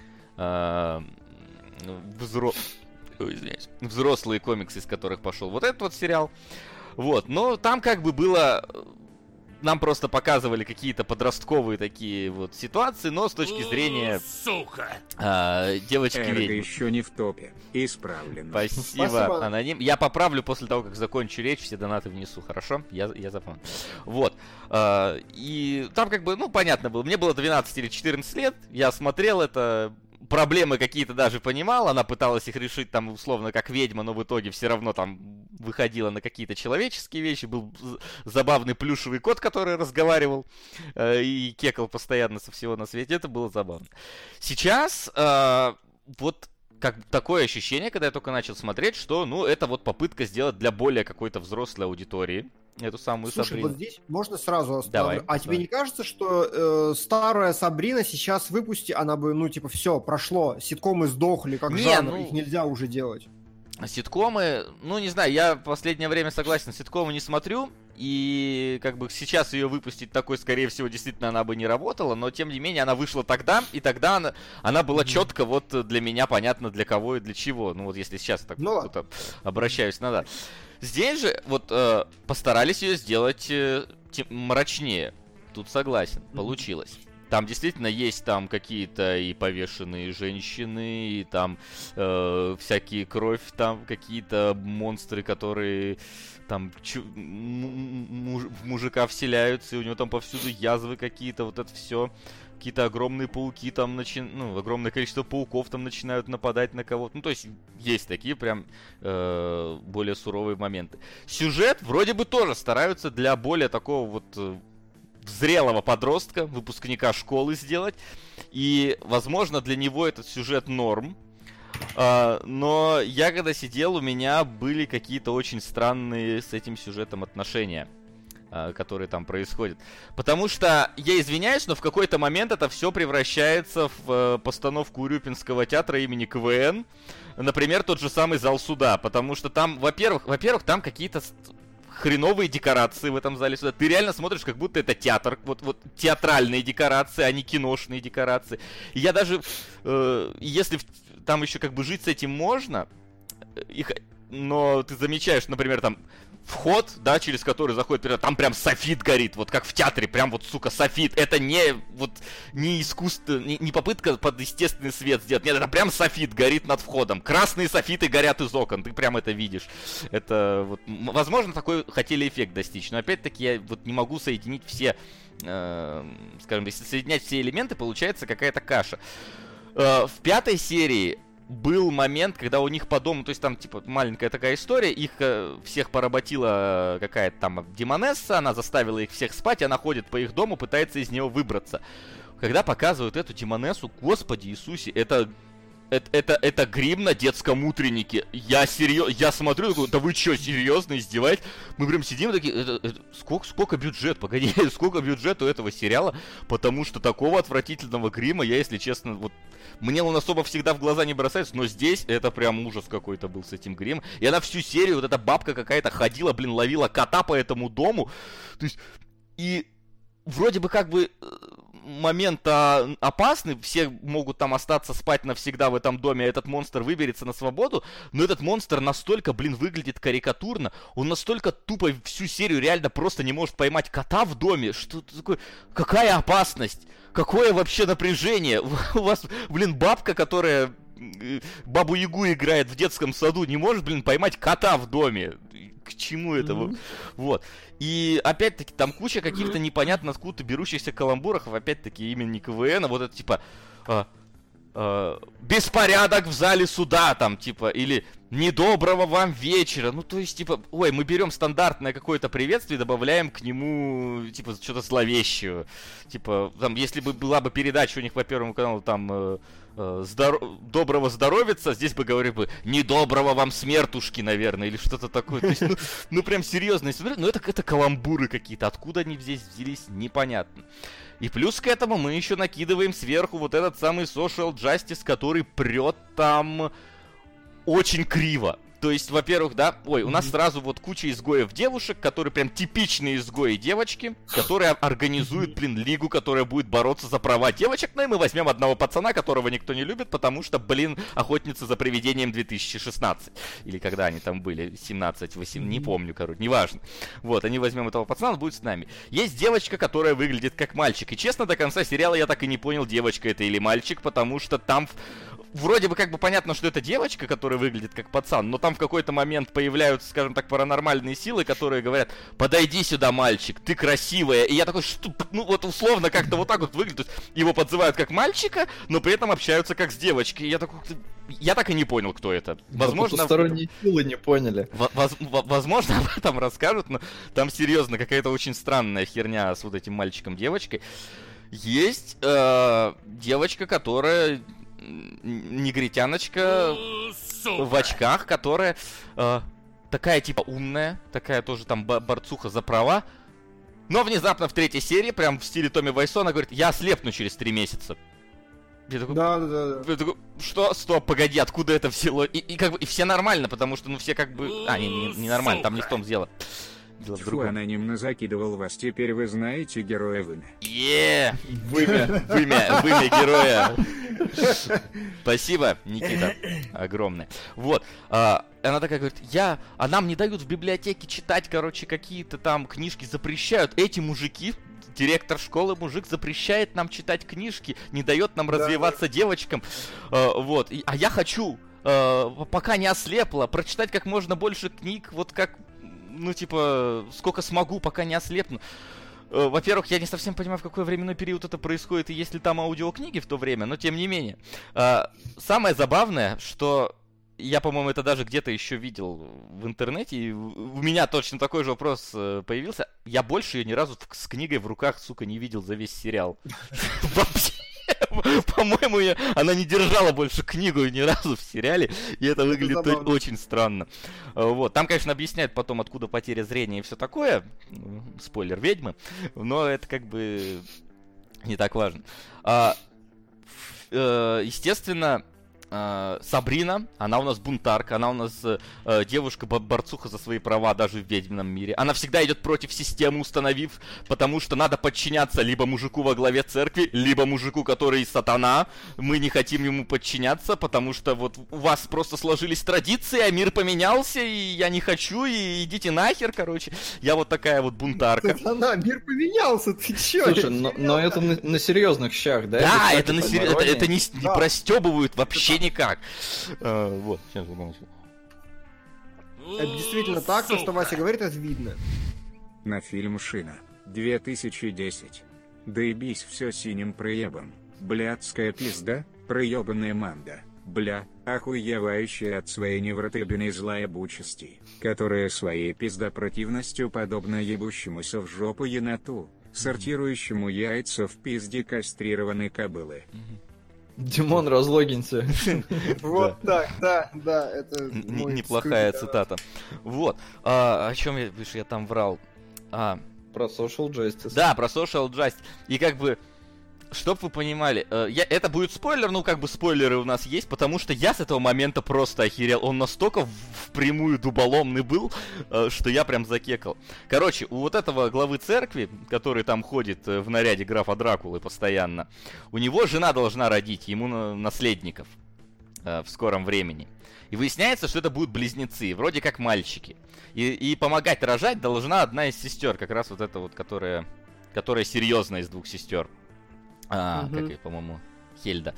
взрослые комиксы, из которых пошел вот этот вот сериал. Вот, но там как бы было... Нам просто показывали какие-то подростковые такие вот ситуации, но с точки зрения... девочки-ведьмы. еще не в топе. Исправлено. Спасибо, Аноним. Я поправлю после того, как закончу речь, все донаты внесу, хорошо? Я запомнил. Вот. И там как бы, понятно было. Мне было 12 или 14 лет, я смотрел это... Проблемы какие-то даже понимал, она пыталась их решить там условно как ведьма, но в итоге все равно там выходила на какие-то человеческие вещи. Был забавный плюшевый кот, который разговаривал и кекал постоянно со всего на свете. Это было забавно. Сейчас вот как такое ощущение, когда я только начал смотреть, что, это вот попытка сделать для более какой-то взрослой аудитории эту самую Сабрину. Слушай, вот здесь можно сразу оставлю. Тебе не кажется, что старая Сабрина сейчас выпусти, она бы, все, прошло, ситкомы сдохли, как жанр, их нельзя уже делать? Ситкомы, не знаю, я в последнее время согласен, ситкомы не смотрю, и как бы сейчас ее выпустить такой, скорее всего, действительно она бы не работала, но тем не менее она вышла тогда, и тогда она была четко вот для меня понятно для кого и для чего. Вот если сейчас так обращаюсь назад. Здесь же вот постарались ее сделать мрачнее. Тут согласен, получилось. Там действительно есть там какие-то и повешенные женщины, и там всякие кровь, там какие-то монстры, которые там в мужика вселяются, и у него там повсюду язвы какие-то, вот это все. Какие-то огромные пауки там огромное количество пауков там начинают нападать на кого-то. Ну, то есть, есть такие прям более суровые моменты. Сюжет вроде бы тоже стараются для более такого вот зрелого подростка, выпускника школы сделать. И, возможно, для него этот сюжет норм. Но я когда сидел, у меня были какие-то очень странные с этим сюжетом отношения, которые там происходят. Потому что, я извиняюсь, но в какой-то момент это все превращается в постановку Урюпинского театра имени КВН. Например, тот же самый зал суда. Потому что там, во-первых, там какие-то хреновые декорации в этом зале суда. Ты реально смотришь, как будто это театр. Вот театральные декорации, а не киношные декорации. И я даже, если там еще как бы жить с этим можно, но ты замечаешь, например, там вход, да, через который заходит, там прям софит горит, вот как в театре, прям вот, сука, софит. Это не искусство, не попытка под естественный свет сделать. Нет, это прям софит горит над входом. Красные софиты горят из окон, ты прям это видишь. Это вот, возможно, такой хотели эффект достичь, но опять-таки я вот не могу соединить все, скажем, если соединять все элементы, получается какая-то каша. В 5-й серии был момент, когда у них по дому, то есть там, типа, маленькая такая история, их всех поработила какая-то там демонесса, она заставила их всех спать, она ходит по их дому, пытается из него выбраться. Когда показывают эту демонессу, Господи Иисусе, это грим на детском утреннике. Я смотрю, такой, да вы чё, серьезно издеваетесь? Мы прям сидим такие, сколько бюджет, погоди, сколько бюджет у этого сериала, потому что такого отвратительного грима я, если честно, вот, мне он особо всегда в глаза не бросается, но здесь это прям ужас какой-то был с этим гримом. И она всю серию, вот эта бабка какая-то ходила, ловила кота по этому дому. То есть, и вроде бы как бы момент опасный, все могут там остаться спать навсегда в этом доме, а этот монстр выберется на свободу, но этот монстр настолько, выглядит карикатурно, он настолько тупо всю серию реально просто не может поймать кота в доме, что такое, какая опасность, какое вообще напряжение, у вас, бабка, которая Бабу-Ягу играет в детском саду, не может, поймать кота в доме. К чему это? Вот. И опять-таки там куча каких-то непонятно откуда берущихся каламбуров, опять-таки имени КВН, вот это типа беспорядок в зале суда, там, типа, или недоброго вам вечера. Ну, то есть, типа, мы берем стандартное какое-то приветствие и добавляем к нему, типа, что-то зловещее. Типа, там, если бы была бы передача у них по Первому каналу, там, доброго здоровица, здесь бы говорили бы недоброго вам смертушки, наверное, или что-то такое. То есть, ну прям серьезно, но это каламбуры какие-то. Откуда они здесь взялись, непонятно. И плюс к этому мы еще накидываем сверху вот этот самый social justice, который прет там очень криво. То есть, во-первых, да, у нас сразу вот куча изгоев девушек, которые прям типичные изгои девочки, которые организуют, лигу, которая будет бороться за права девочек. Ну и мы возьмем одного пацана, которого никто не любит, потому что, охотница за привидением 2016. Или когда они там были, 17, 18, не помню, неважно. Вот, они возьмем этого пацана, он будет с нами. Есть девочка, которая выглядит как мальчик. И честно, до конца сериала я так и не понял, девочка это или мальчик, потому что там вроде бы понятно, что это девочка, которая выглядит как пацан, но там в какой-то момент появляются, скажем так, паранормальные силы, которые говорят: подойди сюда, мальчик, ты красивая. И я такой, что, вот условно как-то вот так вот выглядит. То есть его подзывают как мальчика, но при этом общаются как с девочкой. И я такой, я так и не понял, кто это. Возможно, потусторонние силы не поняли. Возможно, об этом расскажут, но там серьезно какая-то очень странная херня с вот этим мальчиком-девочкой. Есть девочка, которая негритяночка в очках, которая такая типа умная, такая тоже там борцуха за права, но внезапно в 3-й серии, прям в стиле Томми Вайсона, говорит: я ослепну через 3 месяца. Я такой, я такой, что? Стоп, погоди, откуда это взяло? И как бы и все нормально, потому что все как бы... не нормально, там не в том дело. Фу, анонимно закидывал вас, теперь вы знаете героя в имя. Вымя героя. Спасибо, Никита, огромное. Вот, она такая говорит: нам не дают в библиотеке читать, какие-то там книжки запрещают. Эти мужики, директор школы мужик запрещает нам читать книжки, не дает нам развиваться девочкам. Вот. А я хочу, пока не ослепла, прочитать как можно больше книг, вот как, ну, типа, сколько смогу, пока не ослепну. Во-первых, я не совсем понимаю, в какой временной период это происходит, и есть ли там аудиокниги в то время, но тем не менее. Самое забавное, что я, по-моему, это даже где-то еще видел в интернете, и у меня точно такой же вопрос появился. Я больше ее ни разу с книгой в руках, сука, не видел за весь сериал. Вообще. По-моему, она не держала больше книгу ни разу в сериале, и это выглядит очень странно. Вот. Там, конечно, объясняют потом, откуда потеря зрения и все такое. Спойлер, ведьмы. Но это как бы не так важно. Естественно, Сабрина, она у нас бунтарка, она у нас девушка-борцуха за свои права даже в ведьмином мире. Она всегда идет против системы, установив, потому что надо подчиняться либо мужику во главе церкви, либо мужику, который сатана. Мы не хотим ему подчиняться, потому что вот у вас просто сложились традиции, а мир поменялся, и я не хочу, и идите нахер, короче. Я вот такая вот бунтарка. Сатана, мир поменялся, ты чё? Слушай, но это на серьезных щах, да? Да, это не простебывают вообще никак. Вот, сейчас закончу. Это действительно так, то, что Вася говорит, это видно. На фильм «Шина», 2010. Доебись все синим проебом. Блядская пизда, проебанная манда. Бля, охуевающая от своей невротебиной злоебучести, которая своей пиздопротивностью подобна ебущемуся в жопу еноту, сортирующему яйца в пизде кастрированной кобылы. Димон, разлогинься. Вот так, да, это неплохая цитата. Вот. О чем я там врал? Про Social Justice. Да, про Social Justice. И как бы, чтоб вы понимали, это будет спойлер, ну как бы спойлеры у нас есть, потому что я с этого момента просто охерел. Он настолько впрямую дуболомный был, что я прям закекал. Короче, у вот этого главы церкви, который там ходит в наряде графа Дракулы постоянно, у него жена должна родить ему наследников в скором времени. И выясняется, что это будут близнецы, вроде как мальчики. И помогать рожать должна одна из сестер, как раз вот эта вот, которая серьезная из двух сестер. Как и, по-моему, Хельда.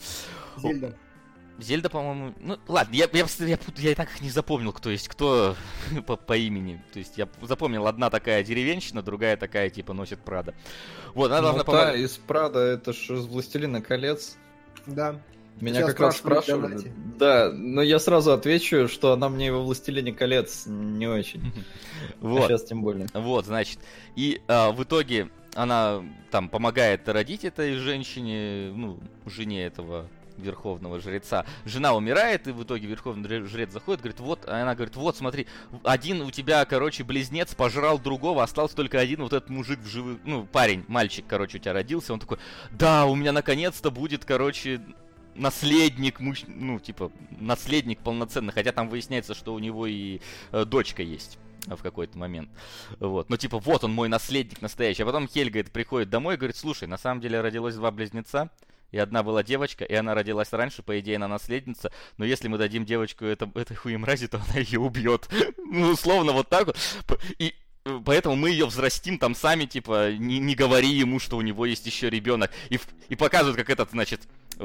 Зельда, по-моему... Ну, ладно, я и так их не запомнил, кто есть кто по имени. То есть я запомнил, одна такая деревенщина, другая такая, типа, носит Прада. Вот, она должна помогать. Из Прада, это ж из «Властелина колец». Да. Меня как раз спрашивали. Да, но я сразу отвечу, что она мне во «Властелине колец» не очень. Вот. А сейчас тем более. Вот, значит. И в итоге она там помогает родить этой женщине, ну, жене этого верховного жреца. Жена умирает, и в итоге верховный жрец заходит, говорит, вот, а она говорит, вот, смотри, один у тебя, короче, близнец пожрал другого, остался только один, вот этот мужик в живых, ну, парень, мальчик, короче, у тебя родился, он такой, да, у меня наконец-то будет, короче, наследник, ну, типа, наследник полноценный, хотя там выясняется, что у него и дочка есть в какой-то момент. Вот. Ну, типа, вот он мой наследник настоящий. А потом Хельга приходит домой и говорит, слушай, на самом деле родилось два близнеца, и одна была девочка, и она родилась раньше, по идее, она наследница, но если мы дадим девочку этой хуемрази, то она ее убьет. Ну, условно, вот так вот. И поэтому мы ее взрастим там сами, типа, не говори ему, что у него есть еще ребенок. И показывают, как этот, значит,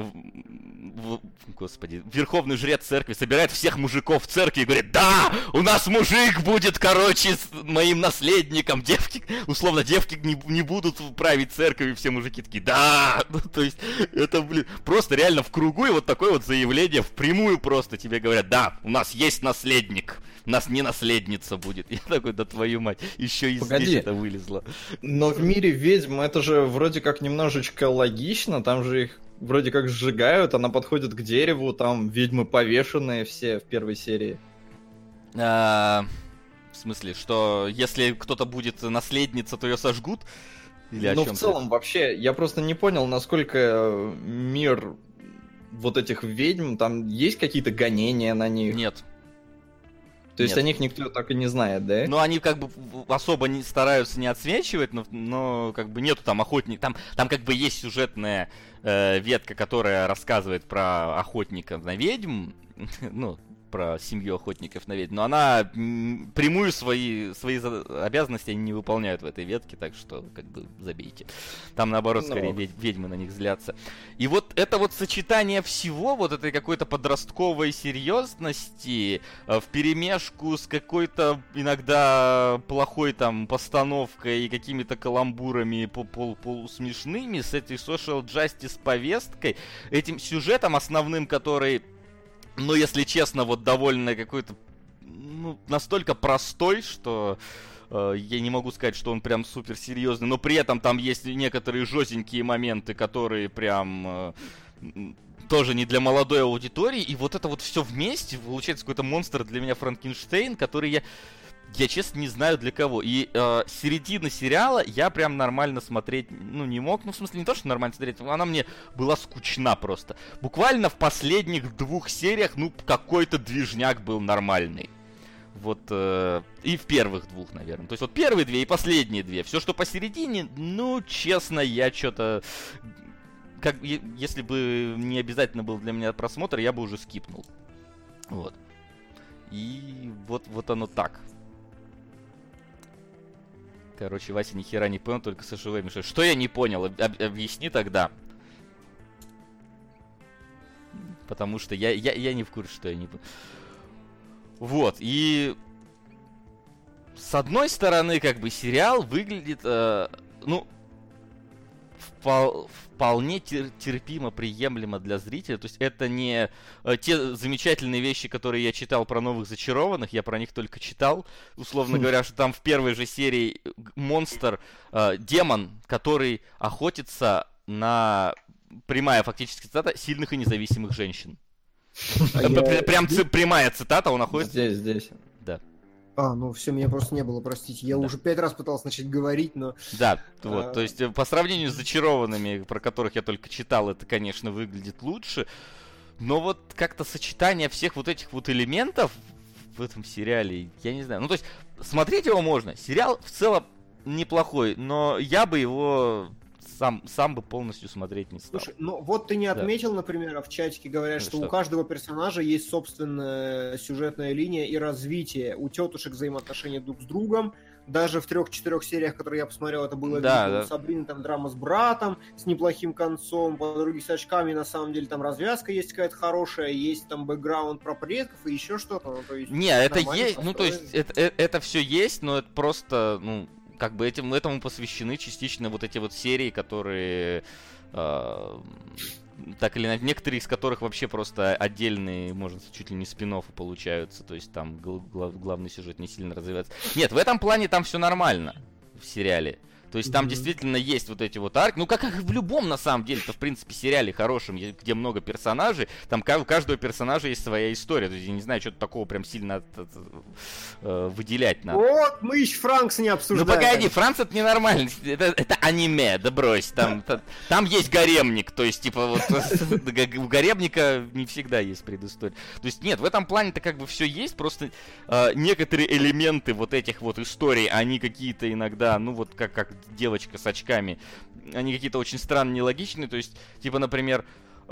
господи, верховный жрец церкви собирает всех мужиков в церкви и говорит, да, у нас мужик будет, короче, с моим наследником. Девки, условно, девки не будут править церковью, все мужики такие, да. Ну, то есть, это, блин, просто реально в кругу, и вот такое вот заявление впрямую просто тебе говорят, да, у нас есть наследник. У нас не наследница будет. Я такой, да твою мать, еще и здесь это вылезло. Но в мире ведьм это же вроде как немножечко логично, там же их вроде как сжигают, она подходит к дереву, там ведьмы повешенные все в первой серии. В смысле, что если кто-то будет наследница, то ее сожгут? Или ну, в целом, вообще, я просто не понял, насколько мир вот этих ведьм, там есть какие-то гонения на них? Нет. То есть о них никто так и не знает, да? Ну, они как бы особо не стараются не отсвечивать, но как бы нету там охотников. Там как бы есть сюжетная ветка, которая рассказывает про охотника на ведьм. Ну, про семью охотников на ведьм, но она прямую свои обязанности они не выполняют в этой ветке, так что, как бы, забейте. Там, наоборот, скорее ведьмы на них злятся. И вот это вот сочетание всего, вот этой какой-то подростковой серьезности вперемешку с какой-то иногда плохой там постановкой и какими-то каламбурами полусмешными, с этой social justice повесткой, этим сюжетом основным, который, ну, если честно, вот довольно какой-то, ну, настолько простой, что я не могу сказать, что он прям супер серьезный, но при этом там есть некоторые жестенькие моменты, которые прям тоже не для молодой аудитории, и вот это вот все вместе получается какой-то монстр для меня Франкенштейн, который я честно не знаю для кого. И середина сериала я прям нормально смотреть, ну, не мог. Ну, в смысле, не то, что нормально смотреть, она мне была скучна просто. Буквально в последних 2 сериях, ну, какой-то движняк был нормальный. Вот, и в первых 2, наверное. То есть вот первые 2 и последние 2. Все, что посередине, ну, честно, я что-то... Как, если бы не обязательно был для меня просмотр, я бы уже скипнул. Вот. И вот оно так. Короче, Вася ни хера не понял, только СШВ мешает. Что я не понял? Объясни тогда. Потому что я не в курсе, что я не понял. Вот, и... С одной стороны, как бы, сериал выглядит, ну... вполне терпимо, приемлемо для зрителя. То есть это не те замечательные вещи, которые я читал про новых зачарованных, я про них только читал. Условно говоря, что там в первой же серии монстр, демон, который охотится на, прямая фактически цитата, сильных и независимых женщин. Прям прямая цитата, он охотится... Здесь. Да. Ну все, меня просто не было, простите. Я уже 5 раз пытался начать говорить, но... Да, вот, то есть по сравнению с зачарованными, про которых я только читал, это, конечно, выглядит лучше. Но вот как-то сочетание всех вот этих вот элементов в этом сериале, я не знаю. Ну, то есть смотреть его можно. Сериал в целом неплохой, но я бы его... Сам бы полностью смотреть не стал. Слушай, ну вот ты не отметил, например, в чатике говорят, что у каждого персонажа есть собственная сюжетная линия и развитие. У тетушек взаимоотношения друг с другом. Даже в 3-4 сериях, которые я посмотрел, это было видно. У Сабрины там драма с братом, с неплохим концом, подруги с очками, на самом деле там развязка есть какая-то хорошая, есть там бэкграунд про предков и еще что-то. Ну, то есть, не, это есть, ну то есть это все есть, но это просто, ну, как бы этому посвящены частично вот эти вот серии, которые так или иначе, некоторые из которых вообще просто отдельные, можно сказать, чуть ли не спин-оффы получаются, то есть там главный сюжет не сильно развивается. Нет, в этом плане там все нормально в сериале. То есть там действительно есть вот эти вот арки. Ну, как и в любом, на самом деле-то, в принципе, сериале хорошем, где много персонажей, там у каждого персонажа есть своя история. То есть я не знаю, что-то такого прям сильно выделять надо. Вот, мы еще Франкса не обсуждаем. Ну, погоди, Франц это ненормально. Это аниме, да брось. Там есть гаремник, то есть, типа, вот у гаремника не всегда есть предыстория. То есть, нет, в этом плане-то как бы все есть, просто некоторые элементы вот этих вот историй, они какие-то иногда, ну, вот как девочка с очками, они какие-то очень странные, нелогичные, то есть, типа, например,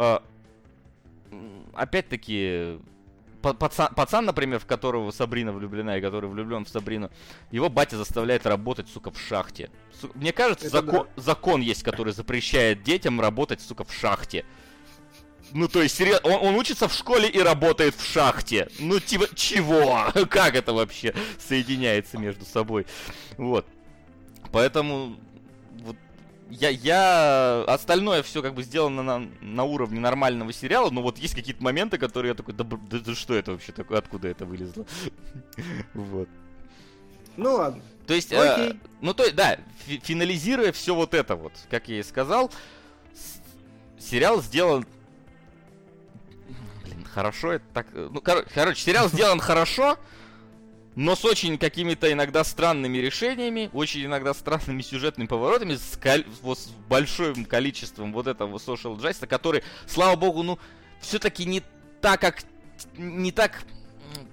опять-таки, пацан, например, в которого Сабрина влюблена и который влюблен в Сабрину, его батя заставляет работать, сука, в шахте. Мне кажется, закон есть, который запрещает детям работать, сука, в шахте. Ну, то есть, серьезно, он учится в школе и работает в шахте. Ну, типа, чего? Как это вообще соединяется между собой? Вот. Поэтому вот я остальное все как бы сделано на уровне нормального сериала, но вот есть какие-то моменты, которые я такой, да что это вообще такое, откуда это вылезло? Вот. Ну ладно. То есть, финализируя все вот это вот, как я и сказал, сериал сделан... Блин, хорошо это так... Ну, короче, сериал сделан хорошо, но с очень какими-то иногда странными решениями, очень иногда странными сюжетными поворотами, с большим количеством вот этого social justice, который, слава богу, ну, все-таки не так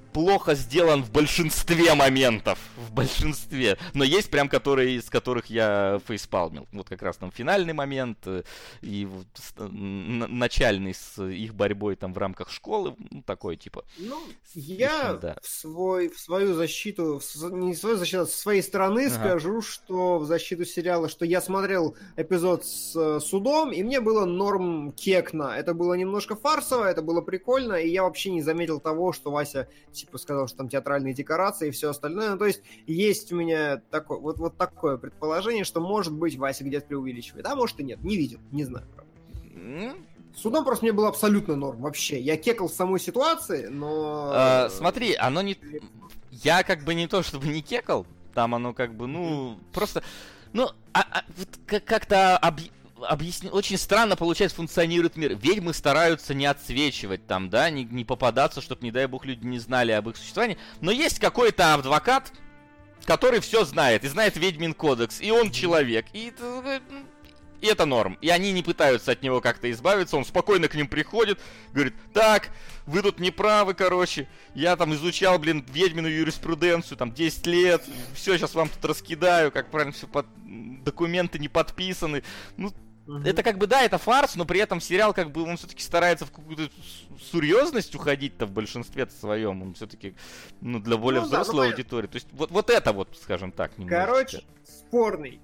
плохо сделан в большинстве моментов. В большинстве. Но есть прям, из которых я фейспалмил. Вот как раз там финальный момент и вот начальный с их борьбой там в рамках школы. Ну, такой типа. Ну, я да. в свою защиту, не в свою защиту, а со своей стороны скажу, что в защиту сериала, что я смотрел эпизод с судом, и мне было норм кекно. Это было немножко фарсово, это было прикольно, и я вообще не заметил того, что Вася типа сказал, что там театральные декорации и все остальное. Ну, то есть есть у меня такое, вот такое предположение, что может быть Вася где-то преувеличивает. А может и нет, не видел, не знаю. Судом просто мне было абсолютно норм вообще. Я кекал в самой ситуации, но... Смотри, оно не... Я как бы не то, чтобы не кекал, там оно как бы, ну, просто... Ну, как-то очень странно, получается, функционирует мир. Ведьмы стараются не отсвечивать там, да, не попадаться, чтобы, не дай бог, люди не знали об их существовании. Но есть какой-то адвокат, который все знает, и знает Ведьмин кодекс, и он человек, и это норм. И они не пытаются от него как-то избавиться, он спокойно к ним приходит, говорит: так, вы тут не правы, короче, я там изучал, ведьмину юриспруденцию, там, 10 лет, все, сейчас вам тут раскидаю, как правильно все, документы не подписаны. Ну, это как бы, да, это фарс, но при этом сериал, как бы, он все-таки старается в какую-то серьезность уходить-то в большинстве своем, он все-таки, ну, для более взрослой аудитории. То есть, вот это вот, скажем так, немножечко. Короче, спорный.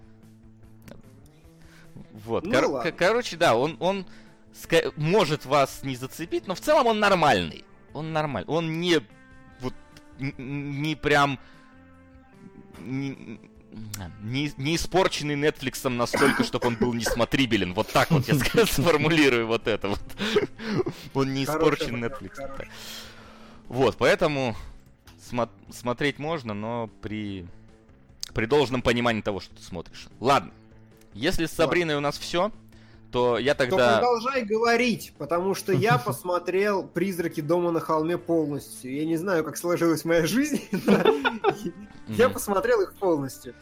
Вот, короче, да, он может вас не зацепить, но в целом он нормальный. Он нормальный. Он не прям не испорченный Нетфликсом настолько, чтобы он был несмотрибелен. Вот так вот я сформулирую вот это вот. Он не испорчен Нетфликсом. Вот, поэтому смотреть можно, но при должном понимании того, что ты смотришь. Ладно. Если с Сабриной у нас все, то я тогда... То продолжай говорить, потому что я посмотрел «Призраки дома на холме» полностью. Я не знаю, как сложилась моя жизнь, я посмотрел их полностью.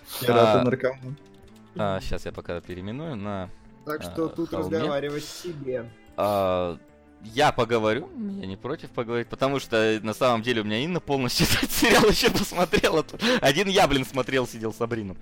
Сейчас я пока переименую на... Так что тут разговаривать себе. Я поговорю, я не против поговорить, потому что на самом деле у меня Инна полностью этот сериал еще посмотрела. Один я, смотрел, сидел Сабрину.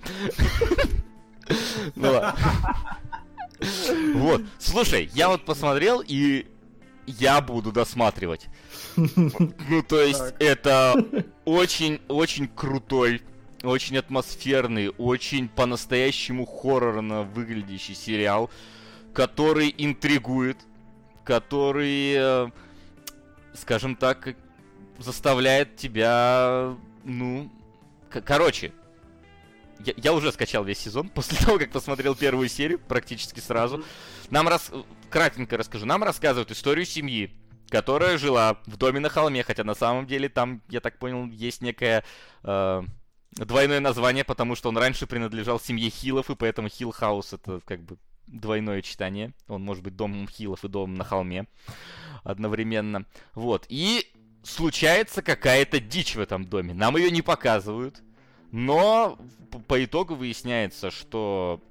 Вот, слушай, я вот посмотрел, и я буду досматривать. Ну, то есть, это очень-очень крутой, очень атмосферный, очень по-настоящему хоррорно выглядящий сериал, который интригует, который, скажем так, заставляет тебя, ну, короче... Я уже скачал весь сезон после того, как посмотрел первую серию практически сразу. Кратенько расскажу. Нам рассказывают историю семьи, которая жила в доме на холме, хотя на самом деле там, я так понял, есть некое двойное название, потому что он раньше принадлежал семье Хиллов, и поэтому Хилл Хаус — это как бы двойное читание. Он может быть домом Хиллов и домом на холме одновременно. Вот. И случается какая-то дичь в этом доме. Нам ее не показывают. Но по итогу выясняется, что,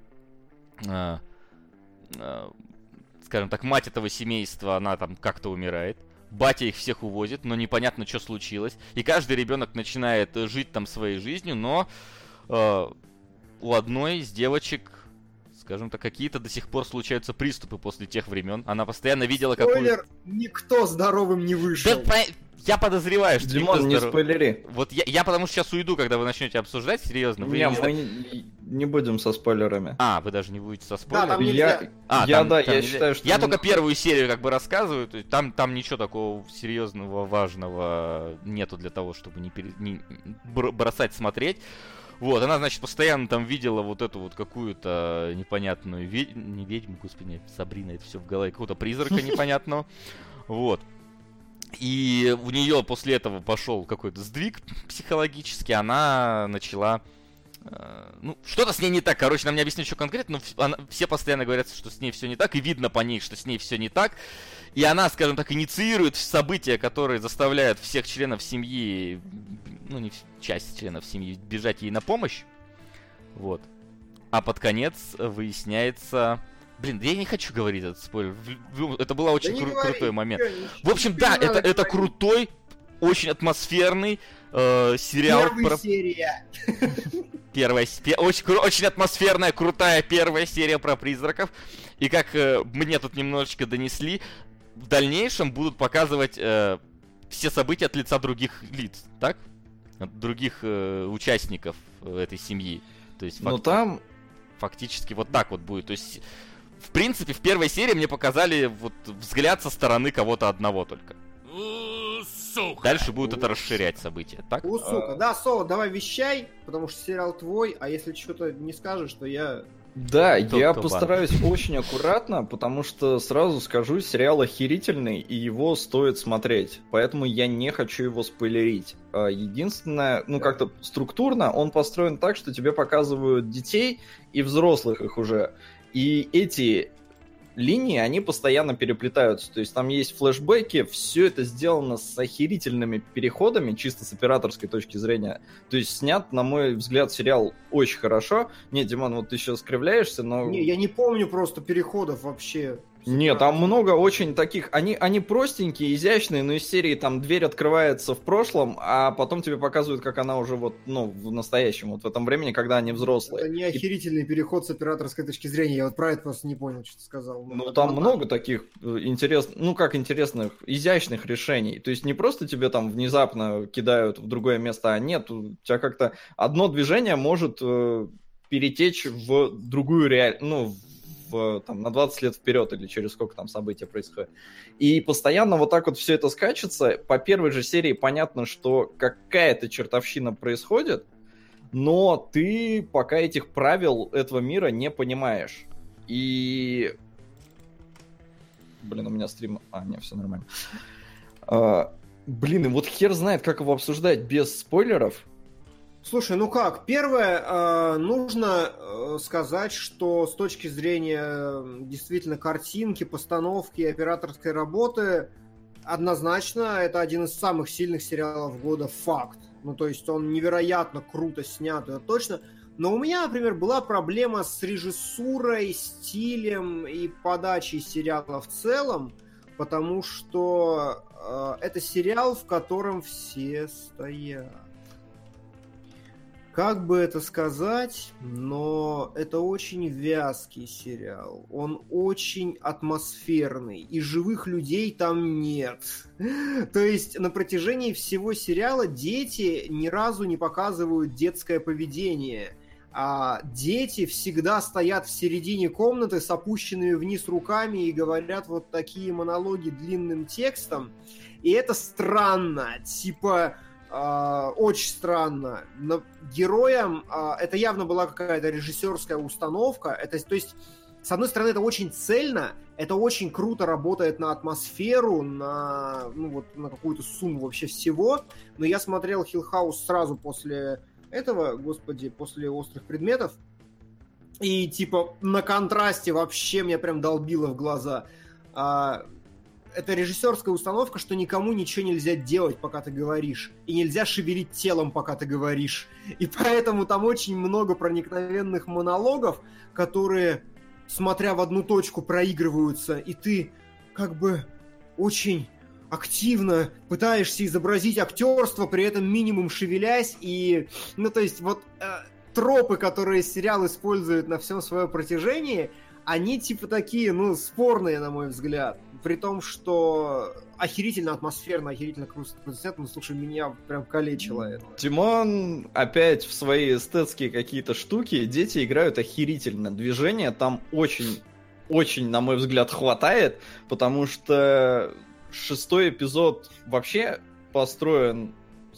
скажем так, мать этого семейства, она там как-то умирает. Батя их всех увозит, но непонятно, что случилось. И каждый ребенок начинает жить там своей жизнью, но у одной из девочек, скажем так, какие-то до сих пор случаются приступы после тех времен. Она постоянно видела какую-то... Никто здоровым не вышел. Да, я подозреваю, что... Димон, не спойлери. Вот я потому что сейчас уйду, когда вы начнете обсуждать, серьезно. Мы не будем со спойлерами. Вы даже не будете со спойлерами? Да, там нельзя. Я считаю, что... Я только первую серию как бы рассказываю, то есть там ничего такого серьезного, важного нету для того, чтобы не бросать смотреть. Вот, она, значит, постоянно там видела вот эту вот какую-то непонятную не ведьму, господи, Сабрина, это все в голове, какого-то призрака непонятного. Вот. И у нее после этого пошел какой-то сдвиг психологический, она начала... ну, что-то с ней не так, короче, нам не объяснили, что конкретно, но все постоянно говорят, что с ней все не так, и видно по ней, что с ней все не так. И она, скажем так, инициирует события, которые заставляют всех членов семьи, ну, не часть членов семьи, бежать ей на помощь. Вот. А под конец выясняется... Блин, я не хочу говорить этот спойлер. Это был очень крутой момент. В общем, да, это крутой... очень атмосферный сериал. Очень атмосферная, крутая первая серия про призраков. И как мне тут немножечко донесли, в дальнейшем будут показывать все события от лица других лиц, так? От других участников этой семьи. То есть фактически вот так вот будет. То есть, в принципе, в первой серии мне показали вот взгляд со стороны кого-то одного только. Сука. Дальше будет это расширять события, так? Сука. Да, Соло, давай вещай, потому что сериал твой, а если что-то не скажешь, то я... Да, я постараюсь очень аккуратно, потому что сразу скажу, сериал охерительный, и его стоит смотреть. Поэтому я не хочу его спойлерить. Единственное, как-то структурно он построен так, что тебе показывают детей и взрослых их уже. И эти линии, они постоянно переплетаются. То есть там есть флешбеки, все это сделано с охерительными переходами, чисто с операторской точки зрения. То есть снят, на мой взгляд, сериал очень хорошо. Не, Димон, вот ты сейчас скривляешься, но... Не, я не помню просто переходов вообще. Нет, там много очень таких... Они простенькие, изящные, но из серии там дверь открывается в прошлом, а потом тебе показывают, как она уже в настоящем, вот в этом времени, когда они взрослые. Это не охерительный переход с операторской точки зрения, я вот про это просто не понял, что ты сказал. Там много таких интересных, изящных решений. То есть не просто тебе там внезапно кидают в другое место, а нет, у тебя как-то одно движение может перетечь в другую реальность, на 20 лет вперед или через сколько там события происходят. И постоянно вот так вот все это скачется. По первой же серии понятно, что какая-то чертовщина происходит, но ты пока этих правил этого мира не понимаешь. И... Блин, у меня стрим... не, все нормально. И вот хер знает, как его обсуждать без спойлеров. Слушай, первое, нужно сказать, что с точки зрения действительно картинки, постановки, операторской работы, однозначно это один из самых сильных сериалов года, факт. То есть он невероятно круто снят, это точно. Но у меня, например, была проблема с режиссурой, стилем и подачей сериала в целом, потому что это сериал, в котором все стоят. Как бы это сказать, но это очень вязкий сериал. Он очень атмосферный, и живых людей там нет. То есть на протяжении всего сериала дети ни разу не показывают детское поведение. А дети всегда стоят в середине комнаты с опущенными вниз руками и говорят вот такие монологи длинным текстом. И это странно, очень странно. Но героям это явно была какая-то режиссерская установка. То есть, с одной стороны, это очень цельно, это очень круто работает на атмосферу, на какую-то сумму вообще всего. Но я смотрел Hill House сразу после этого, после «Острых предметов». И на контрасте вообще меня прям долбило в глаза. Это режиссерская установка, что никому ничего нельзя делать, пока ты говоришь. И нельзя шевелить телом, пока ты говоришь. И поэтому там очень много проникновенных монологов, которые, смотря в одну точку, проигрываются. И ты очень активно пытаешься изобразить актерство, при этом минимум шевелясь. И, тропы, которые сериал использует на всем своем протяжении, они такие, спорные, на мой взгляд. При том, что охерительно атмосферно, охерительно круто снят, слушай, меня прям калечило это. Тимон опять в свои эстетские какие-то штуки, дети играют охерительно. Движения там очень, на мой взгляд, хватает, потому что 6-й эпизод вообще построен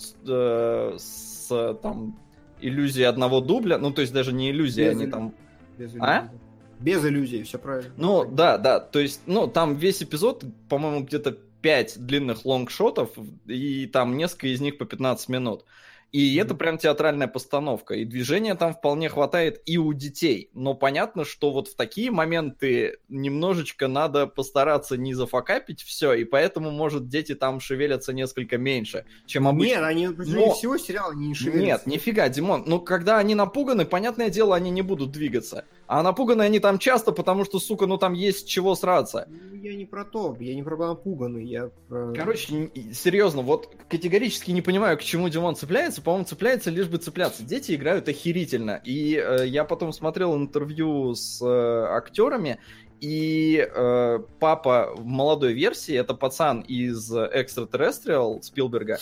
с иллюзией одного дубля, то есть даже не иллюзия, они там... Без иллюзий, все правильно. Да, то есть, там весь эпизод, по-моему, где-то 5 длинных лонгшотов, и там несколько из них по 15 минут. И это прям театральная постановка. И движения там вполне хватает и у детей. Но понятно, что вот в такие моменты немножечко надо постараться не зафакапить все, и поэтому, может, дети там шевелятся несколько меньше, чем обычно. Нет, они всего сериала не шевелятся. Нет, нифига, Димон. Когда они напуганы, понятное дело, они не будут двигаться. А напуганы они там часто, потому что, сука, ну там есть чего сраться. Я не про то, я не про напуганный, я про... Короче, серьезно, вот категорически не понимаю, к чему Димон цепляется. По-моему, цепляется лишь бы цепляться. Дети играют охерительно. И я потом смотрел интервью с актерами, и папа в молодой версии, это пацан из Extraterrestrial Спилберга,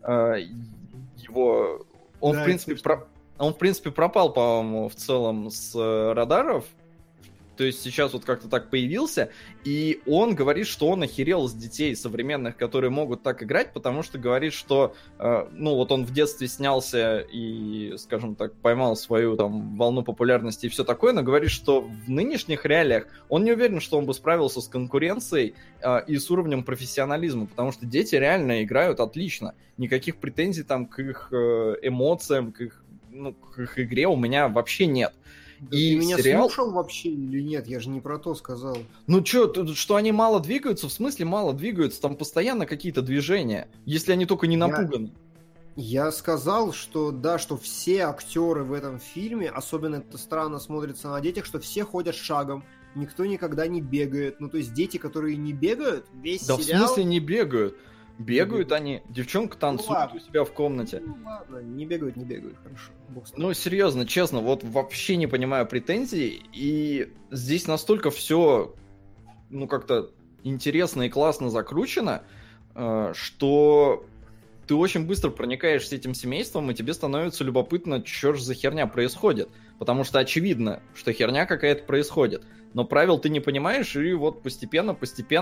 его... Он, да, в принципе, пропал, по-моему, в целом с радаров. То есть сейчас вот как-то так появился, и он говорит, что он охерел с детей современных, которые могут так играть, потому что говорит, что, ну, вот он в детстве снялся и, скажем так, поймал свою там волну популярности и все такое, но говорит, что в нынешних реалиях он не уверен, что он бы справился с конкуренцией и с уровнем профессионализма, потому что дети реально играют отлично. Никаких претензий там к их эмоциям, к их игре у меня вообще нет. Да и ты меня слушал вообще или нет? Я же не про то сказал. Ну что они мало двигаются? В смысле мало двигаются? Там постоянно какие-то движения, если они только не напуганы. Я сказал, что да, что все актеры в этом фильме, особенно это странно смотрится на детях, что все ходят шагом, никто никогда не бегает. Ну то есть дети, которые не бегают, весь да сериал... Да в смысле не бегают? Бегают они, девчонка танцует у себя в комнате. Ну ладно, не бегают, хорошо. Ну серьезно, честно, вот вообще не понимаю претензий, и здесь настолько все, ну как-то интересно и классно закручено, что ты очень быстро проникаешься этим семейством, и тебе становится любопытно, что же за херня происходит. Потому что очевидно, что херня какая-то происходит. Но правил ты не понимаешь, и вот постепенно...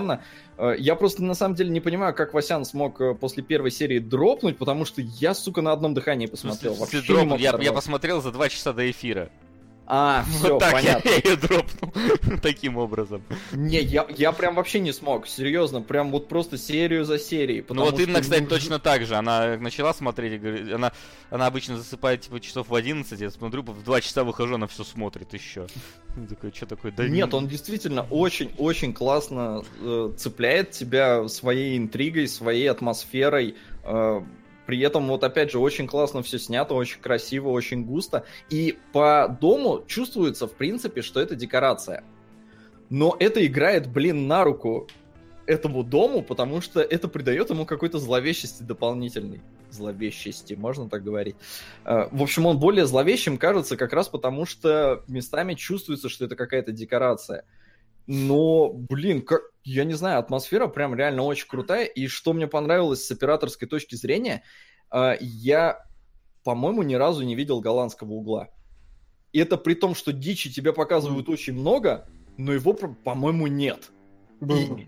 Я просто на самом деле не понимаю, как Васян смог после первой серии дропнуть, потому что я, сука, на одном дыхании посмотрел. Вообще дропнул, я посмотрел за 2 часа до эфира. А, все, вот так понятно. Я ее дропнул таким образом. Не, я прям вообще не смог, серьезно, прям вот просто серию за серией. Ну вот именно, кстати, точно так же. Она начала смотреть и говорит, она обычно засыпает типа часов в 11, я смотрю, в 2 часа выхожу, она все смотрит еще. Такой, что такое? Да нет, он действительно очень-очень классно цепляет тебя своей интригой, своей атмосферой. При этом, вот опять же, очень классно все снято, очень красиво, очень густо. И по дому чувствуется, в принципе, что это декорация. Но это играет, на руку этому дому, потому что это придает ему какой-то зловещести дополнительной. Зловещести, можно так говорить. В общем, он более зловещим кажется как раз потому, что местами чувствуется, что это какая-то декорация. Но, я не знаю, атмосфера прям реально очень крутая. И что мне понравилось с операторской точки зрения, я, по-моему, ни разу не видел голландского угла. И это при том, что дичи тебе показывают очень много, но его, по-моему, нет. Был?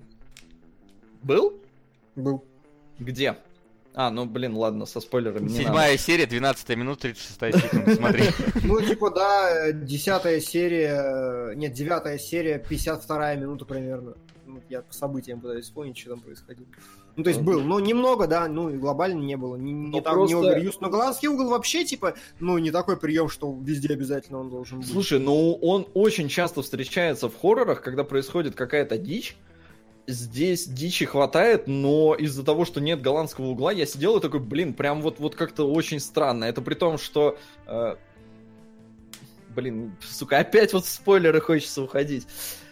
Был. Где? Ладно, со спойлерами не 7-я серия, 12 минута, 36 секунда, смотри. Ну, типа, да, 10-я серия, нет, 9-я серия, 52-я минута примерно. Я по событиям пытаюсь вспомнить, что там происходило. Ну, то есть был, но немного, да, ну, и глобально не было. Не оверюз, но голландский угол вообще, типа, ну, не такой прием, что везде обязательно он должен быть. Слушай, ну, он очень часто встречается в хоррорах, когда происходит какая-то дичь. Здесь дичи хватает, но из-за того, что нет голландского угла, я сидел и такой, прям вот как-то очень странно. Это при том, что... сука, опять вот в спойлеры хочется уходить.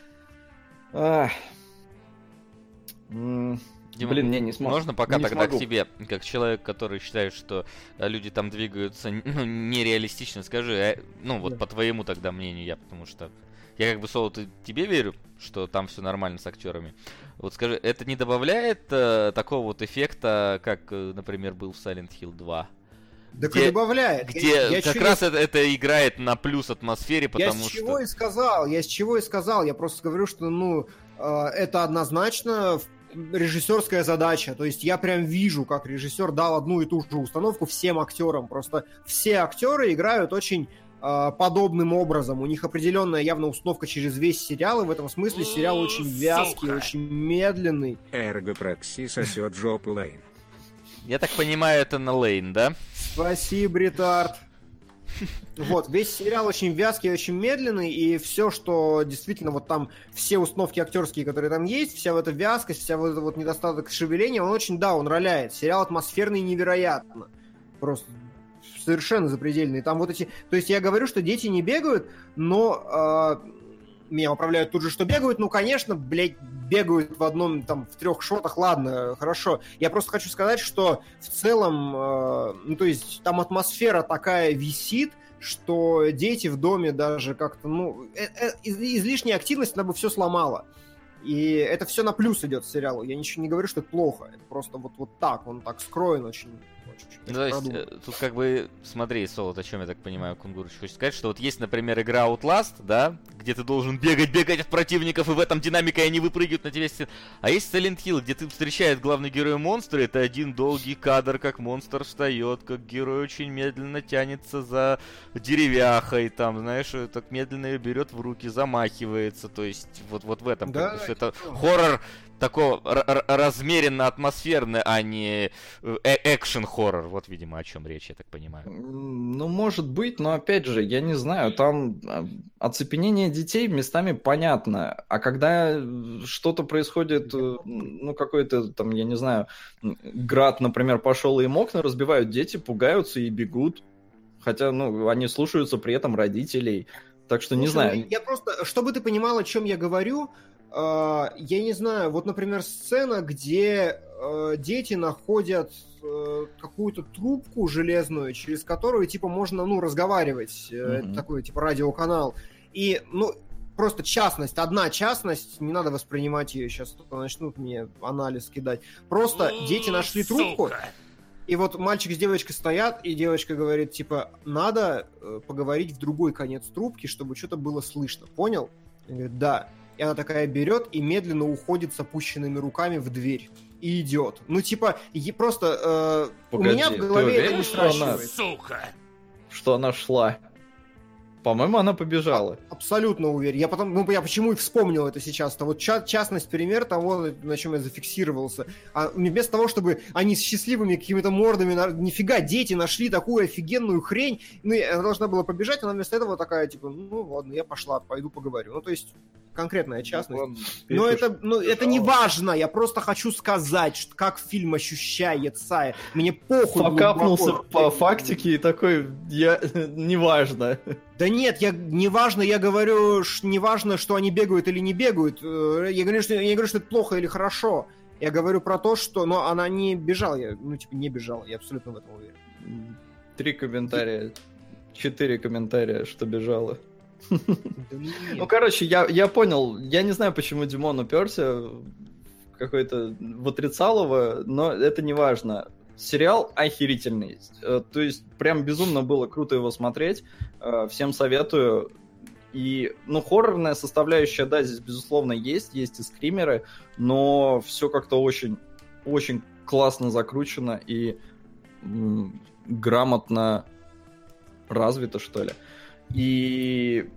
Не смог. Можно пока не тогда смогу. К тебе, как человек, который считает, что люди там двигаются нереалистично, скажи, вот по твоему тогда мнению, потому что я как бы, Соло, тебе верю, что там все нормально с актерами. Вот скажи, это не добавляет такого вот эффекта, как, например, был в Silent Hill 2? Так и добавляет. Где как раз это играет на плюс атмосфере, потому что... Я с чего и сказал. Я просто говорю, что, это однозначно режиссерская задача. То есть я прям вижу, как режиссер дал одну и ту же установку всем актерам. Просто все актеры играют очень подобным образом. У них определенная явно установка через весь сериал, и в этом смысле сериал очень вязкий, очень медленный. Эргопрокси сосет жопу Лейн. Я так понимаю, это на Лейн, да? Спасибо, Бритард. Вот, весь сериал очень вязкий, очень медленный, и все, что действительно вот там, все установки актерские, которые там есть, вся вот эта вязкость, вся вот эта вот недостаток шевеления, он очень, он роляет. Сериал атмосферный невероятно. Просто совершенно запредельные. Там вот эти... То есть я говорю, что дети не бегают, но... меня управляют тут же, что бегают. Ну, конечно, блядь, бегают в одном, там, в 3 шотах, ладно, хорошо. Я просто хочу сказать, что в целом, ну, то есть там атмосфера такая висит, что дети в доме даже как-то, ну, излишняя активность, она бы все сломала. И это все на плюс идет сериалу. Я ничего не говорю, что это плохо. Это просто вот так, он так скроен очень. Ну, то есть, тут как бы, смотри, Солод, о чем я так понимаю, Кунгурыч хочет сказать, что вот есть, например, игра Outlast, да, где ты должен бегать от противников, и в этом динамика, и они выпрыгивают на тебя. А есть Silent Hill, где ты встречаешь главный герой монстра, это один долгий кадр, как монстр встает, как герой очень медленно тянется за деревяхой, там, знаешь, так медленно ее берет в руки, замахивается, то есть вот в этом, да, как бы, это хоррор такой размеренно атмосферный, а не экшен-хоррор. Вот, видимо, о чем речь, я так понимаю. Ну, может быть, но опять же, я не знаю, там оцепенение детей местами понятно, а когда что-то происходит, ну, какой-то там, я не знаю, град, например, пошел и им окна разбивают, дети пугаются и бегут, хотя, ну, они слушаются при этом родителей, так что не знаю. Я просто, чтобы ты понимал, о чем я говорю, я не знаю, вот, например, сцена, где дети находят какую-то трубку железную, через которую, типа, можно, ну, разговаривать, такой, типа, радиоканал, и, ну, просто частность, одна частность, не надо воспринимать ее, сейчас начнут мне анализ кидать, просто дети нашли трубку, и вот мальчик с девочкой стоят, и девочка говорит, типа, надо поговорить в другой конец трубки, чтобы что-то было слышно, понял? Он говорит, да. И она такая берет и медленно уходит с опущенными руками в дверь. И идет. Ну, типа, просто Погоди, у меня в голове это не сращивается. Сука! Что она шла. По-моему, она побежала. Абсолютно уверен. Я почему и вспомнил это сейчас-то. Вот частность, пример того, на чем я зафиксировался. А вместо того, чтобы они с счастливыми какими-то мордами, нифига, дети нашли такую офигенную хрень, ну, она должна была побежать, она вместо этого такая, типа, ну, ладно, я пошла, пойду поговорю. Ну, то есть, конкретная частность. Но это не важно, я просто хочу сказать, как фильм ощущается. Мне похуй. Покапнулся по фактике и такой, неважно. Да нет, неважно, я говорю, неважно, что они бегают или не бегают. Я не говорю, что это плохо или хорошо. Я говорю про то, что... Но она не бежала, не бежала, я абсолютно в этом уверен. 3 комментария, 4 комментария, что бежала. Ну, короче, я понял, я не знаю, почему Димон уперся какой-то в отрицалово, но это не важно. Сериал охерительный, то есть прям безумно было круто его смотреть, всем советую. И, ну, хоррорная составляющая, да, здесь, безусловно, есть и скримеры, но все как-то очень, очень классно закручено и грамотно развито, что ли. И,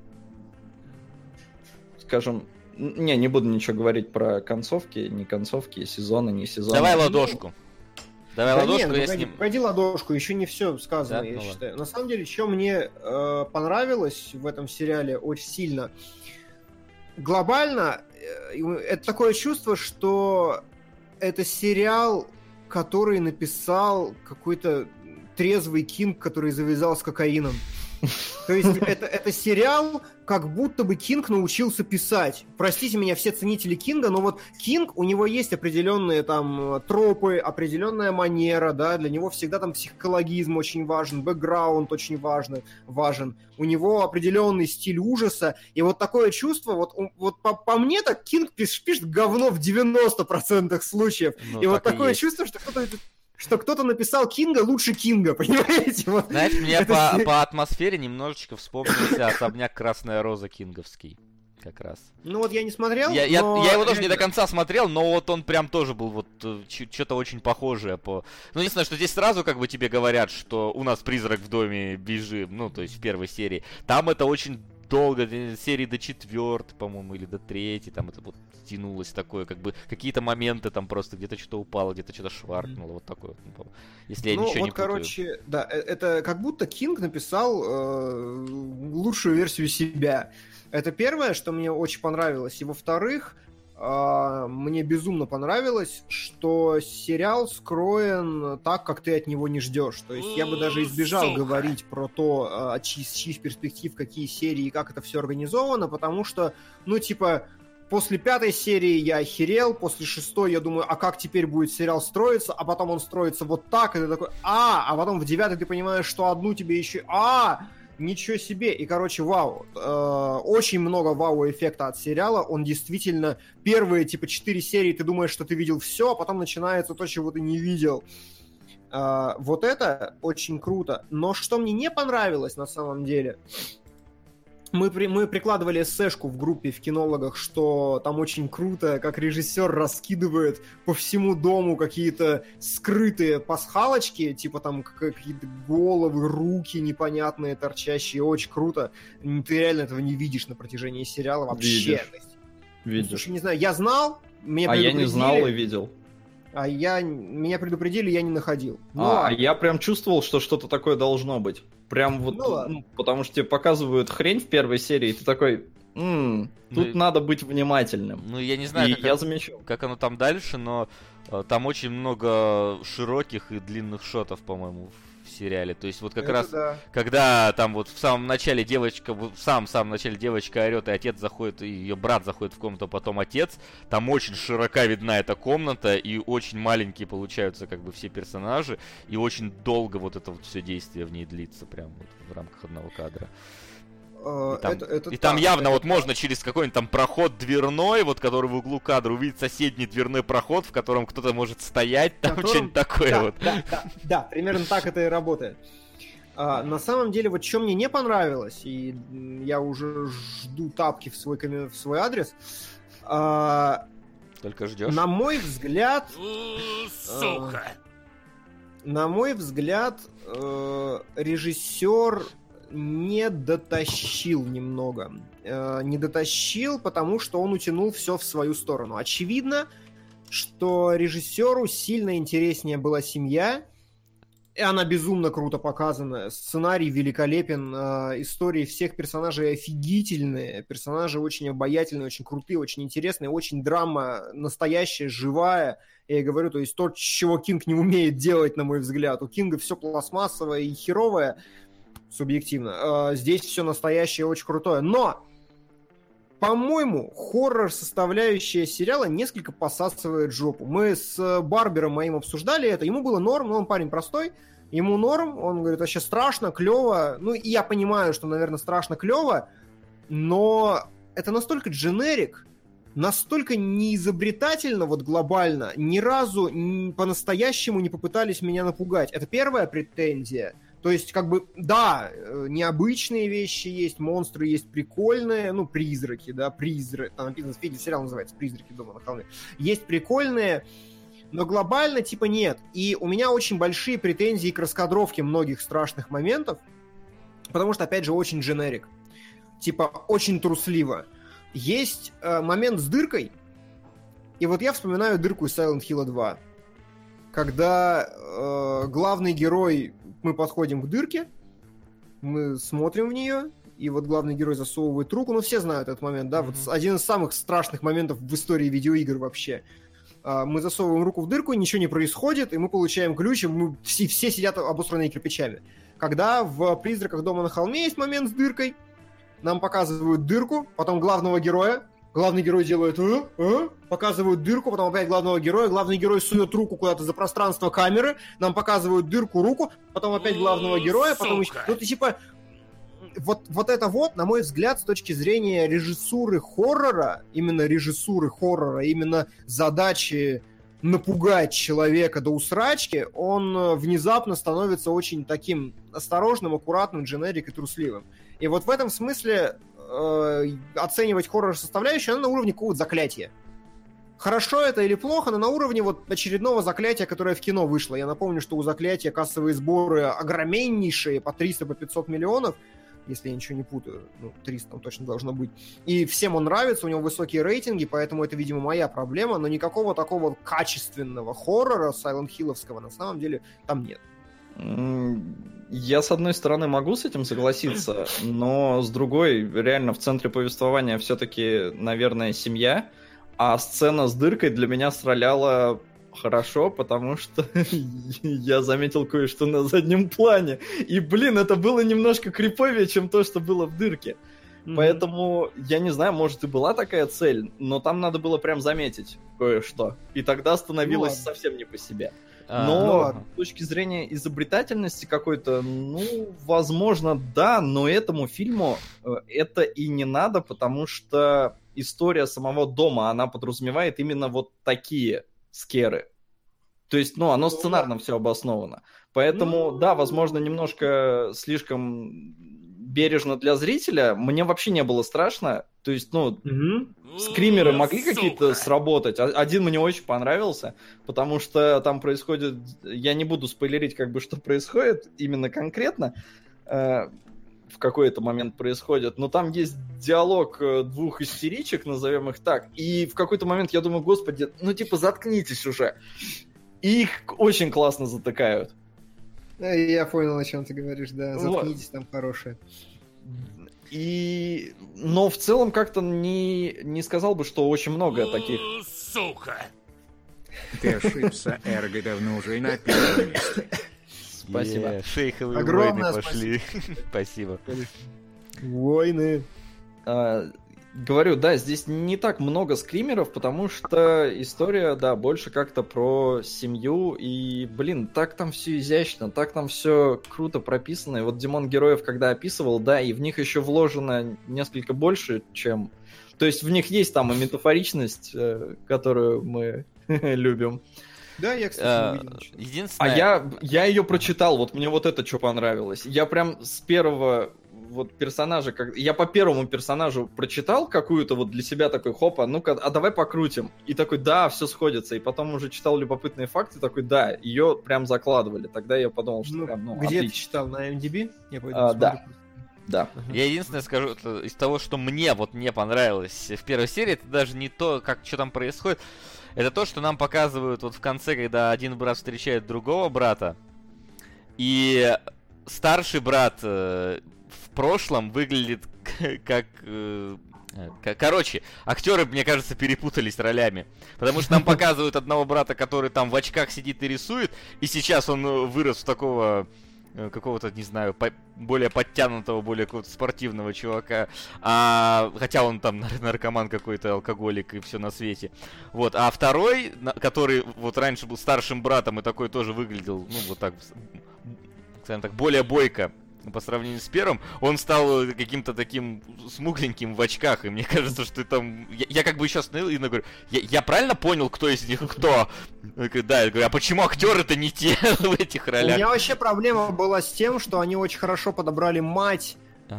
скажем, не буду ничего говорить про концовки, не концовки, сезоны, не сезоны. Давай ладошку. Давай ладошку, я с ним... Пойди ладошку, еще не все сказано, да? Я считаю. На самом деле, что мне понравилось в этом сериале очень сильно, глобально, это такое чувство, что это сериал, который написал какой-то трезвый Кинг, который завязал с кокаином. То есть это сериал, как будто бы Кинг научился писать. Простите меня, все ценители Кинга, но вот Кинг, у него есть определенные там тропы, определенная манера, да, для него всегда там психологизм очень важен, бэкграунд очень важен. У него определенный стиль ужаса, и вот такое чувство, вот по мне так Кинг пишет говно в 90% случаев. Ну, и вот такое чувство, что кто-то написал Кинга лучше Кинга, понимаете? Вот. Знаешь, мне по атмосфере немножечко вспомнился особняк «Красная роза» кинговский. Как раз. Ну вот я не смотрел, я его тоже не до конца смотрел, но вот он прям тоже был вот что-то очень похожее по... Ну, не знаю, что здесь сразу как бы тебе говорят, что у нас призрак в доме, бежим, ну, то есть в первой серии. Там это очень долго, серии до 4, по-моему, или до 3, там это вот тянулось такое, как бы какие-то моменты там просто где-то что-то упало, где-то что-то шваркнуло, вот такое вот, если я ничего не путаю. Короче, да, это как будто Кинг написал лучшую версию себя. Это первое, что мне очень понравилось. И во-вторых, мне безумно понравилось, что сериал скроен так, как ты от него не ждешь. То есть я бы даже избежал говорить про то, с чьих перспектив, какие серии и как это все организовано, потому что, после 5-й серии я охерел, после 6-й я думаю, а как теперь будет сериал строиться, а потом он строится вот так, и ты такой, а потом в 9-й ты понимаешь, что одну тебе еще, ничего себе, и, вау, очень много вау-эффекта от сериала, он действительно, первые, 4 серии ты думаешь, что ты видел все, а потом начинается то, чего ты не видел. Вот это очень круто, но что мне не понравилось на самом деле... Мы прикладывали эссешку в группе в кинологах, что там очень круто, как режиссер раскидывает по всему дому какие-то скрытые пасхалочки, там какие-то головы, руки непонятные, торчащие, очень круто. Ты реально этого не видишь на протяжении сериала вообще. Видишь. Слушай, не знаю, я знал, я не знал и видел. Меня предупредили, я не находил. Я прям чувствовал, что что-то такое должно быть. Прям потому что тебе показывают хрень в первой серии, и ты такой, тут надо быть внимательным. Я не знаю, я замечал, как оно там дальше, но там очень много широких и длинных шотов, по-моему, в сериале. То есть вот как раз, когда там вот в самом начале девочка, в самом начале девочка орет, и отец заходит, и ее брат заходит в комнату, а потом отец, там очень широка видна эта комната, и очень маленькие получаются все персонажи, и очень долго вот это вот все действие в ней длится, прям вот в рамках одного кадра. И там явно вот можно через какой-нибудь там проход дверной, вот который в углу кадра, увидеть соседний дверной проход, в котором кто-то может стоять, там что-нибудь такое. Да, примерно так это и работает. На самом деле, вот что мне не понравилось, и я уже жду тапки в свой адрес. Только ждешь? На мой взгляд... Сука! На мой взгляд, режиссер... не дотащил немного. Не дотащил, потому что он утянул все в свою сторону. Очевидно, что режиссеру сильно интереснее была семья, и она безумно круто показана. Сценарий великолепен, истории всех персонажей офигительные, персонажи очень обаятельные, очень крутые, очень интересные, очень драма настоящая, живая. Я говорю, то есть то, чего Кинг не умеет делать, на мой взгляд. У Кинга все пластмассовое и херовое, субъективно. Здесь все настоящее, очень крутое. Но, по-моему, хоррор-составляющая сериала несколько посасывает жопу. Мы с Барбером моим обсуждали это. Ему было норм, но он парень простой. Ему норм. Он говорит, вообще страшно, клево. И я понимаю, что, наверное, страшно, клево. Но это настолько дженерик, настолько неизобретательно, вот глобально, ни разу по-настоящему не попытались меня напугать. Это первая претензия. То есть, да, необычные вещи есть, монстры есть прикольные, призраки, да, там написано, сериал называется «Призраки дома на холме». Есть прикольные, но глобально нет. И у меня очень большие претензии к раскадровке многих страшных моментов, потому что, опять же, очень дженерик. Очень трусливо. Есть момент с дыркой, и вот я вспоминаю дырку из Silent Hill 2, когда главный герой... Мы подходим к дырке, мы смотрим в нее, и вот главный герой засовывает руку. Все знают этот момент, да? Вот один из самых страшных моментов в истории видеоигр вообще. Мы засовываем руку в дырку, ничего не происходит, и мы получаем ключ, и все сидят обосранные кирпичами. Когда в «Призраках дома на холме» есть момент с дыркой, нам показывают дырку, потом главного героя, главный герой делает показывают дырку, потом опять главный герой сует руку куда-то за пространство камеры, нам показывают дырку, руку, потом опять главного героя, потом еще... Вот это вот, на мой взгляд, с точки зрения режиссуры хоррора, именно задачи напугать человека до усрачки, он внезапно становится очень таким осторожным, аккуратным, дженерик и трусливым. И вот в этом смысле оценивать хоррор-составляющую, она на уровне какого-то заклятия. Хорошо это или плохо, но на уровне вот очередного заклятия, которое в кино вышло. Я напомню, что у заклятия кассовые сборы огроменнейшие, по 300, по 500 миллионов, если я ничего не путаю. 300 там точно должно быть. И всем он нравится, у него высокие рейтинги, поэтому это, видимо, моя проблема, но никакого такого качественного хоррора Silent Hill'овского на самом деле там нет. Я, с одной стороны, могу с этим согласиться, но с другой, реально, в центре повествования все-таки, наверное, семья. А сцена с дыркой для меня сраляла хорошо, потому что я заметил кое-что на заднем плане. И, блин, это было немножко криповее, чем то, что было в дырке. Поэтому, я не знаю, может и была такая цель, но там надо было прям заметить кое-что. И тогда становилось совсем не по себе. Но с точки зрения изобретательности какой-то, ну, возможно, да, но этому фильму это и не надо, потому что история самого дома, она подразумевает именно вот такие скеры. То есть, ну, оно сценарно все обосновано. Поэтому, да, возможно, немножко слишком бережно для зрителя. Мне вообще не было страшно. То есть, ну, скримеры могли какие-то сработать. Один мне очень понравился, потому что там происходит... Я не буду спойлерить, как бы, что происходит именно конкретно. В какой-то момент происходит. Но там есть диалог двух истеричек, назовем их так. И в какой-то момент я думаю, господи, ну, типа, заткнитесь уже. И их очень классно затыкают. Я понял, о чем ты говоришь, да. Заткнитесь, там хорошее. Но в целом как-то не сказал бы, что очень много таких. Сука! Ты ошибся, Эрго давно уже на первом месте. Спасибо. Шейховые огромное войны пошли. Спасибо. Войны. Говорю, да, здесь не так много скримеров, потому что история, да, больше как-то про семью, и, блин, так там все изящно, так там все круто прописано, и вот Димон героев, когда описывал, да, и в них еще вложено несколько больше, чем... То есть в них есть там и метафоричность, которую мы любим. Да, я, кстати, не увидел. Единственное... А я ее прочитал, вот мне вот это что понравилось. Я прям с первого... вот персонажа, я по первому персонажу прочитал какую-то вот для себя такой, хопа, ну-ка, а давай покрутим. И такой, да, все сходится. И потом уже читал любопытные факты, такой, да, ее прям закладывали. Тогда я подумал, что прям, ну, где отлично. ты читал? На MDB? Я пойду да. Да. Я единственное скажу, из того, что мне вот не понравилось в первой серии, это даже не то, как что там происходит, это то, что нам показывают вот в конце, когда один брат встречает другого брата, и старший брат в прошлом выглядит как... Короче, актеры, мне кажется, перепутались ролями. Потому что нам показывают одного брата, который там в очках сидит и рисует, и сейчас он вырос в такого... какого-то, не знаю, более подтянутого, более какого-то спортивного чувака, хотя он там наркоман какой-то, алкоголик и все на свете. Вот, а второй, который вот раньше был старшим братом и такой тоже выглядел, ну, вот так, скажем так, более бойко по сравнению с первым, он стал каким-то таким смугленьким в очках, и мне кажется, что там... Я как бы еще остановил и говорю, я правильно понял, кто из них кто? Да, я говорю, а почему актеры-то не те в этих ролях? У меня вообще проблема была с тем, что они очень хорошо подобрали мать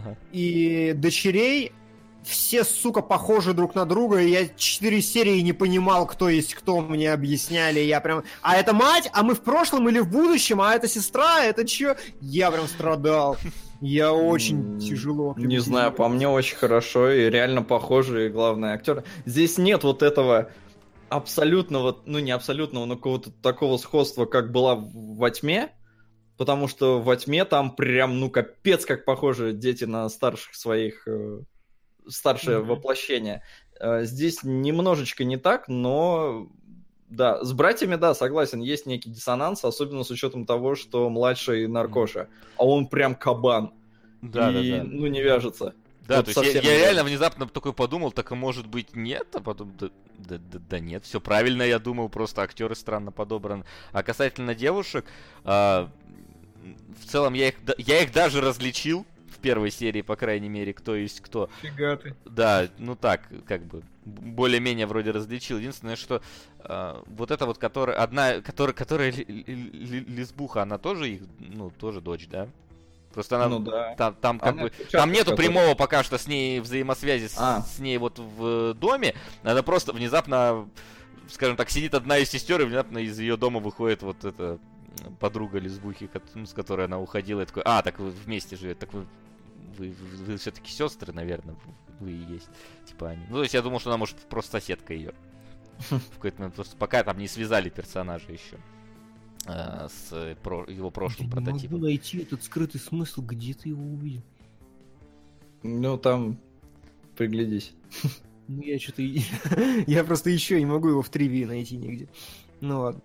и дочерей. Все, сука, похожи друг на друга, и я 4 серии не понимал, кто есть кто, мне объясняли, я прям... А это мать? А мы в прошлом или в будущем? А это сестра? Это чё? Я прям страдал. Я очень тяжело. Не знаю, по мне очень хорошо, и реально похожие, главные актеры. Здесь нет вот этого абсолютного, ну не абсолютного, но какого-то такого сходства, как была во тьме, потому что во тьме там прям, ну капец, как похожи дети на старших своих... старшее воплощение. Здесь немножечко не так, но да, с братьями, да, согласен, есть некий диссонанс, особенно с учетом того, что младший наркоша, а он прям кабан. Да. Ну, не вяжется. Да, вот то есть я реально внезапно такой подумал, так и может быть нет, а потом да нет, все правильно, я думал, просто актеры странно подобраны. А касательно девушек, в целом я их даже различил, в первой серии, по крайней мере, кто есть кто. Фига ты. Да, ну так, как бы, более-менее вроде различил. Единственное, что вот эта вот, которая лесбуха, она тоже их, ну, тоже дочь, да? Просто она, ну, да. там как бы, там нету прямого пока что с ней взаимосвязи с ней вот в доме. Она просто внезапно, скажем так, сидит одна из сестер, и внезапно из ее дома выходит вот эта подруга лесбухи, с которой она уходила. Я такой, так вы вместе живете, так вы все-таки сестры, наверное, вы и есть. Типа они. Ну, то есть я думал, что она может просто соседка ее. В какой-то момент, просто пока там не связали персонажа еще с его прошлым прототипом. Не могу найти этот скрытый смысл, где ты его увидел? Ну, там, приглядись. Ну, я что-то... Я просто еще не могу его в тривии найти нигде. Ну ладно.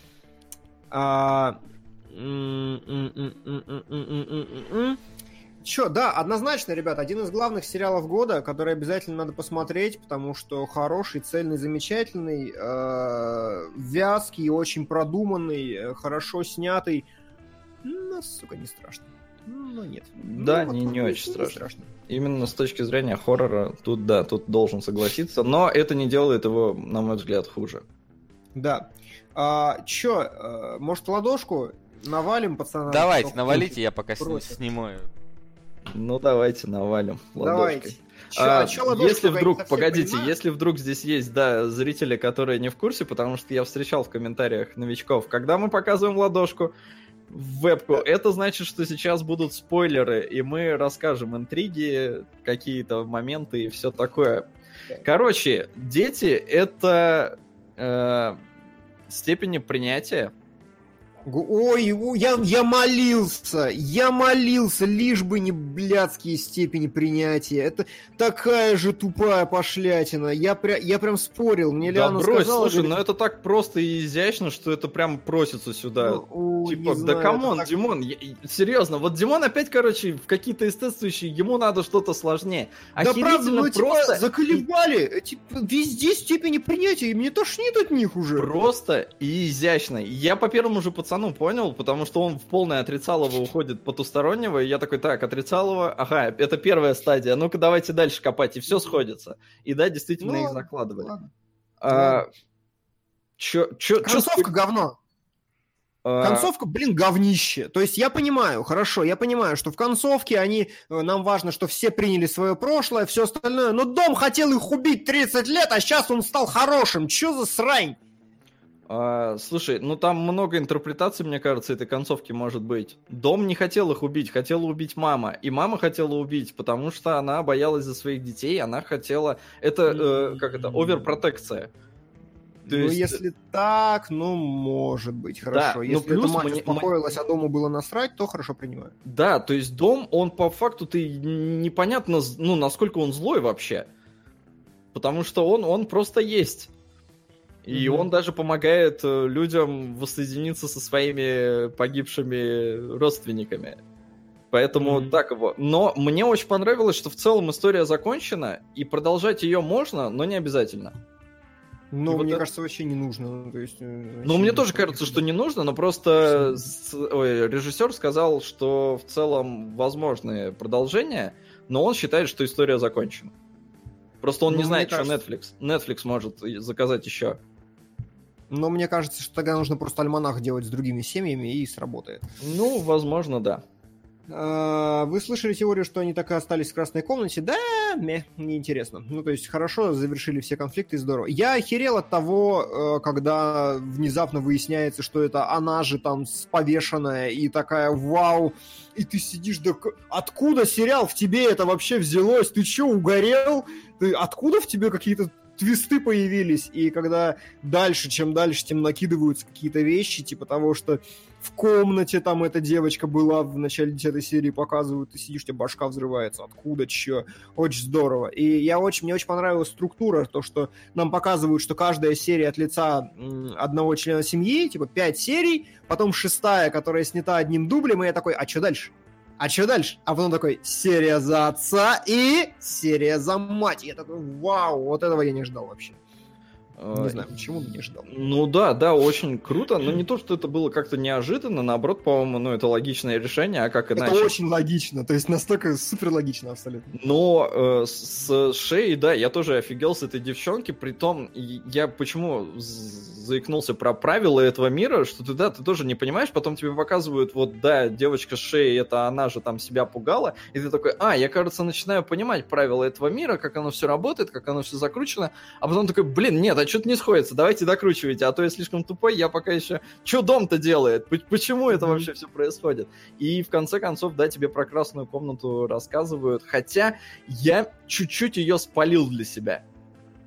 Чё, да, однозначно, ребят, один из главных сериалов года, который обязательно надо посмотреть, потому что хороший, цельный, замечательный, вязкий, очень продуманный, хорошо снятый. Ну, сука, не страшно. Ну, нет. Да, ну, не очень страшно. Именно с точки зрения хоррора, тут должен согласиться, но это не делает его, на мой взгляд, хуже. Да. Может, ладошку навалим, пацанам? Давайте, навалите, я пока сниму. Ну, давайте навалим ладошкой. Давайте. Если вдруг, погодите, если вдруг здесь есть, зрители, которые не в курсе, потому что я встречал в комментариях новичков, когда мы показываем ладошку в вебку, это значит, что сейчас будут спойлеры, и мы расскажем интриги, какие-то моменты и все такое. Короче, дети — это степени принятия. Ой, я молился, лишь бы не блядские степени принятия. Это такая же тупая пошлятина. Я прям спорил, мне Лиана сказала... Слушай, но это так просто и изящно, что это прям просится сюда. Типа, да камон, так... Димон, серьезно, вот Димон опять, в какие-то эстетствующие, ему надо что-то сложнее. Да правда, ну типа заколебали, типа, везде степени принятия, и мне тошнит от них уже. Просто и изящно. Я по первому же пацану понял, потому что он в полное отрицалово уходит потустороннего, и я такой, так, отрицалово, ага, это первая стадия, ну-ка давайте дальше копать, и все сходится. И да, действительно их закладывали. Концовка говно. Концовка, говнище. То есть я понимаю, что в концовке нам важно, что все приняли свое прошлое, все остальное, но Дом хотел их убить 30 лет, а сейчас он стал хорошим. Че за срань? Слушай, ну там много интерпретаций, мне кажется, этой концовки может быть. Дом не хотел их убить, хотела убить мама. И мама хотела убить, потому что она боялась за своих детей, она хотела... Это, оверпротекция. Если так, может быть, хорошо. Да, если эта мать успокоилась, а Дому было насрать, то хорошо принимаю. Да, то есть Дом, он по факту-то непонятно, насколько он злой вообще. Потому что он просто есть. И он даже помогает людям воссоединиться со своими погибшими родственниками. Поэтому так его. Но мне очень понравилось, что в целом история закончена, и продолжать ее можно, но не обязательно. Мне кажется, вообще не нужно. То есть, мне тоже кажется, что не нужно, но просто режиссер сказал, что в целом возможны продолжения, но он считает, что история закончена. Просто он не знает, что Netflix. Netflix может заказать еще. Но мне кажется, что тогда нужно просто альманах делать с другими семьями, и сработает. Возможно, да. Вы слышали теорию, что они так и остались в красной комнате? Да, неинтересно. То есть, хорошо, завершили все конфликты, здорово. Я охерел от того, когда внезапно выясняется, что это она же там повешенная, и такая, вау, и ты сидишь, да откуда сериал в тебе это вообще взялось? Ты че, угорел? Откуда в тебе какие-то твисты появились? И когда чем дальше, тем накидываются какие-то вещи, типа того, что в комнате там эта девочка была в начале 10 серии, показывают, ты сидишь, у тебя башка взрывается. Откуда, че? Очень здорово. И мне очень понравилась структура, то, что нам показывают, что каждая серия от лица одного члена семьи, типа 5 серий, потом 6-я, которая снята одним дублем, и я такой, а что дальше? А потом такой, серия за отца и серия за мать. И я такой, вау, вот этого я не ждал вообще. Не знаю, почему не ждал. Да, очень круто, но не то, что это было как-то неожиданно, наоборот, по-моему, это логичное решение, а как иначе? Это очень логично, то есть настолько супер логично абсолютно. Но с Шей, да, я тоже офигел с этой девчонки, притом я почему заикнулся про правила этого мира, что ты тоже не понимаешь, потом тебе показывают, девочка с Шей, это она же там себя пугала, и ты такой, я, кажется, начинаю понимать правила этого мира, как оно все работает, как оно все закручено, а потом такой, нет, что-то не сходится, давайте докручивайте, а то я слишком тупой, я пока еще... Что Дом-то делает? Почему это вообще все происходит? И в конце концов, тебе про красную комнату рассказывают, хотя я чуть-чуть ее спалил для себя.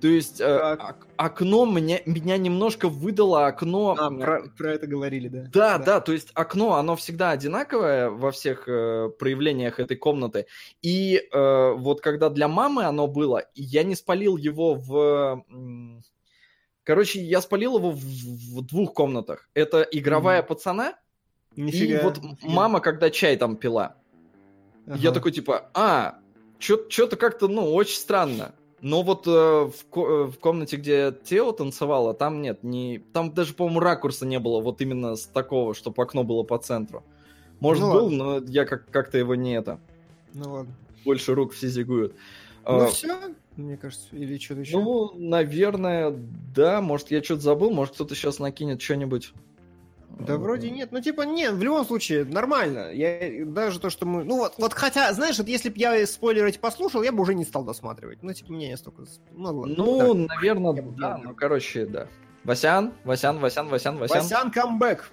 То есть окно меня немножко выдало окно... Про это говорили, да. Да, то есть окно, оно всегда одинаковое во всех проявлениях этой комнаты. И вот когда для мамы оно было, я не спалил его в... Короче, я спалил его в 2 комнатах. Это игровая пацана, и вот мама, когда чай там пила. Я такой, типа, что-то как-то, очень странно. Но вот в комнате, где Тео танцевала, там нет. Там даже, по-моему, ракурса не было вот именно с такого, чтобы окно было по центру. Может, был, но я как-то его не это. Ну ладно. Больше рук все зигуют. Все, мне кажется, или что-то еще? Ну, наверное, да. Может, я что-то забыл, может, кто-то сейчас накинет что-нибудь. Да вроде нет. нет, в любом случае, нормально. Даже то, что мы... вот хотя, знаешь, вот если бы я спойлеры эти послушал, я бы уже не стал досматривать. Мне не столько... наверное, да. Да. Васян. Васян, камбэк.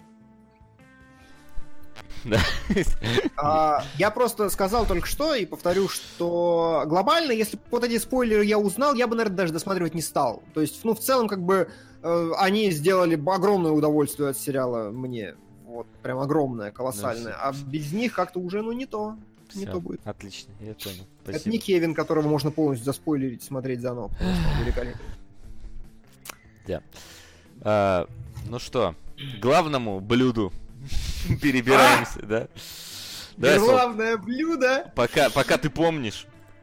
Да. Я просто сказал только что и повторю, что глобально, если бы вот эти спойлеры я узнал, я бы, наверное, даже досматривать не стал. То есть, в целом, как бы они сделали огромное удовольствие от сериала мне. Вот, прям огромное, колоссальное. А без них как-то уже, не то. Всё, не то будет. Отлично, я понял. Спасибо. Это не Кевин, которого можно полностью заспойлерить, смотреть заново. Великолепно. Да. Ну что, к главному блюду перебираемся, да? Главное блюдо! Пока ты помнишь.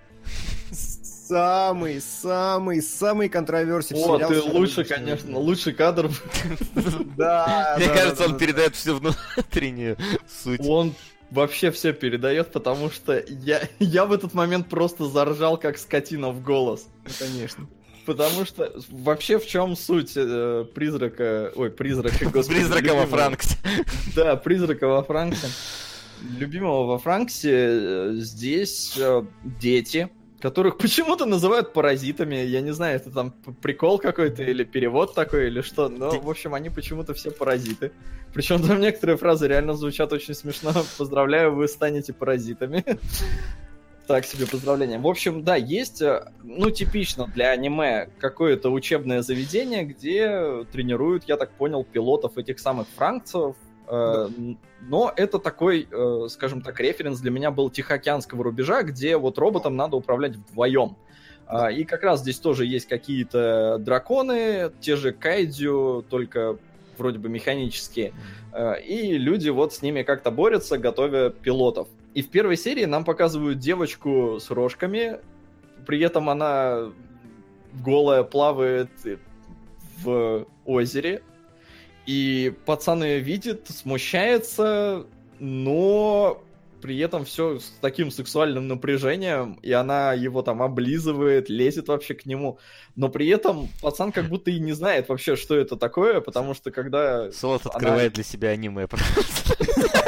Самый контроверсий сериал. Ты лучше, конечно, лучший кадр. Да. Мне кажется, он передает всю внутреннюю суть. Он вообще все передает, потому что я в этот момент просто заржал, как скотина в голос. Конечно. Потому что вообще в чем суть призрака, господи. Призрака во Франксе. Да, призрака во Франксе. Любимого во Франксе здесь дети, которых почему-то называют паразитами. Я не знаю, это там прикол какой-то или перевод такой, или что. Но, в общем, они почему-то все паразиты. Причем там некоторые фразы реально звучат очень смешно. Поздравляю, вы станете паразитами. Так себе поздравления. В общем, да, есть, типично для аниме какое-то учебное заведение, где тренируют, я так понял, пилотов этих самых франкцев. Но это такой, скажем так, референс для меня был Тихоокеанского рубежа, где вот роботом надо управлять вдвоем. И как раз здесь тоже есть какие-то драконы, те же кайдзю, только вроде бы механические. И люди вот с ними как-то борются, готовя пилотов. И в первой серии нам показывают девочку с рожками, при этом она голая плавает в озере, и пацан ее видит, смущается, но при этом все с таким сексуальным напряжением, и она его там облизывает, лезет вообще к нему, но при этом пацан как будто и не знает вообще, что это такое, потому что когда... Солод открывает для себя аниме просто.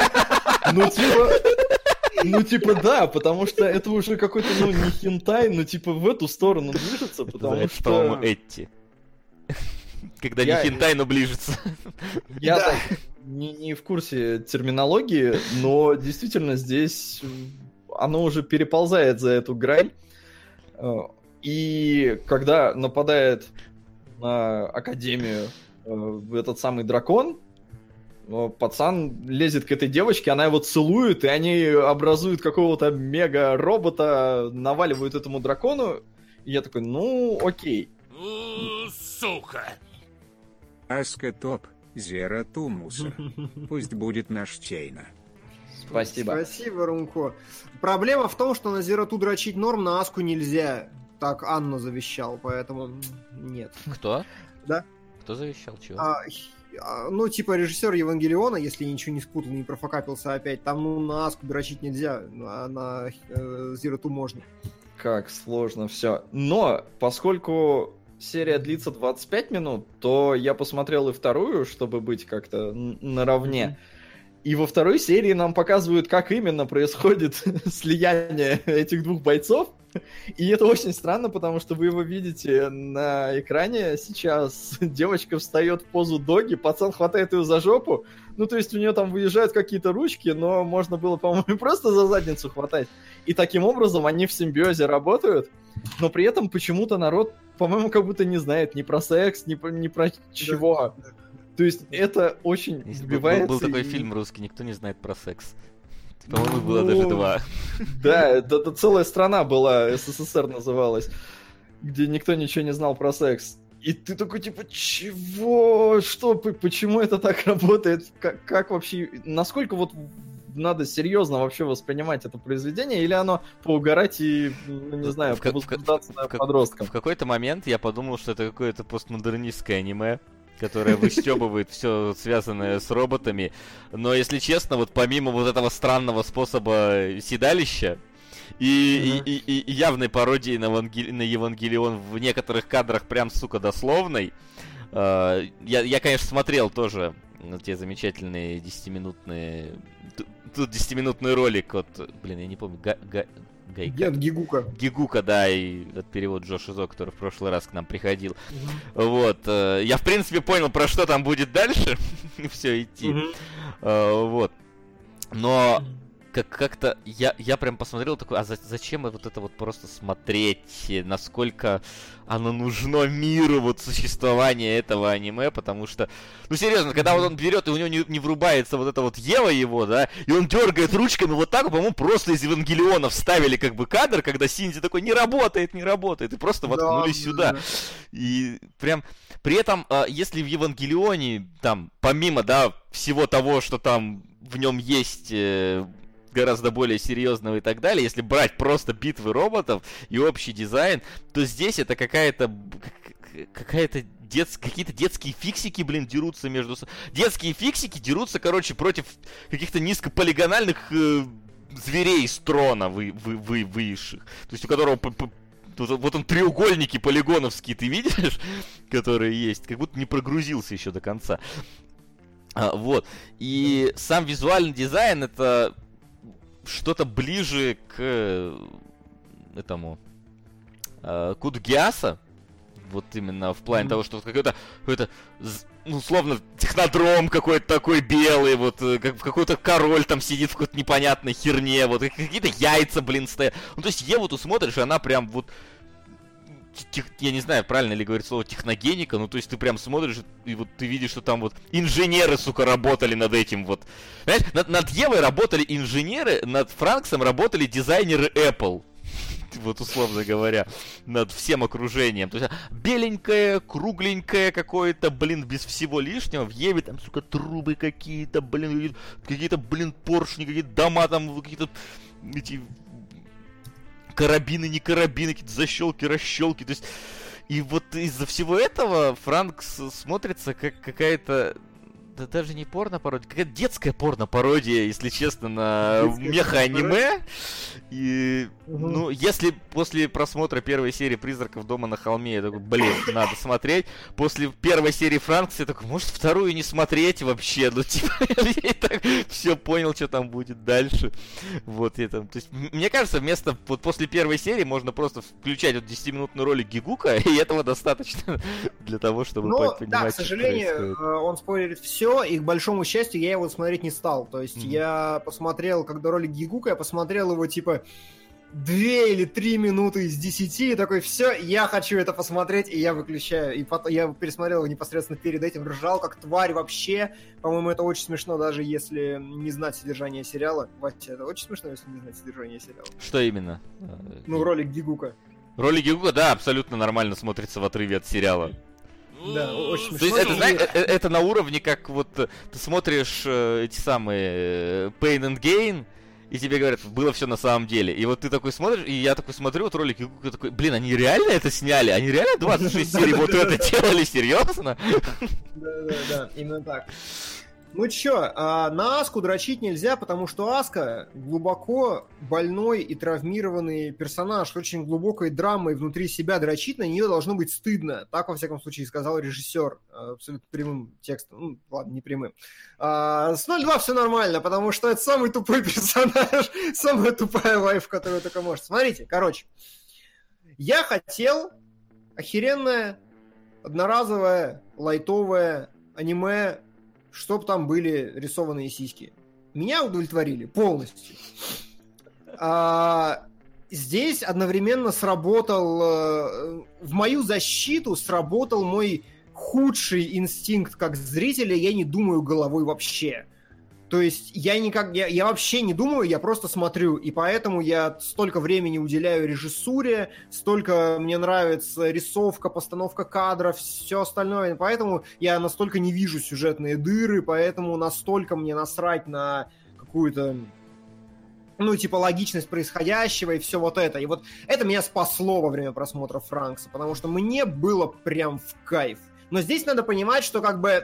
Да, потому что это уже какой-то, не хентай, но в эту сторону движется, потому что... по-моему, Этти. Когда не хентай, но ближется. Я не в курсе терминологии, но действительно здесь оно уже переползает за эту грань. И когда нападает на Академию этот самый дракон, пацан лезет к этой девочке, она его целует, и они образуют какого-то мега-робота, наваливают этому дракону. И я такой, окей. Сука! Аска топ, Зера Тумуса. Пусть будет наш Чейна. Спасибо. Спасибо, Румко. Проблема в том, что на Зерату дрочить норм, на Аску нельзя. Так Анна завещал, поэтому нет. Кто? Да. Кто завещал? Чего? Режиссер Евангелиона, если я ничего не спутал, не профокапился опять, там, на Аску дрочить нельзя, а на Зерату можно. Как сложно все. Но, поскольку серия длится 25 минут, то я посмотрел и вторую, чтобы быть как-то наравне. И во второй серии нам показывают, как именно происходит слияние этих двух бойцов. И это очень странно, потому что вы его видите на экране сейчас. Девочка встает в позу доги, пацан хватает ее за жопу. То есть у нее там выезжают какие-то ручки, но можно было, по-моему, просто за задницу хватать. И таким образом они в симбиозе работают. Но при этом почему-то народ по-моему, как будто не знает ни про секс, ни про чего. Да. То есть это очень вбивается... Был такой фильм русский, никто не знает про секс. По-моему, было даже 2. Да, это целая страна была, СССР называлась, где никто ничего не знал про секс. И ты такой, типа, чего? Что? Почему это так работает? Как вообще? Насколько вот надо серьезно вообще воспринимать это произведение? Или оно поугарать и, не знаю, возбуждаться подросткам? В какой-то момент я подумал, что это какое-то постмодернистское аниме, которое выстебывает все связанное с роботами. Но, если честно, вот помимо вот этого странного способа седалища, и явной пародии на Евангелион в некоторых кадрах прям, сука, дословной. Я, конечно, смотрел тоже те замечательные 10-минутные... Тут 10-минутный ролик от... Блин, я не помню, Гигука. Гигука, да, и от перевод Джош Изо, который в прошлый раз к нам приходил. Вот. Я, в принципе, понял, про что там будет дальше все идти. Вот. Но... Как-то я прям посмотрел такой, а зачем вот это вот просто смотреть, насколько оно нужно миру, вот существование этого аниме, потому что, ну серьезно, когда вот он берет, и у него не врубается вот это вот Ева его, да, и он дергает ручками вот так, по-моему, просто из Евангелиона вставили как бы кадр, когда Синди такой, не работает, и просто воткнули сюда. И прям, при этом, если в Евангелионе, там, помимо, да, всего того, что там в нем есть... гораздо более серьезного и так далее, если брать просто битвы роботов и общий дизайн, то здесь это какие-то детские фиксики, блин, дерутся между собой. Детские фиксики дерутся, короче, против каких-то низкополигональных зверей из трона вывеших. То есть у которого... Вот он треугольники полигоновские, ты видишь, которые есть, как будто не прогрузился еще до конца. Вот. И сам визуальный дизайн это... что-то ближе к этому Код Гиаса, вот именно в плане того, что какой-то, ну, условно, технодром какой-то такой белый, вот, как какой-то король там сидит в какой-то непонятной херне, вот, какие-то яйца, блин, стоят. Ну, то есть Еву ты смотришь, и она прям вот, я не знаю, правильно ли говорить слово техногеника, ну, то есть ты прям смотришь, и вот ты видишь, что там вот инженеры, сука, работали над этим вот. Знаешь, над Евой работали инженеры, над Франксом работали дизайнеры Apple. Вот, условно говоря, над всем окружением. То есть беленькое, кругленькое какое-то, блин, без всего лишнего. В Еве там, сука, трубы какие-то, блин, поршни, какие-то дома там, какие-то эти... карабины, не карабины, какие-то защелки, расщелки, то есть... И вот из-за всего этого Франкс смотрится как какая-то... Да даже не порно-пародия, какая-то детская порно-пародия, если честно, на меха-аниме. И, ну, если после просмотра первой серии «Призраков дома на холме» я такой, блин, надо смотреть. После первой серии Франкса я такой, может, вторую не смотреть вообще? Ну, типа, я так все понял, что там будет дальше. Вот, это, то есть, мне кажется, вместо, вот после первой серии можно просто включать вот 10-минутный ролик Гигука, и этого достаточно для того, чтобы понимать, да, к сожалению, он спойлерит все, и, к большому счастью, я его смотреть не стал. То есть я посмотрел, когда ролик Гигука, я посмотрел его, типа, 2 или 3 минуты из 10, и такой, все, я хочу это посмотреть, и я выключаю. И потом я пересмотрел его непосредственно перед этим, ржал как тварь вообще. По-моему, это очень смешно, даже если не знать содержание сериала. Вася, это очень смешно, если не знать содержание сериала. Что именно? Ну, ролик Гигука. Ролик Гигука, да, абсолютно нормально смотрится в отрыве от сериала. Да, очень смешно. То есть это, знаешь, это на уровне, как вот ты смотришь эти самые Pain and Gain, и тебе говорят, было все на самом деле. И вот ты такой смотришь, и я такой смотрю, вот ролик, и такой, блин, они реально это сняли? Они реально 26 серий вот это делали? Серьезно? Да, именно так. Ну чё, на Аску дрочить нельзя, потому что Аска глубоко больной и травмированный персонаж с очень глубокой драмой внутри себя. Дрочить на нее должно быть стыдно. Так, во всяком случае, сказал режиссер абсолютно прямым текстом. Ну, ладно, не прямым. С 0.2 все нормально, потому что это самый тупой персонаж, самая тупая лайф, которую только может. Смотрите, короче. Я хотел охеренное, одноразовое, лайтовое аниме, чтоб там были рисованные сиськи. Меня удовлетворили полностью. здесь одновременно сработал, в мою защиту сработал мой худший инстинкт как зрителя, я не думаю головой вообще. То есть я вообще не думаю, я просто смотрю, и поэтому я столько времени уделяю режиссуре, столько мне нравится рисовка, постановка кадров, все остальное, поэтому я настолько не вижу сюжетные дыры, поэтому настолько мне насрать на какую-то, логичность происходящего и все вот это. И вот это меня спасло во время просмотра Франкса, потому что мне было прям в кайф. Но здесь надо понимать, что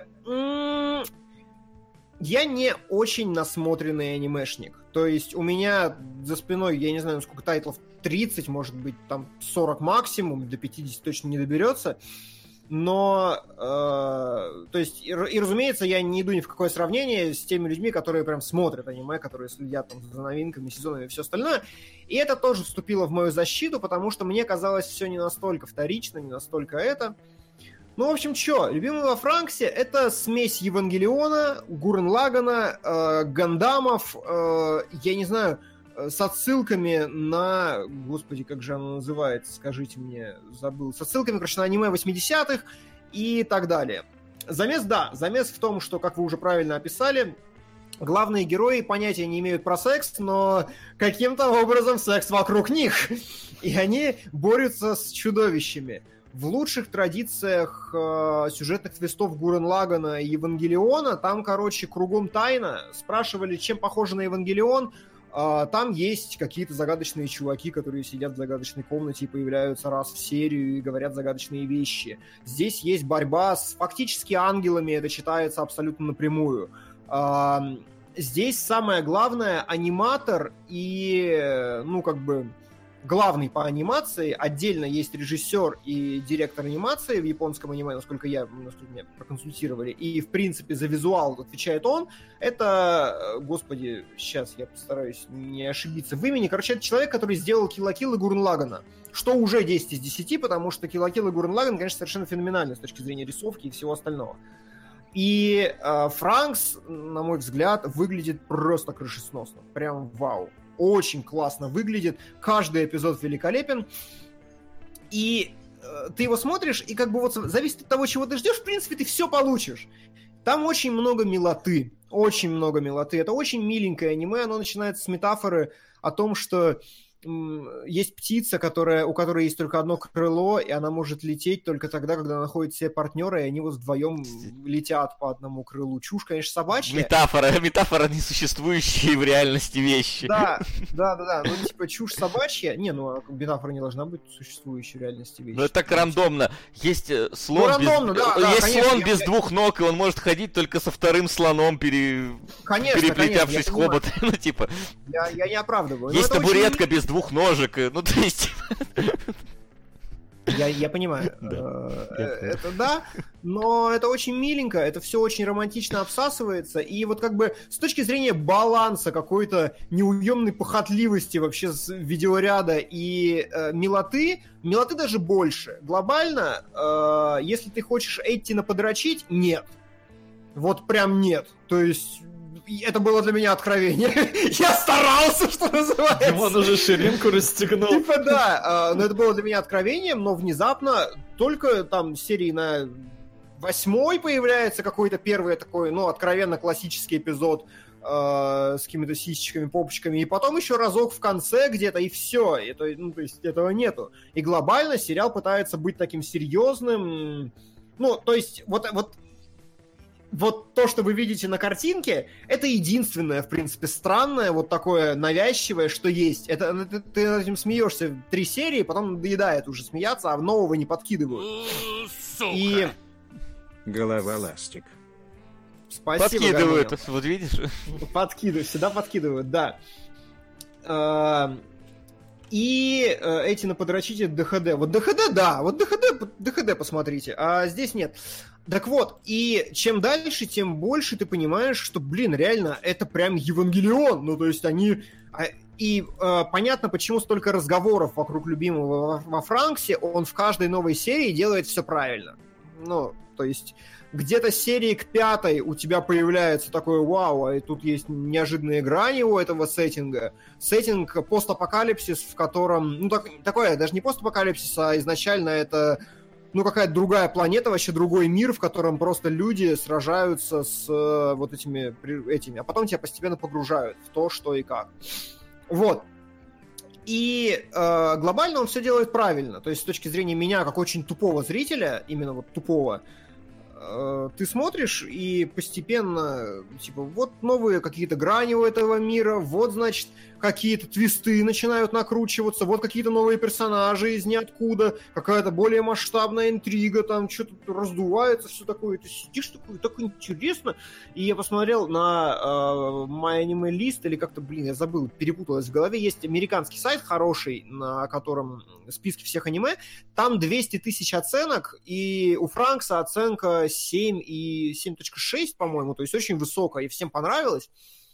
я не очень насмотренный анимешник. То есть у меня за спиной, я не знаю, сколько тайтлов, 30, может быть, там 40 максимум, до 50 точно не доберется. Но, то есть, и разумеется, я не иду ни в какое сравнение с теми людьми, которые прям смотрят аниме, которые следят там за новинками, сезонами и все остальное. И это тоже вступило в мою защиту, потому что мне казалось все не настолько вторично, не настолько это. В общем, любимый во Франксе — это смесь Евангелиона, Гуррен Лагана, Гандамов, я не знаю, с отсылками на... Господи, как же оно называется, скажите мне, забыл. С отсылками, короче, на аниме 80-х и так далее. Замес в том, что, как вы уже правильно описали, главные герои понятия не имеют про секс, но каким-то образом секс вокруг них. И они борются с чудовищами. В лучших традициях сюжетных твистов Гуррен Лагана и Евангелиона там, кругом тайна. Спрашивали, чем похоже на Евангелион. Там есть какие-то загадочные чуваки, которые сидят в загадочной комнате и появляются раз в серию и говорят загадочные вещи. Здесь есть борьба с фактически ангелами, это читается абсолютно напрямую. Здесь самое главное — аниматор и, главный по анимации. Отдельно есть режиссер и директор анимации в японском аниме, насколько меня проконсультировали. И, в принципе, за визуал отвечает он. Это, господи, сейчас я постараюсь не ошибиться в имени. Это человек, который сделал Kill la Kill и Гуррен Лагана. Что уже 10 из 10, потому что Kill la Kill и Гуррен Лаган, конечно, совершенно феноменальны с точки зрения рисовки и всего остального. И Франкс, на мой взгляд, выглядит просто крышесносно. Прям вау. Очень классно выглядит, каждый эпизод великолепен, и ты его смотришь, и зависит от того, чего ты ждешь, в принципе, ты все получишь. Там очень много милоты, это очень миленькое аниме, оно начинается с метафоры о том, что есть птица, у которой есть только одно крыло, и она может лететь только тогда, когда находит себе партнера, и они вдвоем летят по одному крылу. Чушь, конечно, собачья. Метафора несуществующие в реальности вещи. Да. Чушь собачья. Метафора не должна быть существующей в реальности вещи. Это так рандомно. Есть слон без двух ног, и он может ходить только со вторым слоном, переплетявшись хоботом. Я не оправдываю. Есть табуретка без двух ножек, то есть... Я понимаю. Это да, но это очень миленько, это все очень романтично обсасывается, и с точки зрения баланса какой-то неуемной похотливости вообще с видеоряда и милоты даже больше. Глобально, если ты хочешь Эттина подрочить, нет. Вот прям нет. То есть... Это было для меня откровение. Я старался, что называется. Он уже ширинку расстегнул. Да, но это было для меня откровением, но внезапно только там серии на 8 появляется какой-то первый такой, откровенно классический эпизод с какими-то сисечками, попочками, и потом еще разок в конце где-то, и все. То есть этого нету. И глобально сериал пытается быть таким серьезным. То есть вот то, что вы видите на картинке, это единственное, в принципе, странное, такое навязчивое, что есть. Это ты над этим смеешься 3 серии, потом надоедает уже смеяться, а нового не подкидывают. Сука! И... Голова ластик. Спасибо, подкидывают, вот видишь? Всегда подкидывают, да. И эти на подрочите ДХД. Вот ДХД, да, ДХД посмотрите, а здесь нет. Так вот, и чем дальше, тем больше ты понимаешь, что, реально, это прям Евангелион. То есть они... И понятно, почему столько разговоров вокруг любимого во Франксе. Он в каждой новой серии делает все правильно. То есть где-то серии к 5 у тебя появляется такое вау, и тут есть неожиданные грани у этого сеттинга. Сеттинг постапокалипсис, в котором... Ну, такое, даже не постапокалипсис, а изначально это... Ну, какая-то другая планета, вообще другой мир, в котором просто люди сражаются с вот этими, а потом тебя постепенно погружают в то, что и как. Вот. И глобально он все делает правильно. То есть с точки зрения меня, как очень тупого зрителя, именно вот тупого, ты смотришь и постепенно, типа, вот новые какие-то грани у этого мира, вот, значит, какие-то твисты начинают накручиваться, вот какие-то новые персонажи из ниоткуда, какая-то более масштабная интрига, там что-то раздувается, все такое. Ты сидишь такой, так интересно. И я посмотрел на My Anime List, или как-то, я забыл, перепуталось в голове. Есть американский сайт хороший, на котором списки всех аниме. Там 200 тысяч оценок, и у Франкса оценка 7 и 7.6, по-моему, то есть очень высокая, и всем понравилось.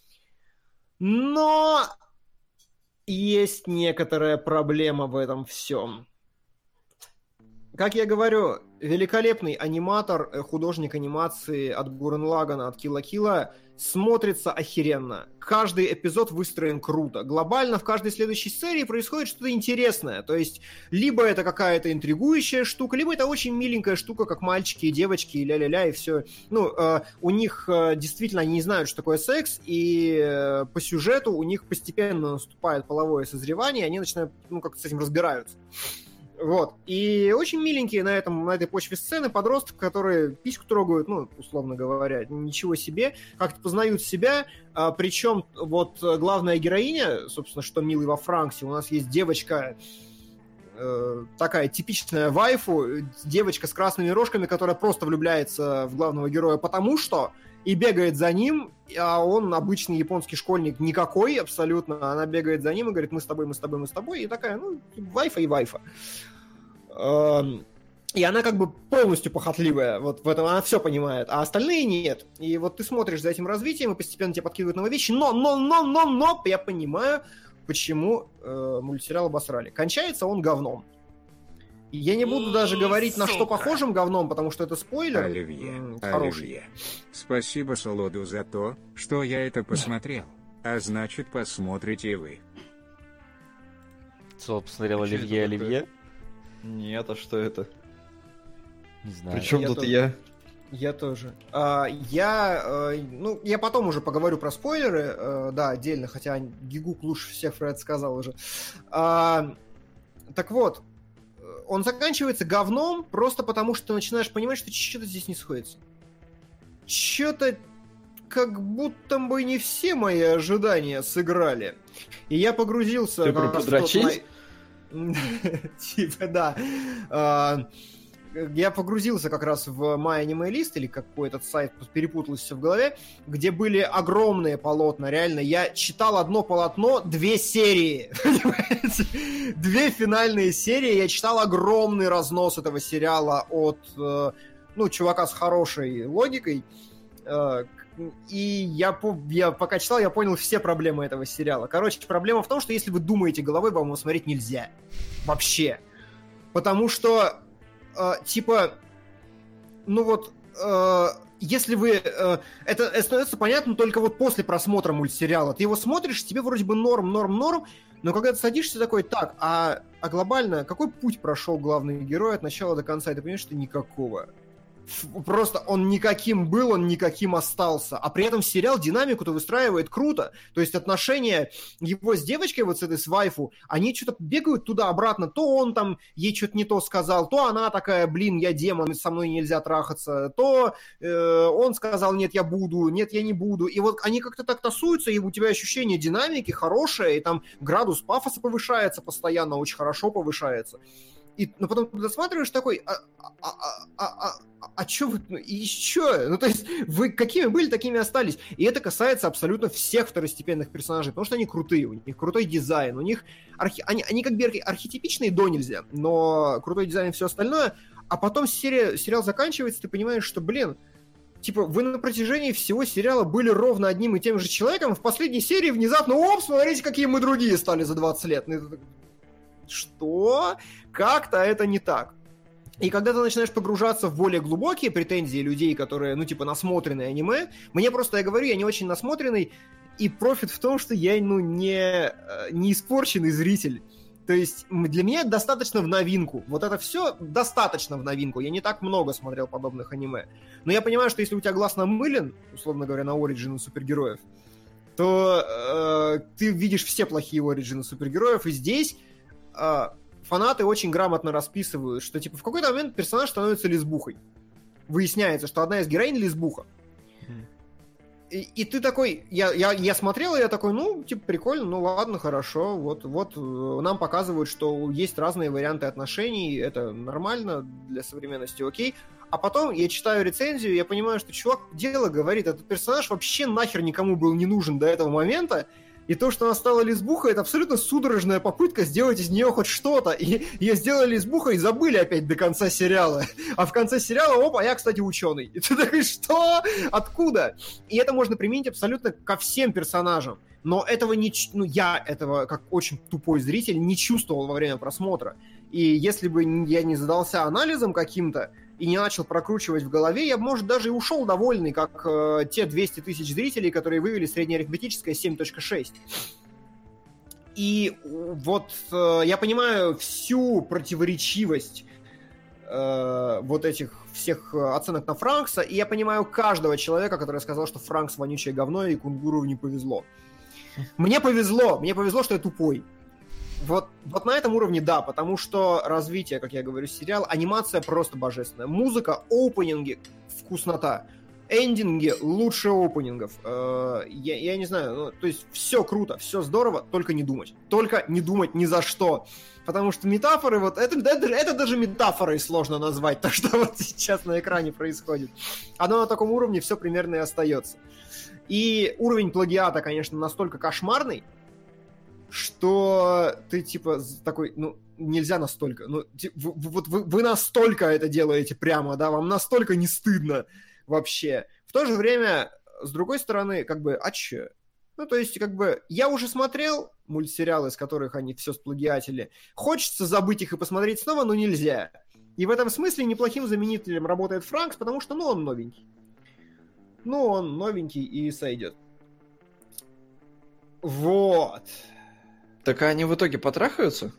Но есть некоторая проблема в этом всем. Как я говорю, великолепный аниматор, художник анимации от Гуррен Лагана, от Kill la Kill, смотрится охеренно. Каждый эпизод выстроен круто. Глобально в каждой следующей серии происходит что-то интересное. То есть, либо это какая-то интригующая штука, либо это очень миленькая штука, как мальчики и девочки, и ля-ля-ля, и все. Ну, у них действительно, они не знают, что такое секс, и по сюжету у них постепенно наступает половое созревание, и они начинают, как-то с этим разбираются. Вот. И очень миленькие на этой почве сцены подростки, которые письку трогают, условно говоря, ничего себе, как-то познают себя, причем вот главная героиня, собственно, что милый во Франксе, у нас есть девочка, такая типичная вайфу, девочка с красными рожками, которая просто влюбляется в главного героя потому что, и бегает за ним, а он обычный японский школьник никакой абсолютно, она бегает за ним и говорит, мы с тобой, и такая, вайфа и вайфа. И она как бы полностью похотливая, вот в этом она все понимает, а остальные нет. И вот ты смотришь за этим развитием, и постепенно тебе подкидывают новые вещи, но я понимаю, почему мультсериал обосрали. Кончается он говном. И я не буду даже говорить, на что похожим говном, потому что это спойлер. Оливье. Спасибо Солоду за то, что я это посмотрел. А значит, посмотрите и вы. Солод посмотрел Оливье? Нет, а что это? Не знаю. Причем тут я? Я тоже. Я потом уже поговорю про спойлеры, да, отдельно, хотя Гигук лучше всех про это сказал уже. Так вот, он заканчивается говном просто потому, что ты начинаешь понимать, что что-то здесь не сходится. Что-то как будто бы не все мои ожидания сыграли. И я погрузился... Ты про подрочить? Типа, да. Я погрузился как раз в My Anime List, или какой этот сайт, перепуталось все в голове, где были огромные полотна, реально. Я читал одно полотно, 2 серии, понимаете? 2 финальные серии, я читал огромный разнос этого сериала от, чувака с хорошей логикой, и я пока читал, я понял все проблемы этого сериала. Короче, проблема в том, что если вы думаете головой, вам его смотреть нельзя. Вообще. Потому что если вы... это становится понятно только вот после просмотра мультсериала. Ты его смотришь, тебе вроде бы норм, но когда ты садишься такой, так, а глобально какой путь прошел главный герой от начала до конца? И ты понимаешь, что никакого. Просто он никаким был, он никаким остался. А при этом сериал динамику-то выстраивает круто. То есть отношения его с девочкой, вот с этой с вайфу, они что-то бегают туда-обратно. То он там ей что-то не то сказал, то она такая, я демон, со мной нельзя трахаться. То он сказал, нет, я буду, нет, я не буду. И вот они как-то так тасуются, и у тебя ощущение динамики хорошее, и там градус пафоса повышается постоянно, очень хорошо повышается. Но потом ты досматриваешь такой, что вы, и что? То есть вы какими были, такими остались. И это касается абсолютно всех второстепенных персонажей, потому что они крутые, у них крутой дизайн, у них они как бы архетипичные до нельзя, но крутой дизайн и все остальное. А потом сериал заканчивается, ты понимаешь, что, вы на протяжении всего сериала были ровно одним и тем же человеком, в последней серии внезапно, смотрите, какие мы другие стали за 20 лет. Что? Как-то это не так. И когда ты начинаешь погружаться в более глубокие претензии людей, которые, ну, типа, насмотренные аниме, мне просто, я говорю, я не очень насмотренный, и профит в том, что я, ну, не испорченный зритель. То есть для меня достаточно в новинку. Вот это все достаточно в новинку. Я не так много смотрел подобных аниме. Но я понимаю, что если у тебя глаз намылен, условно говоря, на оригины супергероев, то ты видишь все плохие оригины супергероев, и здесь фанаты очень грамотно расписывают, что типа в какой-то момент персонаж становится лесбухой. Выясняется, что одна из героинь лесбуха. И ты такой, я смотрел, и я такой, ну, типа, прикольно, ну ладно, хорошо, вот нам показывают, что есть разные варианты отношений, это нормально для современности, окей. А потом я читаю рецензию, и я понимаю, что чувак дело говорит, этот персонаж вообще нахер никому был не нужен до этого момента, и то, что она стала лесбухой, это абсолютно судорожная попытка сделать из нее хоть что-то. И ее сделали лесбухой и забыли опять до конца сериала. А в конце сериала, опа, я, кстати, ученый. И ты такой, что? Откуда? И это можно применить абсолютно ко всем персонажам. Но этого я этого, как очень тупой зритель, не чувствовал во время просмотра. И если бы я не задался анализом каким-то, и не начал прокручивать в голове, я бы, может, даже и ушел довольный, как те 200 тысяч зрителей, которые вывели среднеарифметическое 7.6. И вот я понимаю всю противоречивость вот этих всех оценок на Франкса, и я понимаю каждого человека, который сказал, что Франкс вонючее говно, и Кунгуру не повезло. Мне повезло, что я тупой. Вот на этом уровне да, потому что развитие, как я говорю, сериала, анимация просто божественная. Музыка, опенинги, вкуснота. Эндинги лучше опенингов. Я не знаю, ну, то есть все круто, все здорово, только не думать. Только не думать ни за что. Потому что метафоры, вот это даже метафорой сложно назвать, то, что вот сейчас на экране происходит. Оно на таком уровне все примерно и остается. И уровень плагиата, конечно, настолько кошмарный, что ты, типа, такой, ну, нельзя настолько. Ну, вот вы настолько это делаете прямо, да, вам настолько не стыдно вообще. В то же время, с другой стороны, как бы, а чё? Ну, то есть, как бы, я уже смотрел мультсериалы, из которых они все сплагиатили. Хочется забыть их и посмотреть снова, но нельзя. И в этом смысле неплохим заменителем работает Франкс, потому что, ну, он новенький. Ну, он новенький и сойдет. Вот. Так они в итоге потрахаются?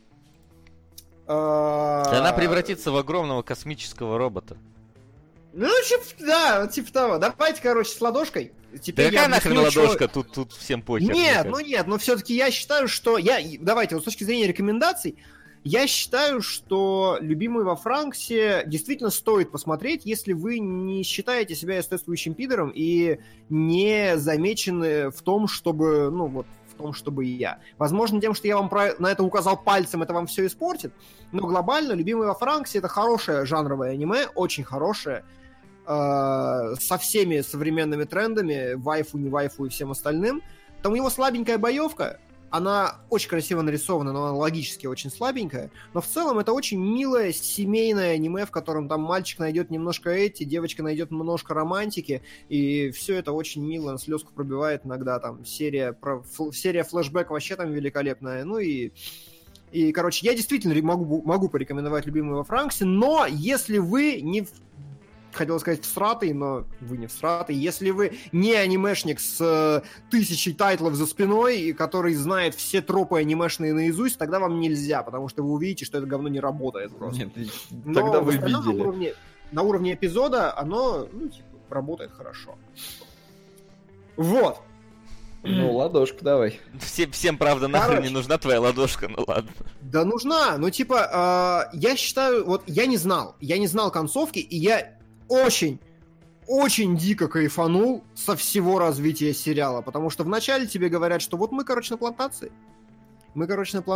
Она превратится в огромного космического робота. Ну, типа того. Давайте, короче, с ладошкой. Теперь какая нахрен ладошка? Тут всем похер. Нет, но все-таки я считаю, что... Давайте, вот с точки зрения рекомендаций, я считаю, что «Любимый во Франксе» действительно стоит посмотреть, если вы не считаете себя эстетствующим пидором и не замечены в том, чтобы, ну, вот, в том, чтобы и я. Возможно, тем, что я вам на это указал пальцем, это вам все испортит, но глобально «Любимый во Франксе» — это хорошее жанровое аниме, очень хорошее, со всеми современными трендами, вайфу, не вайфу и всем остальным. Там у него слабенькая боевка, она очень красиво нарисована, но она логически очень слабенькая, но в целом это очень милое семейное аниме, в котором там мальчик найдет немножко девочка найдет немножко романтики, и все это очень мило, на слезку пробивает иногда, там серия флешбэк вообще там великолепная, ну и короче, я действительно могу порекомендовать «Любимый во Франксе», но если вы не... Хотел сказать всратый, но вы не всратый. Если вы не анимешник с 1000 тайтлов за спиной, и который знает все тропы анимешные наизусть, тогда вам нельзя, потому что вы увидите, что это говно не работает просто. Нет, тогда вы видели. На уровне эпизода оно, ну, типа, работает хорошо. Вот. Ну, ладошка давай. Всем, правда, нахрен не нужна твоя ладошка, ну ладно. Да нужна, ну типа, я считаю, вот я не знал концовки, и я очень дико кайфанул со всего развития сериала, потому что вначале тебе говорят, что вот мы, короче, на плантации. Мы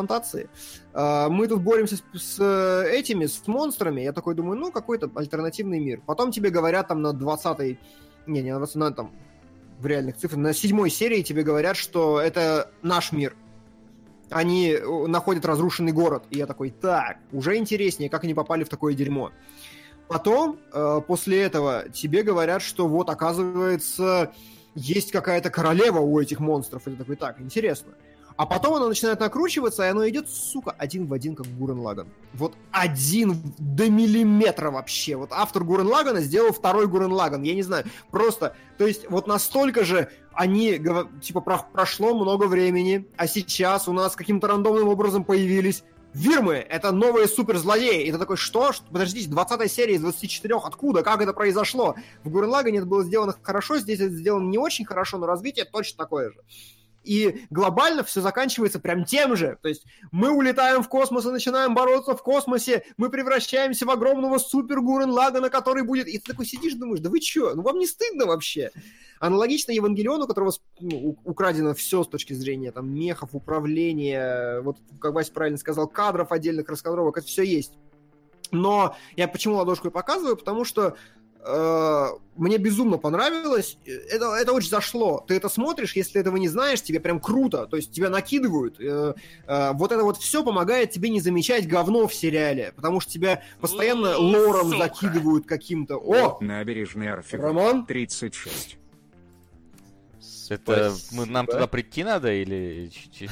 тут боремся с монстрами. Я такой думаю, ну, какой-то альтернативный мир. Потом тебе говорят там на 20-й... Не на 20-й, там, в реальных цифрах, на 7-й серии тебе говорят, что это наш мир. Они находят разрушенный город. И я такой, так, уже интереснее, как они попали в такое дерьмо. Потом, после этого, тебе говорят, что вот, оказывается, есть какая-то королева у этих монстров. И ты такой, так, интересно. А потом оно начинает накручиваться, и оно идет, сука, один в один, как Гуррен Лаганн. Вот один до миллиметра вообще. Вот автор Гуррен Лаганна сделал второй Гуррен Лаганн. Я не знаю, просто... То есть вот настолько же они, типа, прошло много времени, а сейчас у нас каким-то рандомным образом появились Вирмы, это новые суперзлодеи. И ты такой, что? Подождите, 20-я серия из 24, откуда? Как это произошло? В Гуррен Лаганне это было сделано хорошо, здесь это сделано не очень хорошо, но развитие точно такое же. И глобально все заканчивается прям тем же. То есть мы улетаем в космос и начинаем бороться в космосе, мы превращаемся в огромного супер Гуррен Лаганна, который будет... И ты такой сидишь, думаешь, да вы чё? Ну вам не стыдно вообще? Аналогично Евангелиону, у которого украдено все с точки зрения там, мехов, управления, вот как Вася правильно сказал, кадров отдельных, раскадровок, это все есть. Но я почему ладошку и показываю? Потому что мне безумно понравилось. Это очень зашло. Ты это смотришь, если ты этого не знаешь, тебе прям круто. То есть тебя накидывают. Вот это вот все помогает тебе не замечать говно в сериале. Потому что тебя постоянно лором закидывают каким-то. О! Набережный Арфик. Роман? 36. Это нам туда прийти надо или...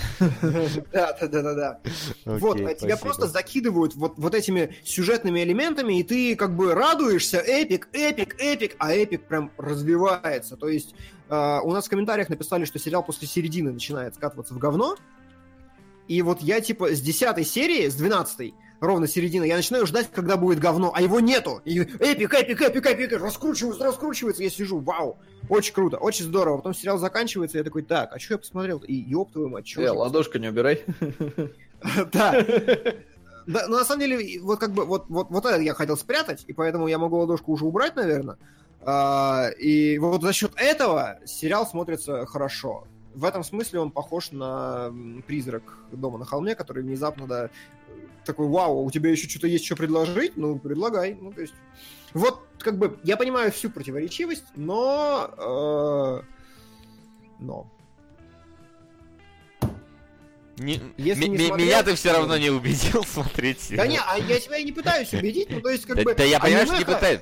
Да. Вот, тебя просто закидывают вот этими сюжетными элементами, и ты как бы радуешься, эпик, а эпик прям развивается. То есть у нас в комментариях написали, что сериал после середины начинает скатываться в говно, и вот я типа с 10-й серии, с 12-й, ровно середина, я начинаю ждать, когда будет говно, а его нету. И эпик, раскручивается, я сижу, вау, очень круто, очень здорово. Потом сериал заканчивается, я такой, так, а что я посмотрел? И ёб твою мать, чё? Ладошку не убирай. Да. Да, но на самом деле, вот как бы, вот это я хотел спрятать, и поэтому я могу ладошку уже убрать, наверное. И вот за счет этого сериал смотрится хорошо. В этом смысле он похож на «Призрак дома на холме», который внезапно, да, такой, вау, у тебя еще что-то есть, что предложить? Ну, предлагай. Ну, то есть, вот, как бы, я понимаю всю противоречивость, но... Меня ты все равно не убедил смотреть сериал. Да не, я тебя и не пытаюсь убедить, ну, то есть, как бы... Да я понимаю, что не пытаюсь.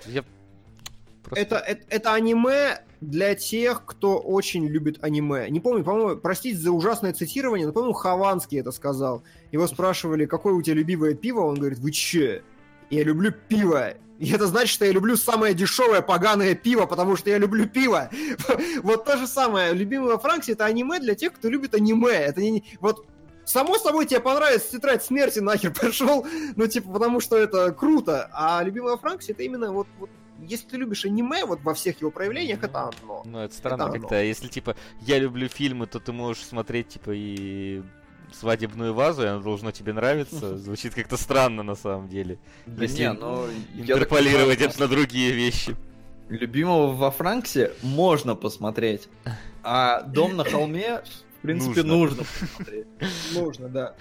Это аниме для тех, кто очень любит аниме. Не помню, по-моему, простите за ужасное цитирование, но, по-моему, Хованский это сказал. Его спрашивали, какое у тебя любимое пиво, он говорит, вы че? Я люблю пиво. И это значит, что я люблю самое дешевое поганое пиво, потому что я люблю пиво. Вот то же самое. Любимый во Франции это аниме для тех, кто любит аниме. Это не... Вот само собой тебе понравится «Тетрадь смерти», нахер пошел, ну, типа, потому что это круто. А любимый во Франции это именно вот если ты любишь аниме, вот во всех его проявлениях, это одно. Ну, это странно как-то. Если, типа, я люблю фильмы, то ты можешь смотреть, типа, и «Свадебную вазу», и оно должно тебе нравиться. Звучит как-то странно, на самом деле. Если интерполировать это на другие вещи. Любимого во Франксе можно посмотреть, а «Дом на холме», в принципе, нужно посмотреть. Нужно, да.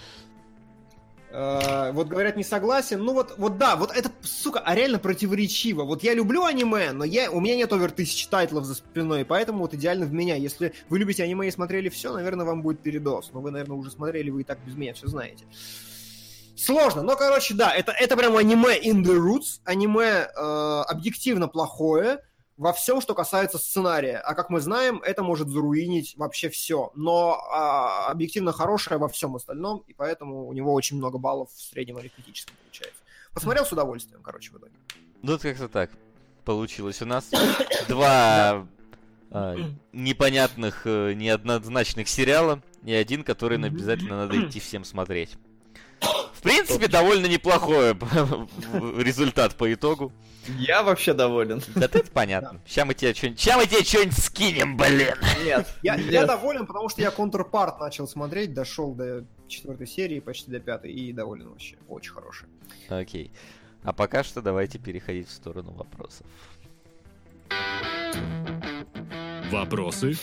Вот говорят, не согласен. Ну вот да, вот это, сука, реально противоречиво. Вот я люблю аниме, но у меня нет over 1000 тайтлов за спиной, поэтому вот идеально в меня. Если вы любите аниме и смотрели все, наверное, вам будет передоз. Но вы, наверное, уже смотрели, вы и так без меня все знаете. Сложно, но, короче, да, это прям аниме in the roots. Аниме объективно плохое во всем, что касается сценария. А как мы знаем, это может заруинить вообще все. Но объективно хорошее во всем остальном, и поэтому у него очень много баллов в среднем арифметическом получается. Посмотрел с удовольствием, короче, в итоге. Ну, это как-то так получилось. У нас два непонятных, неоднозначных сериала, и один, который обязательно надо идти всем смотреть. В принципе, довольно неплохой результат по итогу. Я вообще доволен. Да это понятно. Сейчас мы тебе что-нибудь скинем, блин. Нет. Я доволен, потому что я Counterpart начал смотреть, дошел до 4 серии, почти до 5, и доволен вообще. Очень хороший. Окей. А пока что давайте переходить в сторону вопросов. Вопросы?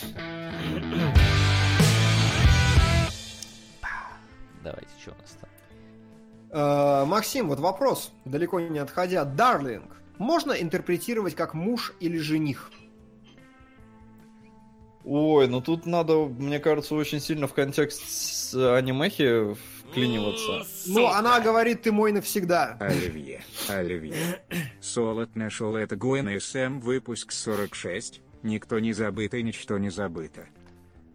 Давайте, что у нас там? Максим, вот вопрос, далеко не отходя. Дарлинг можно интерпретировать как муж или жених? Ой, ну тут надо, мне кажется, очень сильно в контекст анимехи вклиниваться. Ну, она говорит, ты мой навсегда. Оливье. Солод нашел это ГНСМ, выпуск 46. Никто не забыто и ничто не забыто.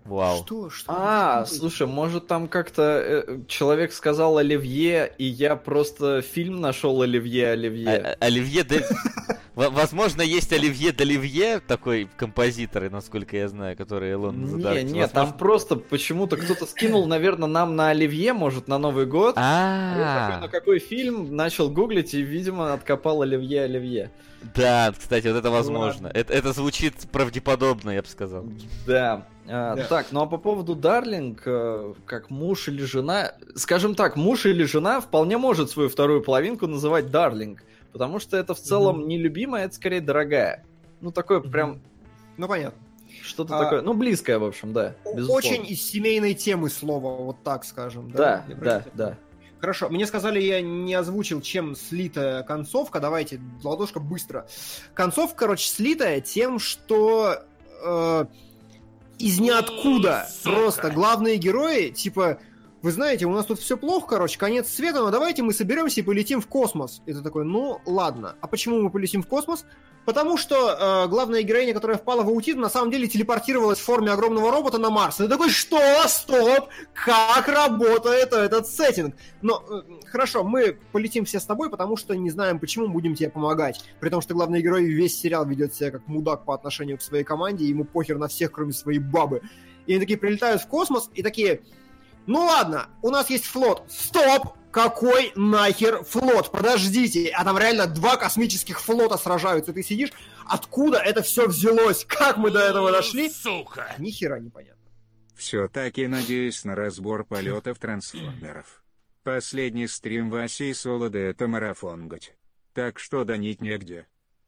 Вау. Что? Слушай, может там как-то человек сказал Оливье, и я просто фильм нашел Оливье. Оливье, возможно, есть Оливье Доливье, такой композитор, насколько я знаю, который Элон Задарт. Нет, там просто почему-то кто-то скинул, наверное, нам на Оливье, может, на Новый год. На какой фильм, начал гуглить и, видимо, откопал Оливье. Да, кстати, вот это возможно. Это звучит правдеподобно, я бы сказал. Да. Так, ну а по поводу Дарлинг, как муж или жена... Скажем так, муж или жена вполне может свою вторую половинку называть Дарлинг, потому что это в целом не любимая, это скорее дорогая. Ну, такое прям... Ну, понятно. Что-то такое, ну, близкое, в общем, да. Безусловно. Очень из семейной темы слова, вот так скажем. Да. Хорошо, мне сказали, я не озвучил, чем слитая концовка. Давайте, ладошка, быстро. Концовка, короче, слитая тем, что из ниоткуда просто главные герои, типа, вы знаете, у нас тут все плохо, короче, конец света, но давайте мы соберемся и полетим в космос. И ты такой, ну, ладно. А почему мы полетим в космос? Потому что главная героиня, которая впала в аутизм, на самом деле телепортировалась в форме огромного робота на Марс. И ты такой, что? Стоп! Как работает этот сеттинг? Но, хорошо, мы полетим все с тобой, потому что не знаем, почему будем тебе помогать. При том, что главный герой весь сериал ведет себя как мудак по отношению к своей команде, ему похер на всех, кроме своей бабы. И они такие прилетают в космос и такие, ну ладно, у нас есть флот. Стоп! Какой нахер флот? Подождите, а там реально 2 космических флота сражаются. Ты сидишь, откуда это все взялось? Как мы до этого дошли? Сука! Ни хера непонятно. Все-таки надеюсь на разбор полетов трансформеров. Последний стрим Васи и Солода — это марафон, гать. Так что донить негде.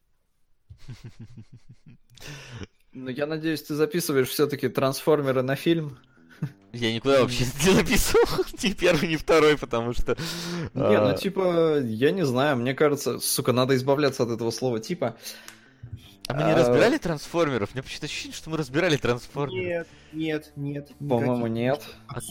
Ну, я надеюсь, ты записываешь все-таки трансформеры на фильм. Я никуда вообще не написал, ни первый, ни второй, потому что... Не, ну типа, я не знаю, мне кажется, сука, надо избавляться от этого слова типа. А мы не разбирали трансформеров? Мне почему-то ощущение, что мы разбирали трансформеров. Нет. По-моему, нет.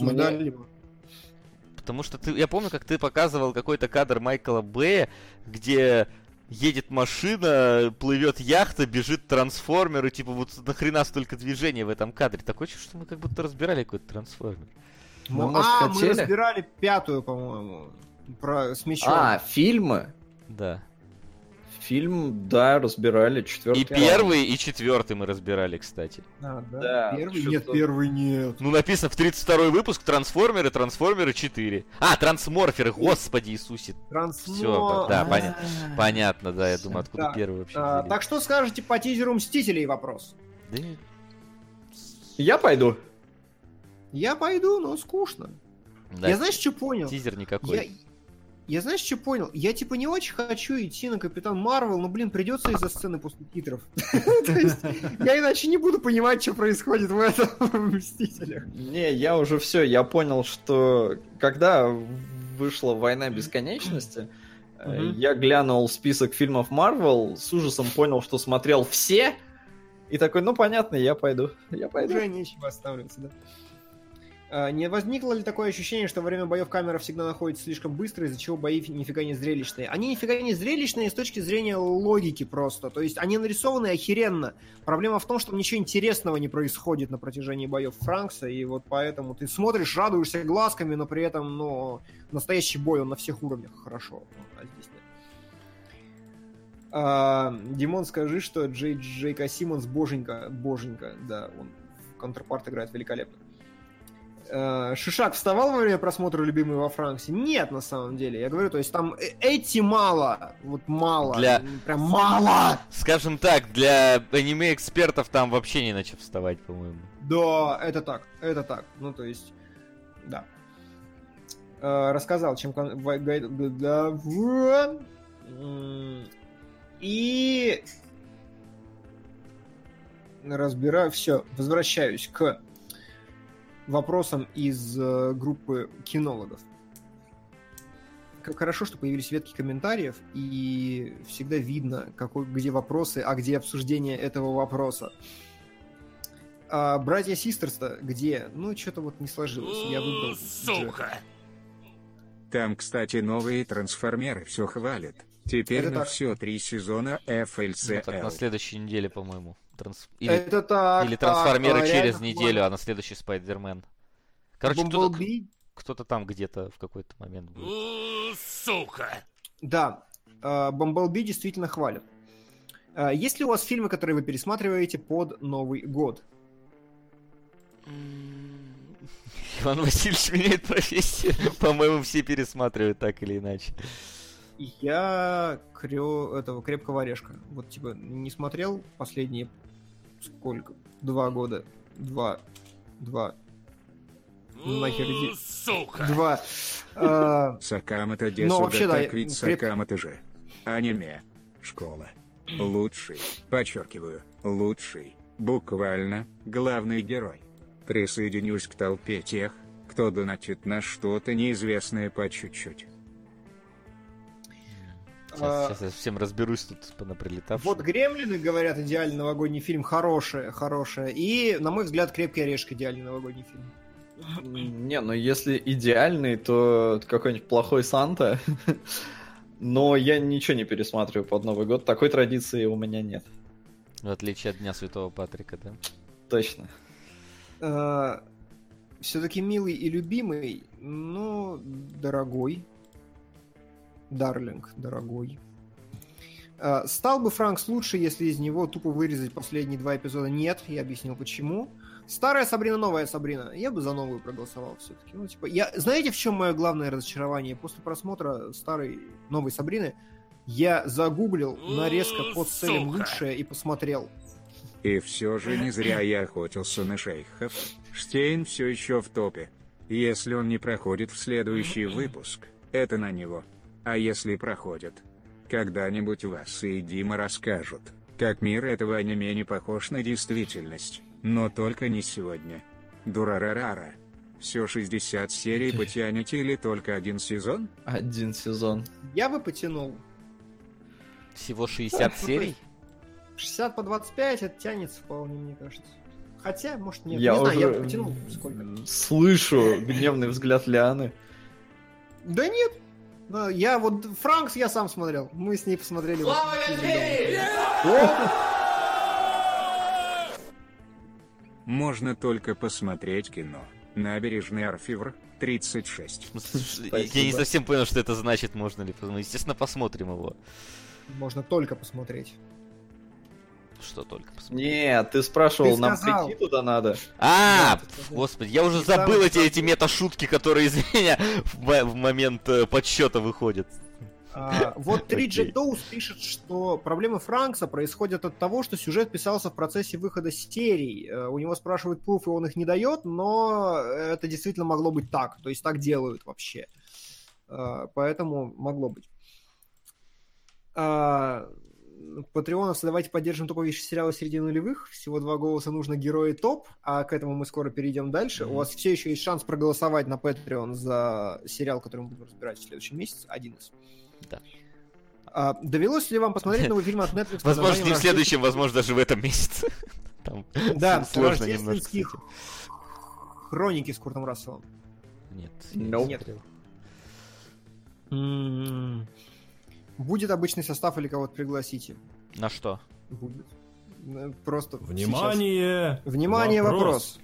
Потому что я помню, как ты показывал какой-то кадр Майкла Бэя, где едет машина, плывет яхта, бежит трансформер, и типа вот нахрена столько движения в этом кадре. Такое чувство, что мы как будто разбирали какой-то трансформер. Мы разбирали 5-ю, по-моему, с мечом. Фильмы? Да. Фильм, да, разбирали, 4-й. И 1-й, и 4-й мы разбирали, кстати. Да. Первый? Нет, 1-й нет. Ну, написано в 32-й выпуск Трансформеры 4. Трансморферы, господи Иисусе. Все, да, понятно, да, я думаю, откуда первый вообще взяли. Так что скажете по тизеру Мстителей вопрос? Я пойду. Я пойду, но скучно. Да, я знаешь, что понял? Тизер никакой. Я знаешь, что понял? Я типа не очень хочу идти на Капитан Марвел, но, блин, придется из-за сцены после титров. То есть я иначе не буду понимать, что происходит в этом Мстителях. Не, я уже все, я понял, что когда вышла «Война бесконечности», я глянул список фильмов Марвел, с ужасом понял, что смотрел все, и такой, ну понятно, я пойду. Уже нечего останавливаться, да? Не возникло ли такое ощущение, что во время боев камера всегда находится слишком быстро, из-за чего бои нифига не зрелищные? Они нифига не зрелищные с точки зрения логики просто. То есть они нарисованы охеренно. Проблема в том, что ничего интересного не происходит на протяжении боев Франкса, и вот поэтому ты смотришь, радуешься глазками, но при этом, ну, настоящий бой, он на всех уровнях хорошо. А здесь нет. Димон, скажи, что Джей К. Симмонс боженька, да, он в контрпарт играет великолепно. Шишак вставал во время просмотра «Любимый во Франксе»? Нет, на самом деле. Я говорю, то есть там эти мало. Вот мало. Прям мало! Скажем так, для аниме-экспертов там вообще не на чем вставать, по-моему. Да, это так. Ну, то есть, да. Рассказал, чем... И... разбираю... Все, возвращаюсь к вопросам из группы кинологов. Как хорошо, что появились ветки комментариев, и всегда видно, где вопросы, а где обсуждение этого вопроса. А братья Систерс-то где? Ну, что-то вот не сложилось. Я выбрал... Сука! Там, кстати, новые трансформеры все хвалят. Теперь на все 3 сезона FLCL. Ну, так на следующей неделе, по-моему. Это так. Или трансформеры через неделю, а на следующий Спайдермен. Короче, кто-то там где-то в какой-то момент будет. Сука! Да, Бамблби действительно хвалят. Есть ли у вас фильмы, которые вы пересматриваете под Новый год? Иван Васильевич меняет профессию. По-моему, все пересматривают так или иначе. Я этого «Крепкого орешка». Вот, типа, не смотрел последние... Сколько? 2 года. 2. Нахер иди. Сука! 2. Сакамото Десуда, так ведь Сакамото же. Аниме. Школа. Лучший. Подчеркиваю. Лучший. Буквально. Главный герой. Присоединюсь к толпе тех, кто донатит на что-то неизвестное по чуть-чуть. Сейчас я всем разберусь тут понаприлетавшим. Вот «Гремлины», говорят, идеальный новогодний фильм, хорошая. И, на мой взгляд, «Крепкий орешек» идеальный новогодний фильм. Не, ну если идеальный, то какой-нибудь плохой Санта. Но я ничего не пересматриваю под Новый год. Такой традиции у меня нет. В отличие от Дня Святого Патрика, да? Точно. Все-таки милый и любимый, но дорогой. Дарлинг, дорогой. Стал бы Франкс лучше, если из него тупо вырезать последние 2 эпизода? Нет, я объяснил почему. Старая Сабрина, новая Сабрина. Я бы за новую проголосовал все-таки. Ну, типа, знаете, в чем мое главное разочарование? После просмотра новой Сабрины я загуглил нарезка под целым лучшее и посмотрел. И все же не зря я охотился на шейхов. Штейн все еще в топе. Если он не проходит в следующий выпуск, это на него. А если проходит, когда-нибудь вас и Дима расскажут, как мир этого аниме не похож на действительность. Но только не сегодня. Дурарарара. Все 60 серий потянете или только 1 сезон? 1 сезон. Я бы потянул. Всего 60 серий? 60 по 25, это тянется вполне, мне кажется. Хотя, может, нет. Я не знаю, уже я потянул сколько. Слышу гневный взгляд Лианы. Да нет. Я вот Франкс я сам смотрел. Мы с ней посмотрели. Можно только посмотреть кино. Набережный Арфивр, 36. Я не совсем понял, что это значит, можно ли посмотреть. Естественно, посмотрим его. Можно только посмотреть. Что только посмотреть? Нет, ты спрашивал, нам прийти туда надо. Господи, я уже забыл эти мета-шутки, которые из меня в момент подсчета выходят. Вот Триджет Доус пишет, что проблемы Франкса происходят от того, что сюжет писался в процессе выхода серий. У него спрашивают пруф, и он их не дает, но это действительно могло быть так. То есть так делают вообще. Поэтому могло быть. Патреоновцы, давайте поддержим топовейшие сериалы середины нулевых. Всего 2 голоса нужно, герои топ. А к этому мы скоро перейдем дальше. У вас все еще есть шанс проголосовать на Patreon за сериал, который мы будем разбирать в следующем месяце. 1 из. Да. Довелось ли вам посмотреть новый фильм от Netflix? Возможно, не в следующем, возможно, даже в этом месяце. Да, сложно немножко. Хроники с Куртом Расселом. Нет. Будет обычный состав или кого-то пригласите? На что? Будет. Просто Внимание! Сейчас. Внимание, вопрос.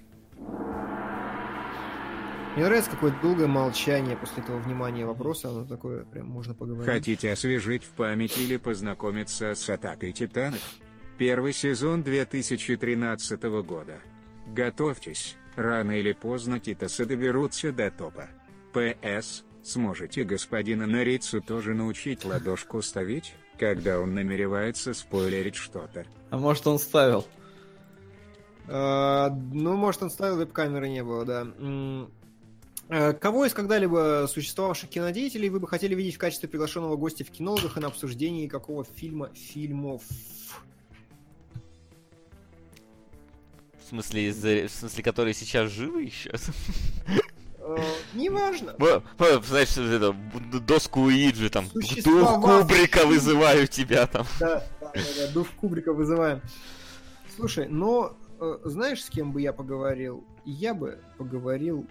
Мне нравится какое-то долгое молчание после этого внимания вопроса. Оно такое, прям можно поговорить. Хотите освежить в памяти или познакомиться с «Атакой Титанов»? 1 сезон 2013 года. Готовьтесь, рано или поздно Титасы доберутся до топа. П.С. Сможете господина Нарицу тоже научить ладошку ставить, когда он намеревается спойлерить что-то? А может он ставил? Может он ставил, веб-камеры не было, да. Кого из когда-либо существовавших кинодеятелей вы бы хотели видеть в качестве приглашенного гостя в кинологах и на обсуждении какого фильмов? В смысле, которые сейчас живы еще? Неважно. Знаешь, это, доску Уиджи, там, дух Кубрика вызываю тебя там. Да, дух Кубрика вызываем. Слушай, знаешь, с кем бы я поговорил? Я бы поговорил...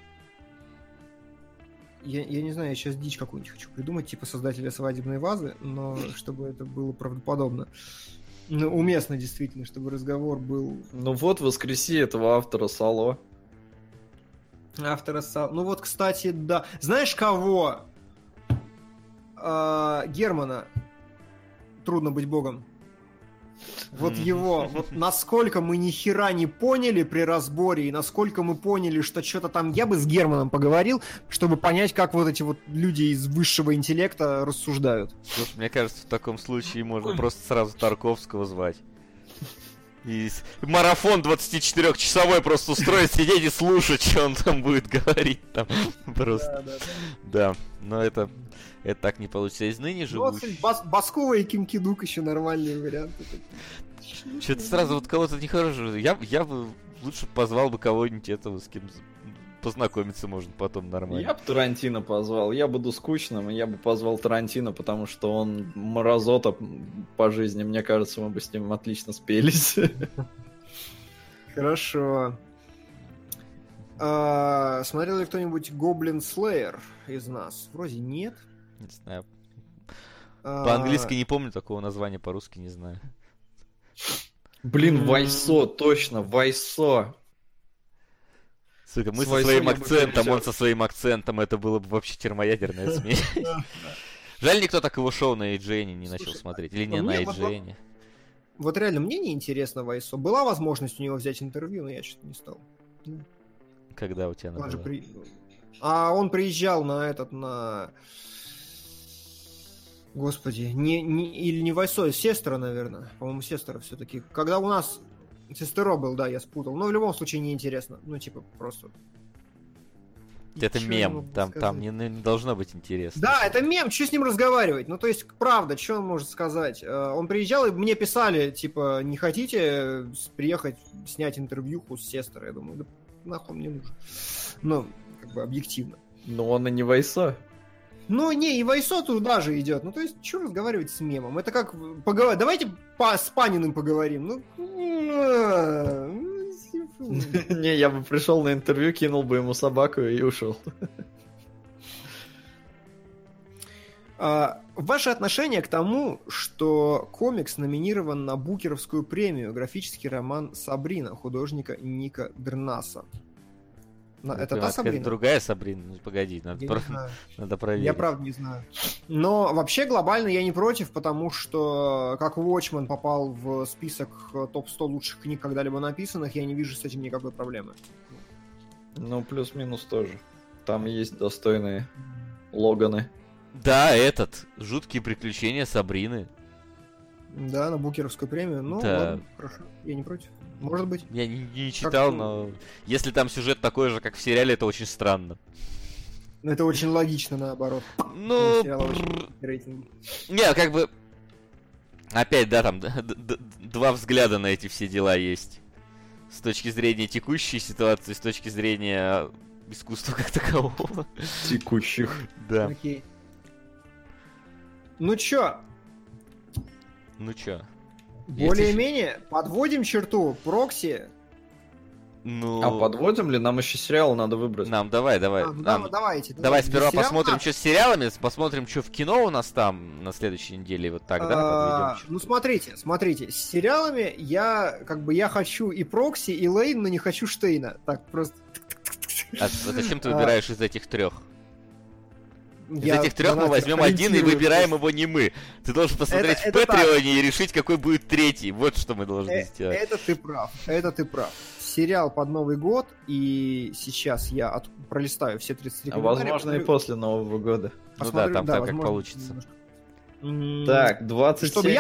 Я не знаю, я сейчас дичь какую-нибудь хочу придумать, типа создателя свадебной вазы, но чтобы это было правдоподобно. Ну, уместно, действительно, чтобы разговор был... Ну вот, воскреси этого автора Сало. Ну вот, кстати, да. Знаешь, кого? Германа. Трудно быть богом. Вот его, вот насколько мы ни хера не поняли при разборе, и насколько мы поняли, что что-то там... Я бы с Германом поговорил, чтобы понять, как вот эти вот люди из высшего интеллекта рассуждают. Слушай, мне кажется, в таком случае можно просто сразу Тарковского звать. И марафон 24-часовой просто устроить, сидеть и слушать, что он там будет говорить. Там просто. Да, но это так не получится. Из ныне живущих. Баскова и Ким Ки-дук еще нормальные варианты. Что-то сразу вот кого-то нехорошего. Я бы лучше позвал бы кого-нибудь этого, с кем познакомиться можно потом нормально. Я бы Тарантино позвал. Я буду скучным, и я бы позвал Тарантино, потому что он мразота по жизни. Мне кажется, мы бы с ним отлично спелись. Хорошо. Смотрел ли кто-нибудь Гоблин Слеер из нас? Вроде нет. Не знаю. По-английски не помню такого названия, по-русски не знаю. Блин, Вайсо, точно, Вайсо. Сука, мы со своим акцентом, он со своим акцентом, это было бы вообще термоядерная смесь. Жаль, никто так его шоу на AJ не начал смотреть. Или не на AJ. Вот реально, мне не интересно Вайсо. Была возможность у него взять интервью, но я что-то не стал. Когда у тебя надо? А он приезжал на... Господи, или не Вайсо, Сестра, наверное. По-моему, Сестра все-таки. Когда у нас Сестеро был, да, я спутал. Но в любом случае неинтересно. Ну, типа, просто... Это мем, там не должно быть интересно. Да, это мем, что с ним разговаривать? Ну, то есть, правда, что он может сказать? Он приезжал, и мне писали, типа, не хотите приехать снять интервьюху с Сестрой? Я думаю, да нахуй мне нужен. Ну, как бы, объективно. Но он и не Вайсо. Ну, не, и Вайсо туда же идет. Ну, то есть, что разговаривать с мемом? Это как поговорить. Давайте с Паниным поговорим. Не, я бы пришел на интервью, кинул бы ему собаку и ушел. Ваше отношение к тому, что комикс номинирован на Букеровскую премию, графический роман «Сабрина» художника Ника Дрнаса. Это та Сабрина? Это другая Сабрина. Ну, погоди, надо проверить. Я правда не знаю. Но вообще глобально я не против, потому что как Watchmen попал в список топ-100 лучших книг, когда-либо написанных, я не вижу с этим никакой проблемы. Ну, плюс-минус тоже. Там есть достойные Логаны. Да, «Жуткие приключения Сабрины». Да, на Букеровскую премию. Ну, да. Ладно, хорошо, я не против. Может быть. Я не читал, но если там сюжет такой же, как в сериале, это очень странно. Это очень логично, наоборот. Ну, не, как бы... Опять, да, там два взгляда на эти все дела есть. С точки зрения текущей ситуации, с точки зрения искусства как такового. Текущих. Да. Окей. Ну чё? Более-менее подводим черту. Прокси. Ну... А подводим ли? Нам еще сериал надо выбрать. Давай. Давай сперва посмотрим, что с сериалами, посмотрим, что в кино у нас там на следующей неделе. Вот так, да, подведем. Ну, смотрите. С сериалами я хочу и Прокси, и Лейн, но не хочу Штейна. Так, просто... А зачем ты выбираешь из этих трех? Из этих трех мы возьмем один и выбираем его не мы. Ты должен посмотреть в Патреоне и решить, какой будет третий. Вот что мы должны сделать. Это ты прав. Сериал под Новый год, и сейчас я пролистаю все 33 комментария. Возможно, и после Нового года. Ну да, там как получится. Так, 27 Чтобы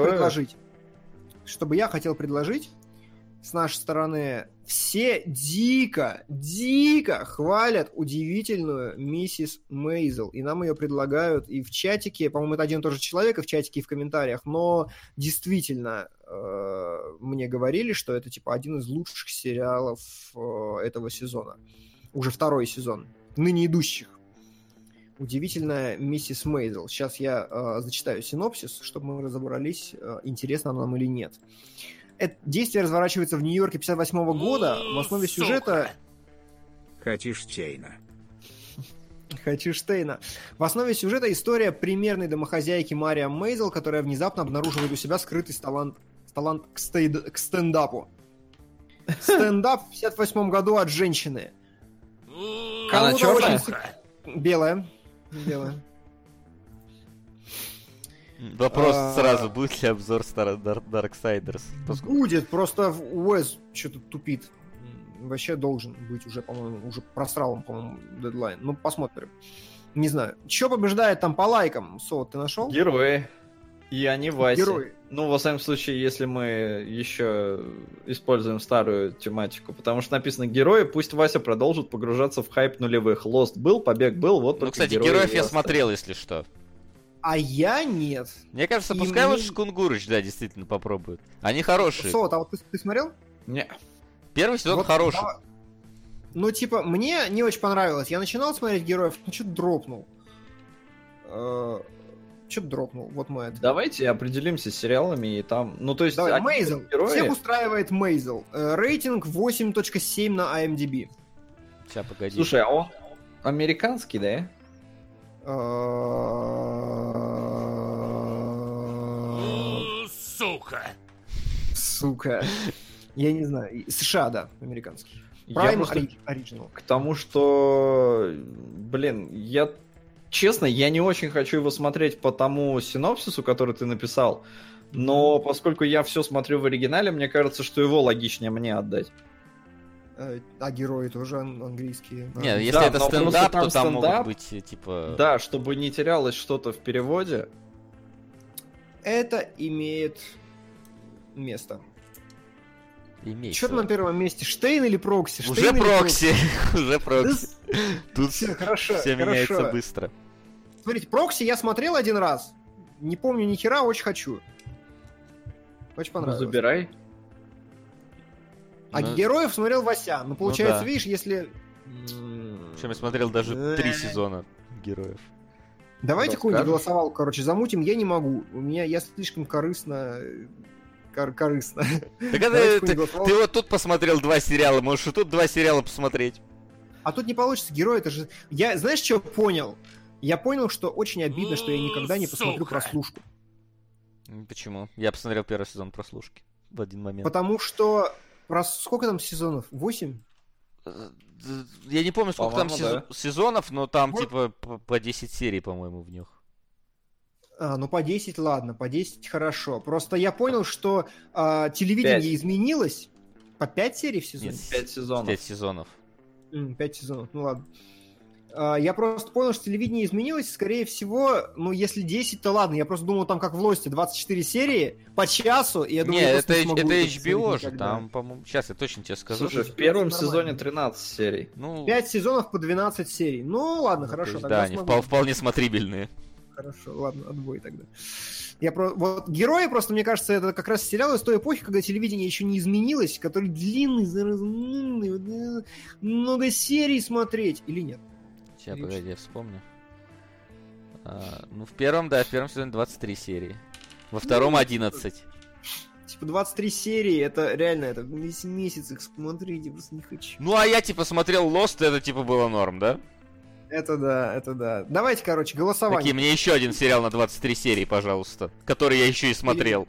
я хотел предложить, с нашей стороны, все дико хвалят удивительную миссис Мейзел. И нам ее предлагают и в чатике. По-моему, это один и тот же человек, и в чатике, и в комментариях. Но действительно, мне говорили, что это типа один из лучших сериалов этого сезона. Уже второй сезон. Ныне идущих. Удивительная миссис Мейзел. Сейчас я зачитаю синопсис, чтобы мы разобрались, интересно она нам или нет. Действие разворачивается в Нью-Йорке 58 года. В основе сюжета... Хочу Штейна. В основе сюжета история примерной домохозяйки Мариам Мейзел, которая внезапно обнаруживает у себя скрытый талант талант к стендапу. Стендап в 58 году от женщины. Она черная? Белая. Вопрос сразу, будет ли обзор Darksiders? Будет, просто Уэс что-то тупит. Вообще должен быть уже, по-моему, уже просрал, по-моему, дедлайн. Ну, посмотрим. Не знаю. Что побеждает там по лайкам? Ты нашел? Герои. И они Вася. Герои. Ну, во всяком случае, если мы еще используем старую тематику. Потому что написано герои, пусть Вася продолжит погружаться в хайп нулевых. Lost был, побег был, вот. Ну, кстати, героев я смотрел, если что. А я нет. Мне кажется, пускай лучше Кунгурыч, да, действительно попробует. Они хорошие. А вот ты смотрел? Не. Первый сезон вот, хороший. Да. Ну, типа, мне не очень понравилось. Я начинал смотреть героев, но что-то дропнул. Что-то дропнул, вот мой ответ. Давайте определимся с сериалами и там... Ну, то есть... Давай, Мейзел. Всех устраивает Мейзел. Рейтинг 8.7 на IMDb. Сейчас, погоди. Слушай, а он американский, да? Сука. Я не знаю. США, да, американский. Prime Original. К тому, что... Блин, честно, я не очень хочу его смотреть по тому синопсису, который ты написал, но поскольку я все смотрю в оригинале, мне кажется, что его логичнее мне отдать. А герои тоже английские. Нет, если это стендап, то там могут быть, типа... Да, чтобы не терялось что-то в переводе. Это имеет место. Что-то на первом месте, Штейн или Прокси? Уже Прокси. Уже Прокси. Тут все хорошо. Все меняется быстро. Смотрите, Прокси я смотрел один раз. Не помню ни хера, очень хочу. Очень понравилось. Ну, забирай. А героев смотрел Вася. Ну, получается, видишь, если... Причем я смотрел даже 3 сезона героев. Давайте какую-нибудь голосовалку, короче, замутим. Я не могу. Я слишком корыстно. Так ты вот тут посмотрел 2 сериала, можешь и тут 2 сериала посмотреть. А тут не получится, герой, это же... Я, знаешь, что понял? Я понял, что очень обидно, что я никогда не посмотрю прослушку. Почему? Я посмотрел первый сезон прослушки в один момент. Потому что... Сколько там сезонов? 8? Я не помню, сколько там сезонов, но там типа по 10 серий, по-моему, в них. Ну по 10, ладно, по 10 хорошо. Просто я понял, что телевидение изменилось. По 5 серий в сезоне? Нет, 5 сезонов. 5 сезонов. 5 сезонов, ну ладно. Я просто понял, что телевидение изменилось, скорее всего, ну если 10, то ладно. Я просто думал, там как в Лосте, 24 серии по часу, и я думаю, это HBO же, там, по-моему, сейчас я точно тебе скажу. Слушай, в первом сезоне 13 серий. 5 сезонов по 12 серий. Ну ладно, хорошо. Да, они вполне смотрибельные. Хорошо, ладно, отбой тогда. Вот герои, просто, мне кажется, это как раз сериал из той эпохи, когда телевидение еще не изменилось, который длинный, заразный, много серий смотреть, или нет? Сейчас, погоди, я вспомню. В первом сезоне 23 серии. Во втором 11. Типа 23 серии, это реально, это весь месяц их смотреть, я просто не хочу. Ну, а я, типа, смотрел Lost, это, типа, было норм, да? Это да. Давайте, короче, голосование. Такие, мне еще один сериал на 23 серии, пожалуйста, который я еще и смотрел.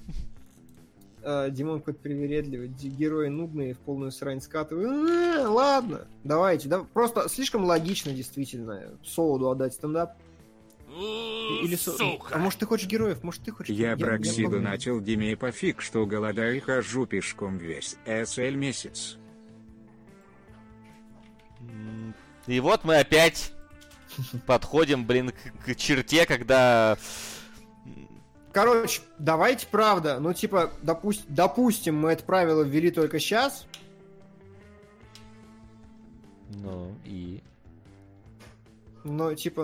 Димон какой-то привередливый, герои нудные, в полную срань скатывают. Ладно, давайте. Просто слишком логично, действительно, Солоду отдать стендап. Или А может ты хочешь героев? Может ты хочешь... Я Браксиду начал, Диме пофиг, что голодаю и хожу пешком весь СЛ месяц. И вот мы опять подходим, к черте, когда... Короче, давайте правда. Ну, типа, допустим, мы это правило ввели только сейчас. Ну, и... Ну, типа,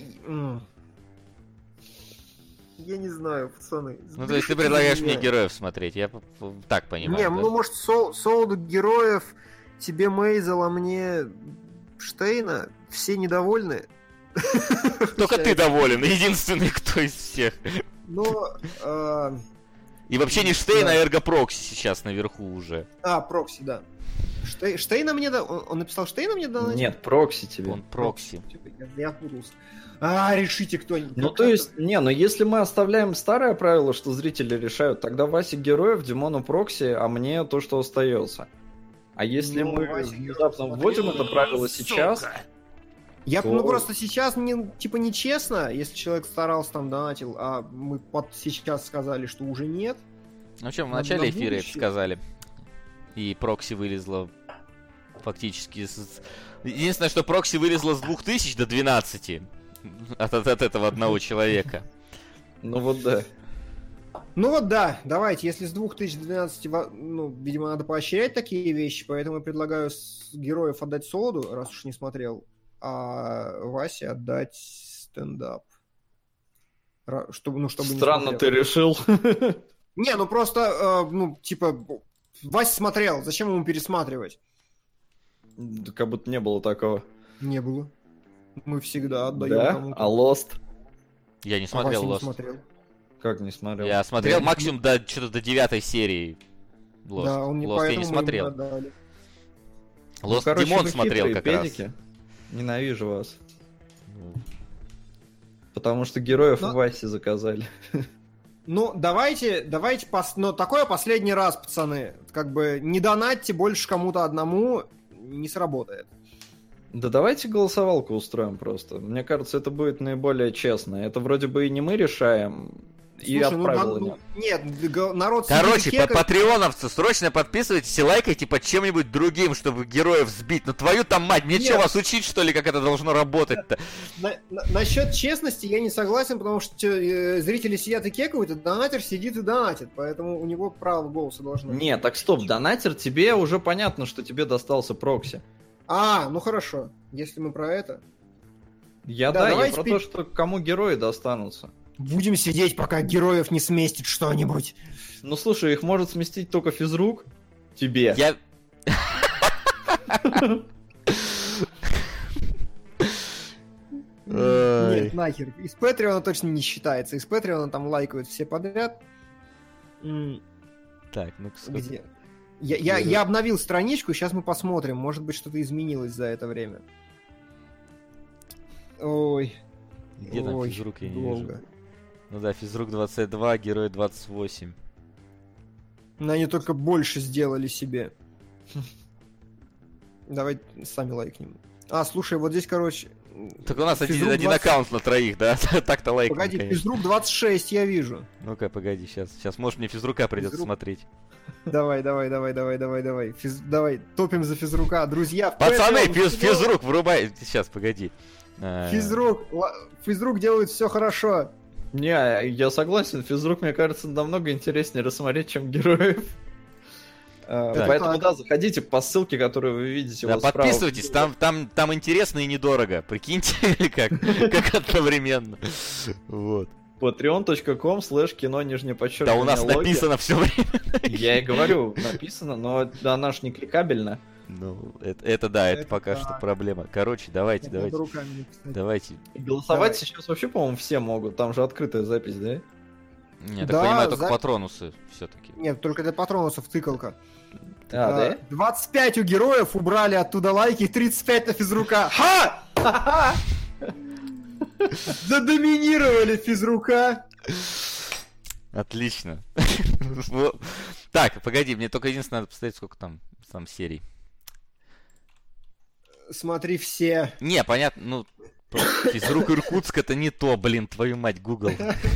я не знаю, пацаны. Ну, то есть ты предлагаешь мне героев смотреть, я так понимаю. Не, ну, может, Солоду героев, тебе Мейзел, а мне Штейна, все недовольны. Только ты доволен, единственный, кто из всех. Но... И вообще не Штейн, а Эрго Прокси сейчас наверху уже. Прокси, да. Штейна мне... Он написал Штейна мне донатил? Нет, Прокси тебе. Он Прокси. Я путался. Решите кто-нибудь. Ну, то есть, но если мы оставляем старое правило, что зрители решают, тогда Васе героев, Димону Прокси, а мне то, что остается. А если мы внезапно вводим это правило сейчас... просто сейчас нечестно, если человек старался там донатил, а мы сейчас сказали, что уже нет. Ну что, в начале эфира это сказали. И Прокси вылезла фактически... Единственное, что Прокси вылезла с 2000 до 12 от этого одного человека. Ну вот да. Давайте, если с 2000 до 12, видимо, надо поощрять такие вещи, поэтому я предлагаю героев отдать Солоду, раз уж не смотрел, а Васе отдать стендап. Чтобы Странно ты решил. Не, просто, Вася смотрел, зачем ему пересматривать? Как будто не было такого. Не было. Мы всегда отдаем кому-то. А Lost? Я не смотрел Lost. Не смотрел. Как не смотрел? Я смотрел максимум до 9 серии Lost. Да, он не Lost я не смотрел. Lost Димон смотрел как педики. Раз. Ненавижу вас. Потому что героев Васе заказали. Давайте, такое последний раз, пацаны. Не донатьте больше кому-то одному, не сработает. Да давайте голосовалку устроим просто. Мне кажется, это будет наиболее честно. Это вроде бы и не мы решаем, и от правил нет. Нет, народ... Короче, патреоновцы, срочно подписывайтесь и лайкайте под чем-нибудь другим, чтобы героев сбить. Твою там мать, мне что, вас учить, что ли, как это должно работать-то? Насчет честности я не согласен, потому что зрители сидят и кекают, а донатер сидит и донатит, поэтому у него право голоса должно быть. Нет, так стоп, донатер, тебе уже понятно, что тебе достался Прокси. Хорошо, если мы про это. Я про то, что кому герои достанутся. Будем сидеть, пока героев не сместит что-нибудь. Слушай, их может сместить только физрук. Тебе. Нет, нахер. Из Патреона точно не считается. Из Патреона там лайкают все подряд. Так, где? Я обновил страничку, сейчас мы посмотрим. Может быть, что-то изменилось за это время. Ой. Где там физрук, я не вижу. Физрук 22, герой 28. Они только больше сделали себе. Давай сами лайкнем. Слушай, вот здесь, короче... Так у нас один аккаунт на троих, да? Так-то лайкнем, Погоди, конечно. Физрук 26 я вижу. Ну-ка, погоди, сейчас может мне физрука придется смотреть. Давай. Давай, топим за физрука. Друзья, пацаны, физрук, врубай. Сейчас, погоди. Физрук делает все хорошо. Не, я согласен, физрук, мне кажется, намного интереснее рассмотреть, чем героев. Поэтому, заходите по ссылке, которую вы видите. Да, подписывайтесь, там интересно и недорого. Прикиньте, как одновременно. Вот. patreon.com/кино_. Да, у нас написано все время. Я и говорю, написано, но она ж не кликабельна. Это пока что проблема. Короче, давайте. Голосовать сейчас вообще, по-моему, все могут. Там же открытая запись, да? Нет, я понимаю, только патронусы все-таки. Нет, только для патронусов тыкалка. Да? 25 у героев убрали оттуда лайки, 35 на физрука. Ха! Задоминировали физрука. Отлично. Так, погоди, мне только единственное надо посмотреть, сколько там серий. Смотри все. Не, понятно, физрук Иркутск это не то, твою мать, Google.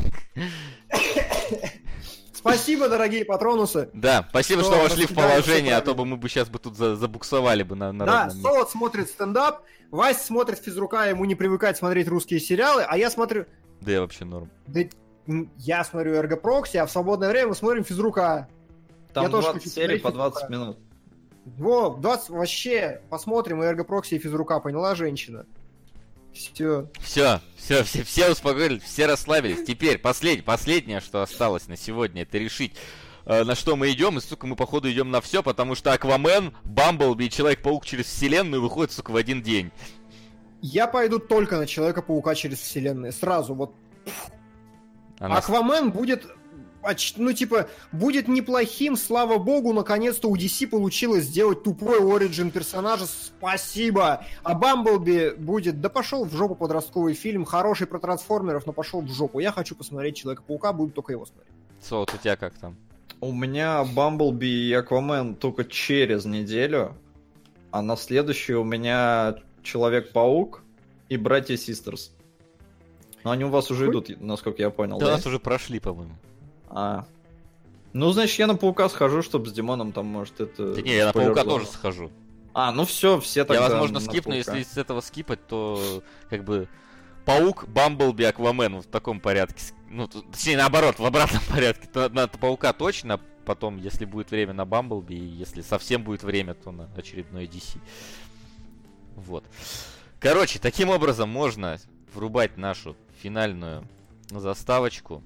Спасибо, дорогие патронусы. Да, спасибо, что вошли в положение, а то бы мы сейчас тут забуксовали бы на Да, Солод смотрит стендап, Вась смотрит физрука, ему не привыкать смотреть русские сериалы, а я смотрю... Да я вообще норм. Да, я смотрю Эргопрокси, а в свободное время мы смотрим физрука. Там я 20 серий по 20 минут. 20 вообще. Посмотрим Эргопрокси и физрука, поняла женщина? Все, успокоились, все расслабились. Теперь последнее, что осталось на сегодня, это решить, на что мы идем. И, сука, мы, походу, идем на все, потому что Аквамен, Бамблби и Человек-паук через вселенную выходят, сука, в один день. Я пойду только на Человека-паука через вселенную. Сразу, вот. Аквамен будет ну, типа, будет неплохим, слава богу, наконец-то у DC получилось сделать тупой оригин персонажа, спасибо. А Бамблби будет, да пошел в жопу подростковый фильм, хороший про трансформеров, но пошел в жопу. Я хочу посмотреть Человека-паука, буду только его смотреть. Солод, у тебя как там? У меня Бамблби и Аквамен только через неделю, а на следующую у меня Человек-паук и Братья Систерс. Но они у вас уже идут, насколько я понял, да? Да, нас уже прошли, по-моему. Ну, значит, я на Паука схожу, чтобы с Димоном там, может, это... Да не, я на Паука тоже схожу. Ну все тогда... Я, возможно, скипну, если с этого скипать, то, как бы, Паук, Бамблби, Аквамен, в таком порядке. Ну, точнее, наоборот, в обратном порядке. На Паука точно, потом, если будет время, на Бамблби, и если совсем будет время, то на очередной DC. Вот. Короче, таким образом можно врубать нашу финальную заставочку.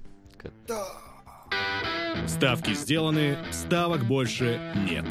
Ставки сделаны, ставок больше нет.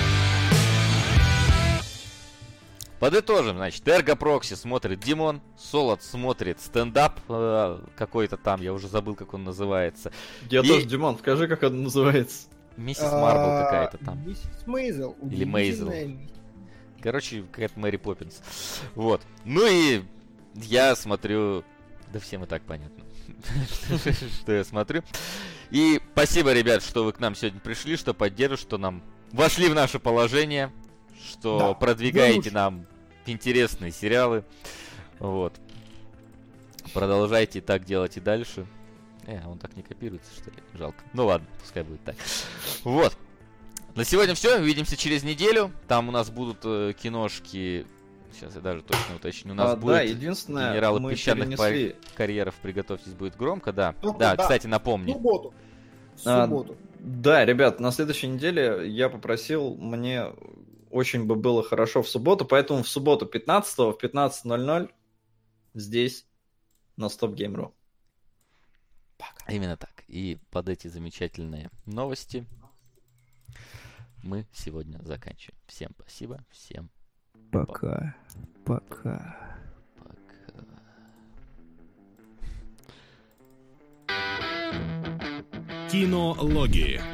Подытожим, значит, Эрго Прокси смотрит Димон, Солод смотрит стендап какой-то там, я уже забыл, как он называется. Я тоже, Димон, скажи, как он называется. Миссис Марвел какая-то там. Миссис Мейзел. Или Мейзел. Короче, какая-то Мэри Поппинс. Вот. Ну и я смотрю... Да всем и так понятно, что я смотрю. И спасибо, ребят, что вы к нам сегодня пришли, что поддерживаете, что нам вошли в наше положение, что продвигаете нам интересные сериалы. Вот. Продолжайте так делать и дальше. Он так не копируется, что ли? Жалко. Ну ладно, пускай будет так. Вот. На сегодня все. Увидимся через неделю. Там у нас будут киношки. Сейчас я даже точно уточню. У нас будет единственное, генералы песчаных карьеров. Приготовьтесь, будет громко, да. Да, кстати, напомни. В субботу. Да, ребят, на следующей неделе я попросил, мне очень бы было хорошо в субботу, поэтому в субботу 15-го в 15:00 здесь на Stop Game.ru. Именно так. И под эти замечательные новости мы сегодня заканчиваем. Всем спасибо, всем пока. Кинологии.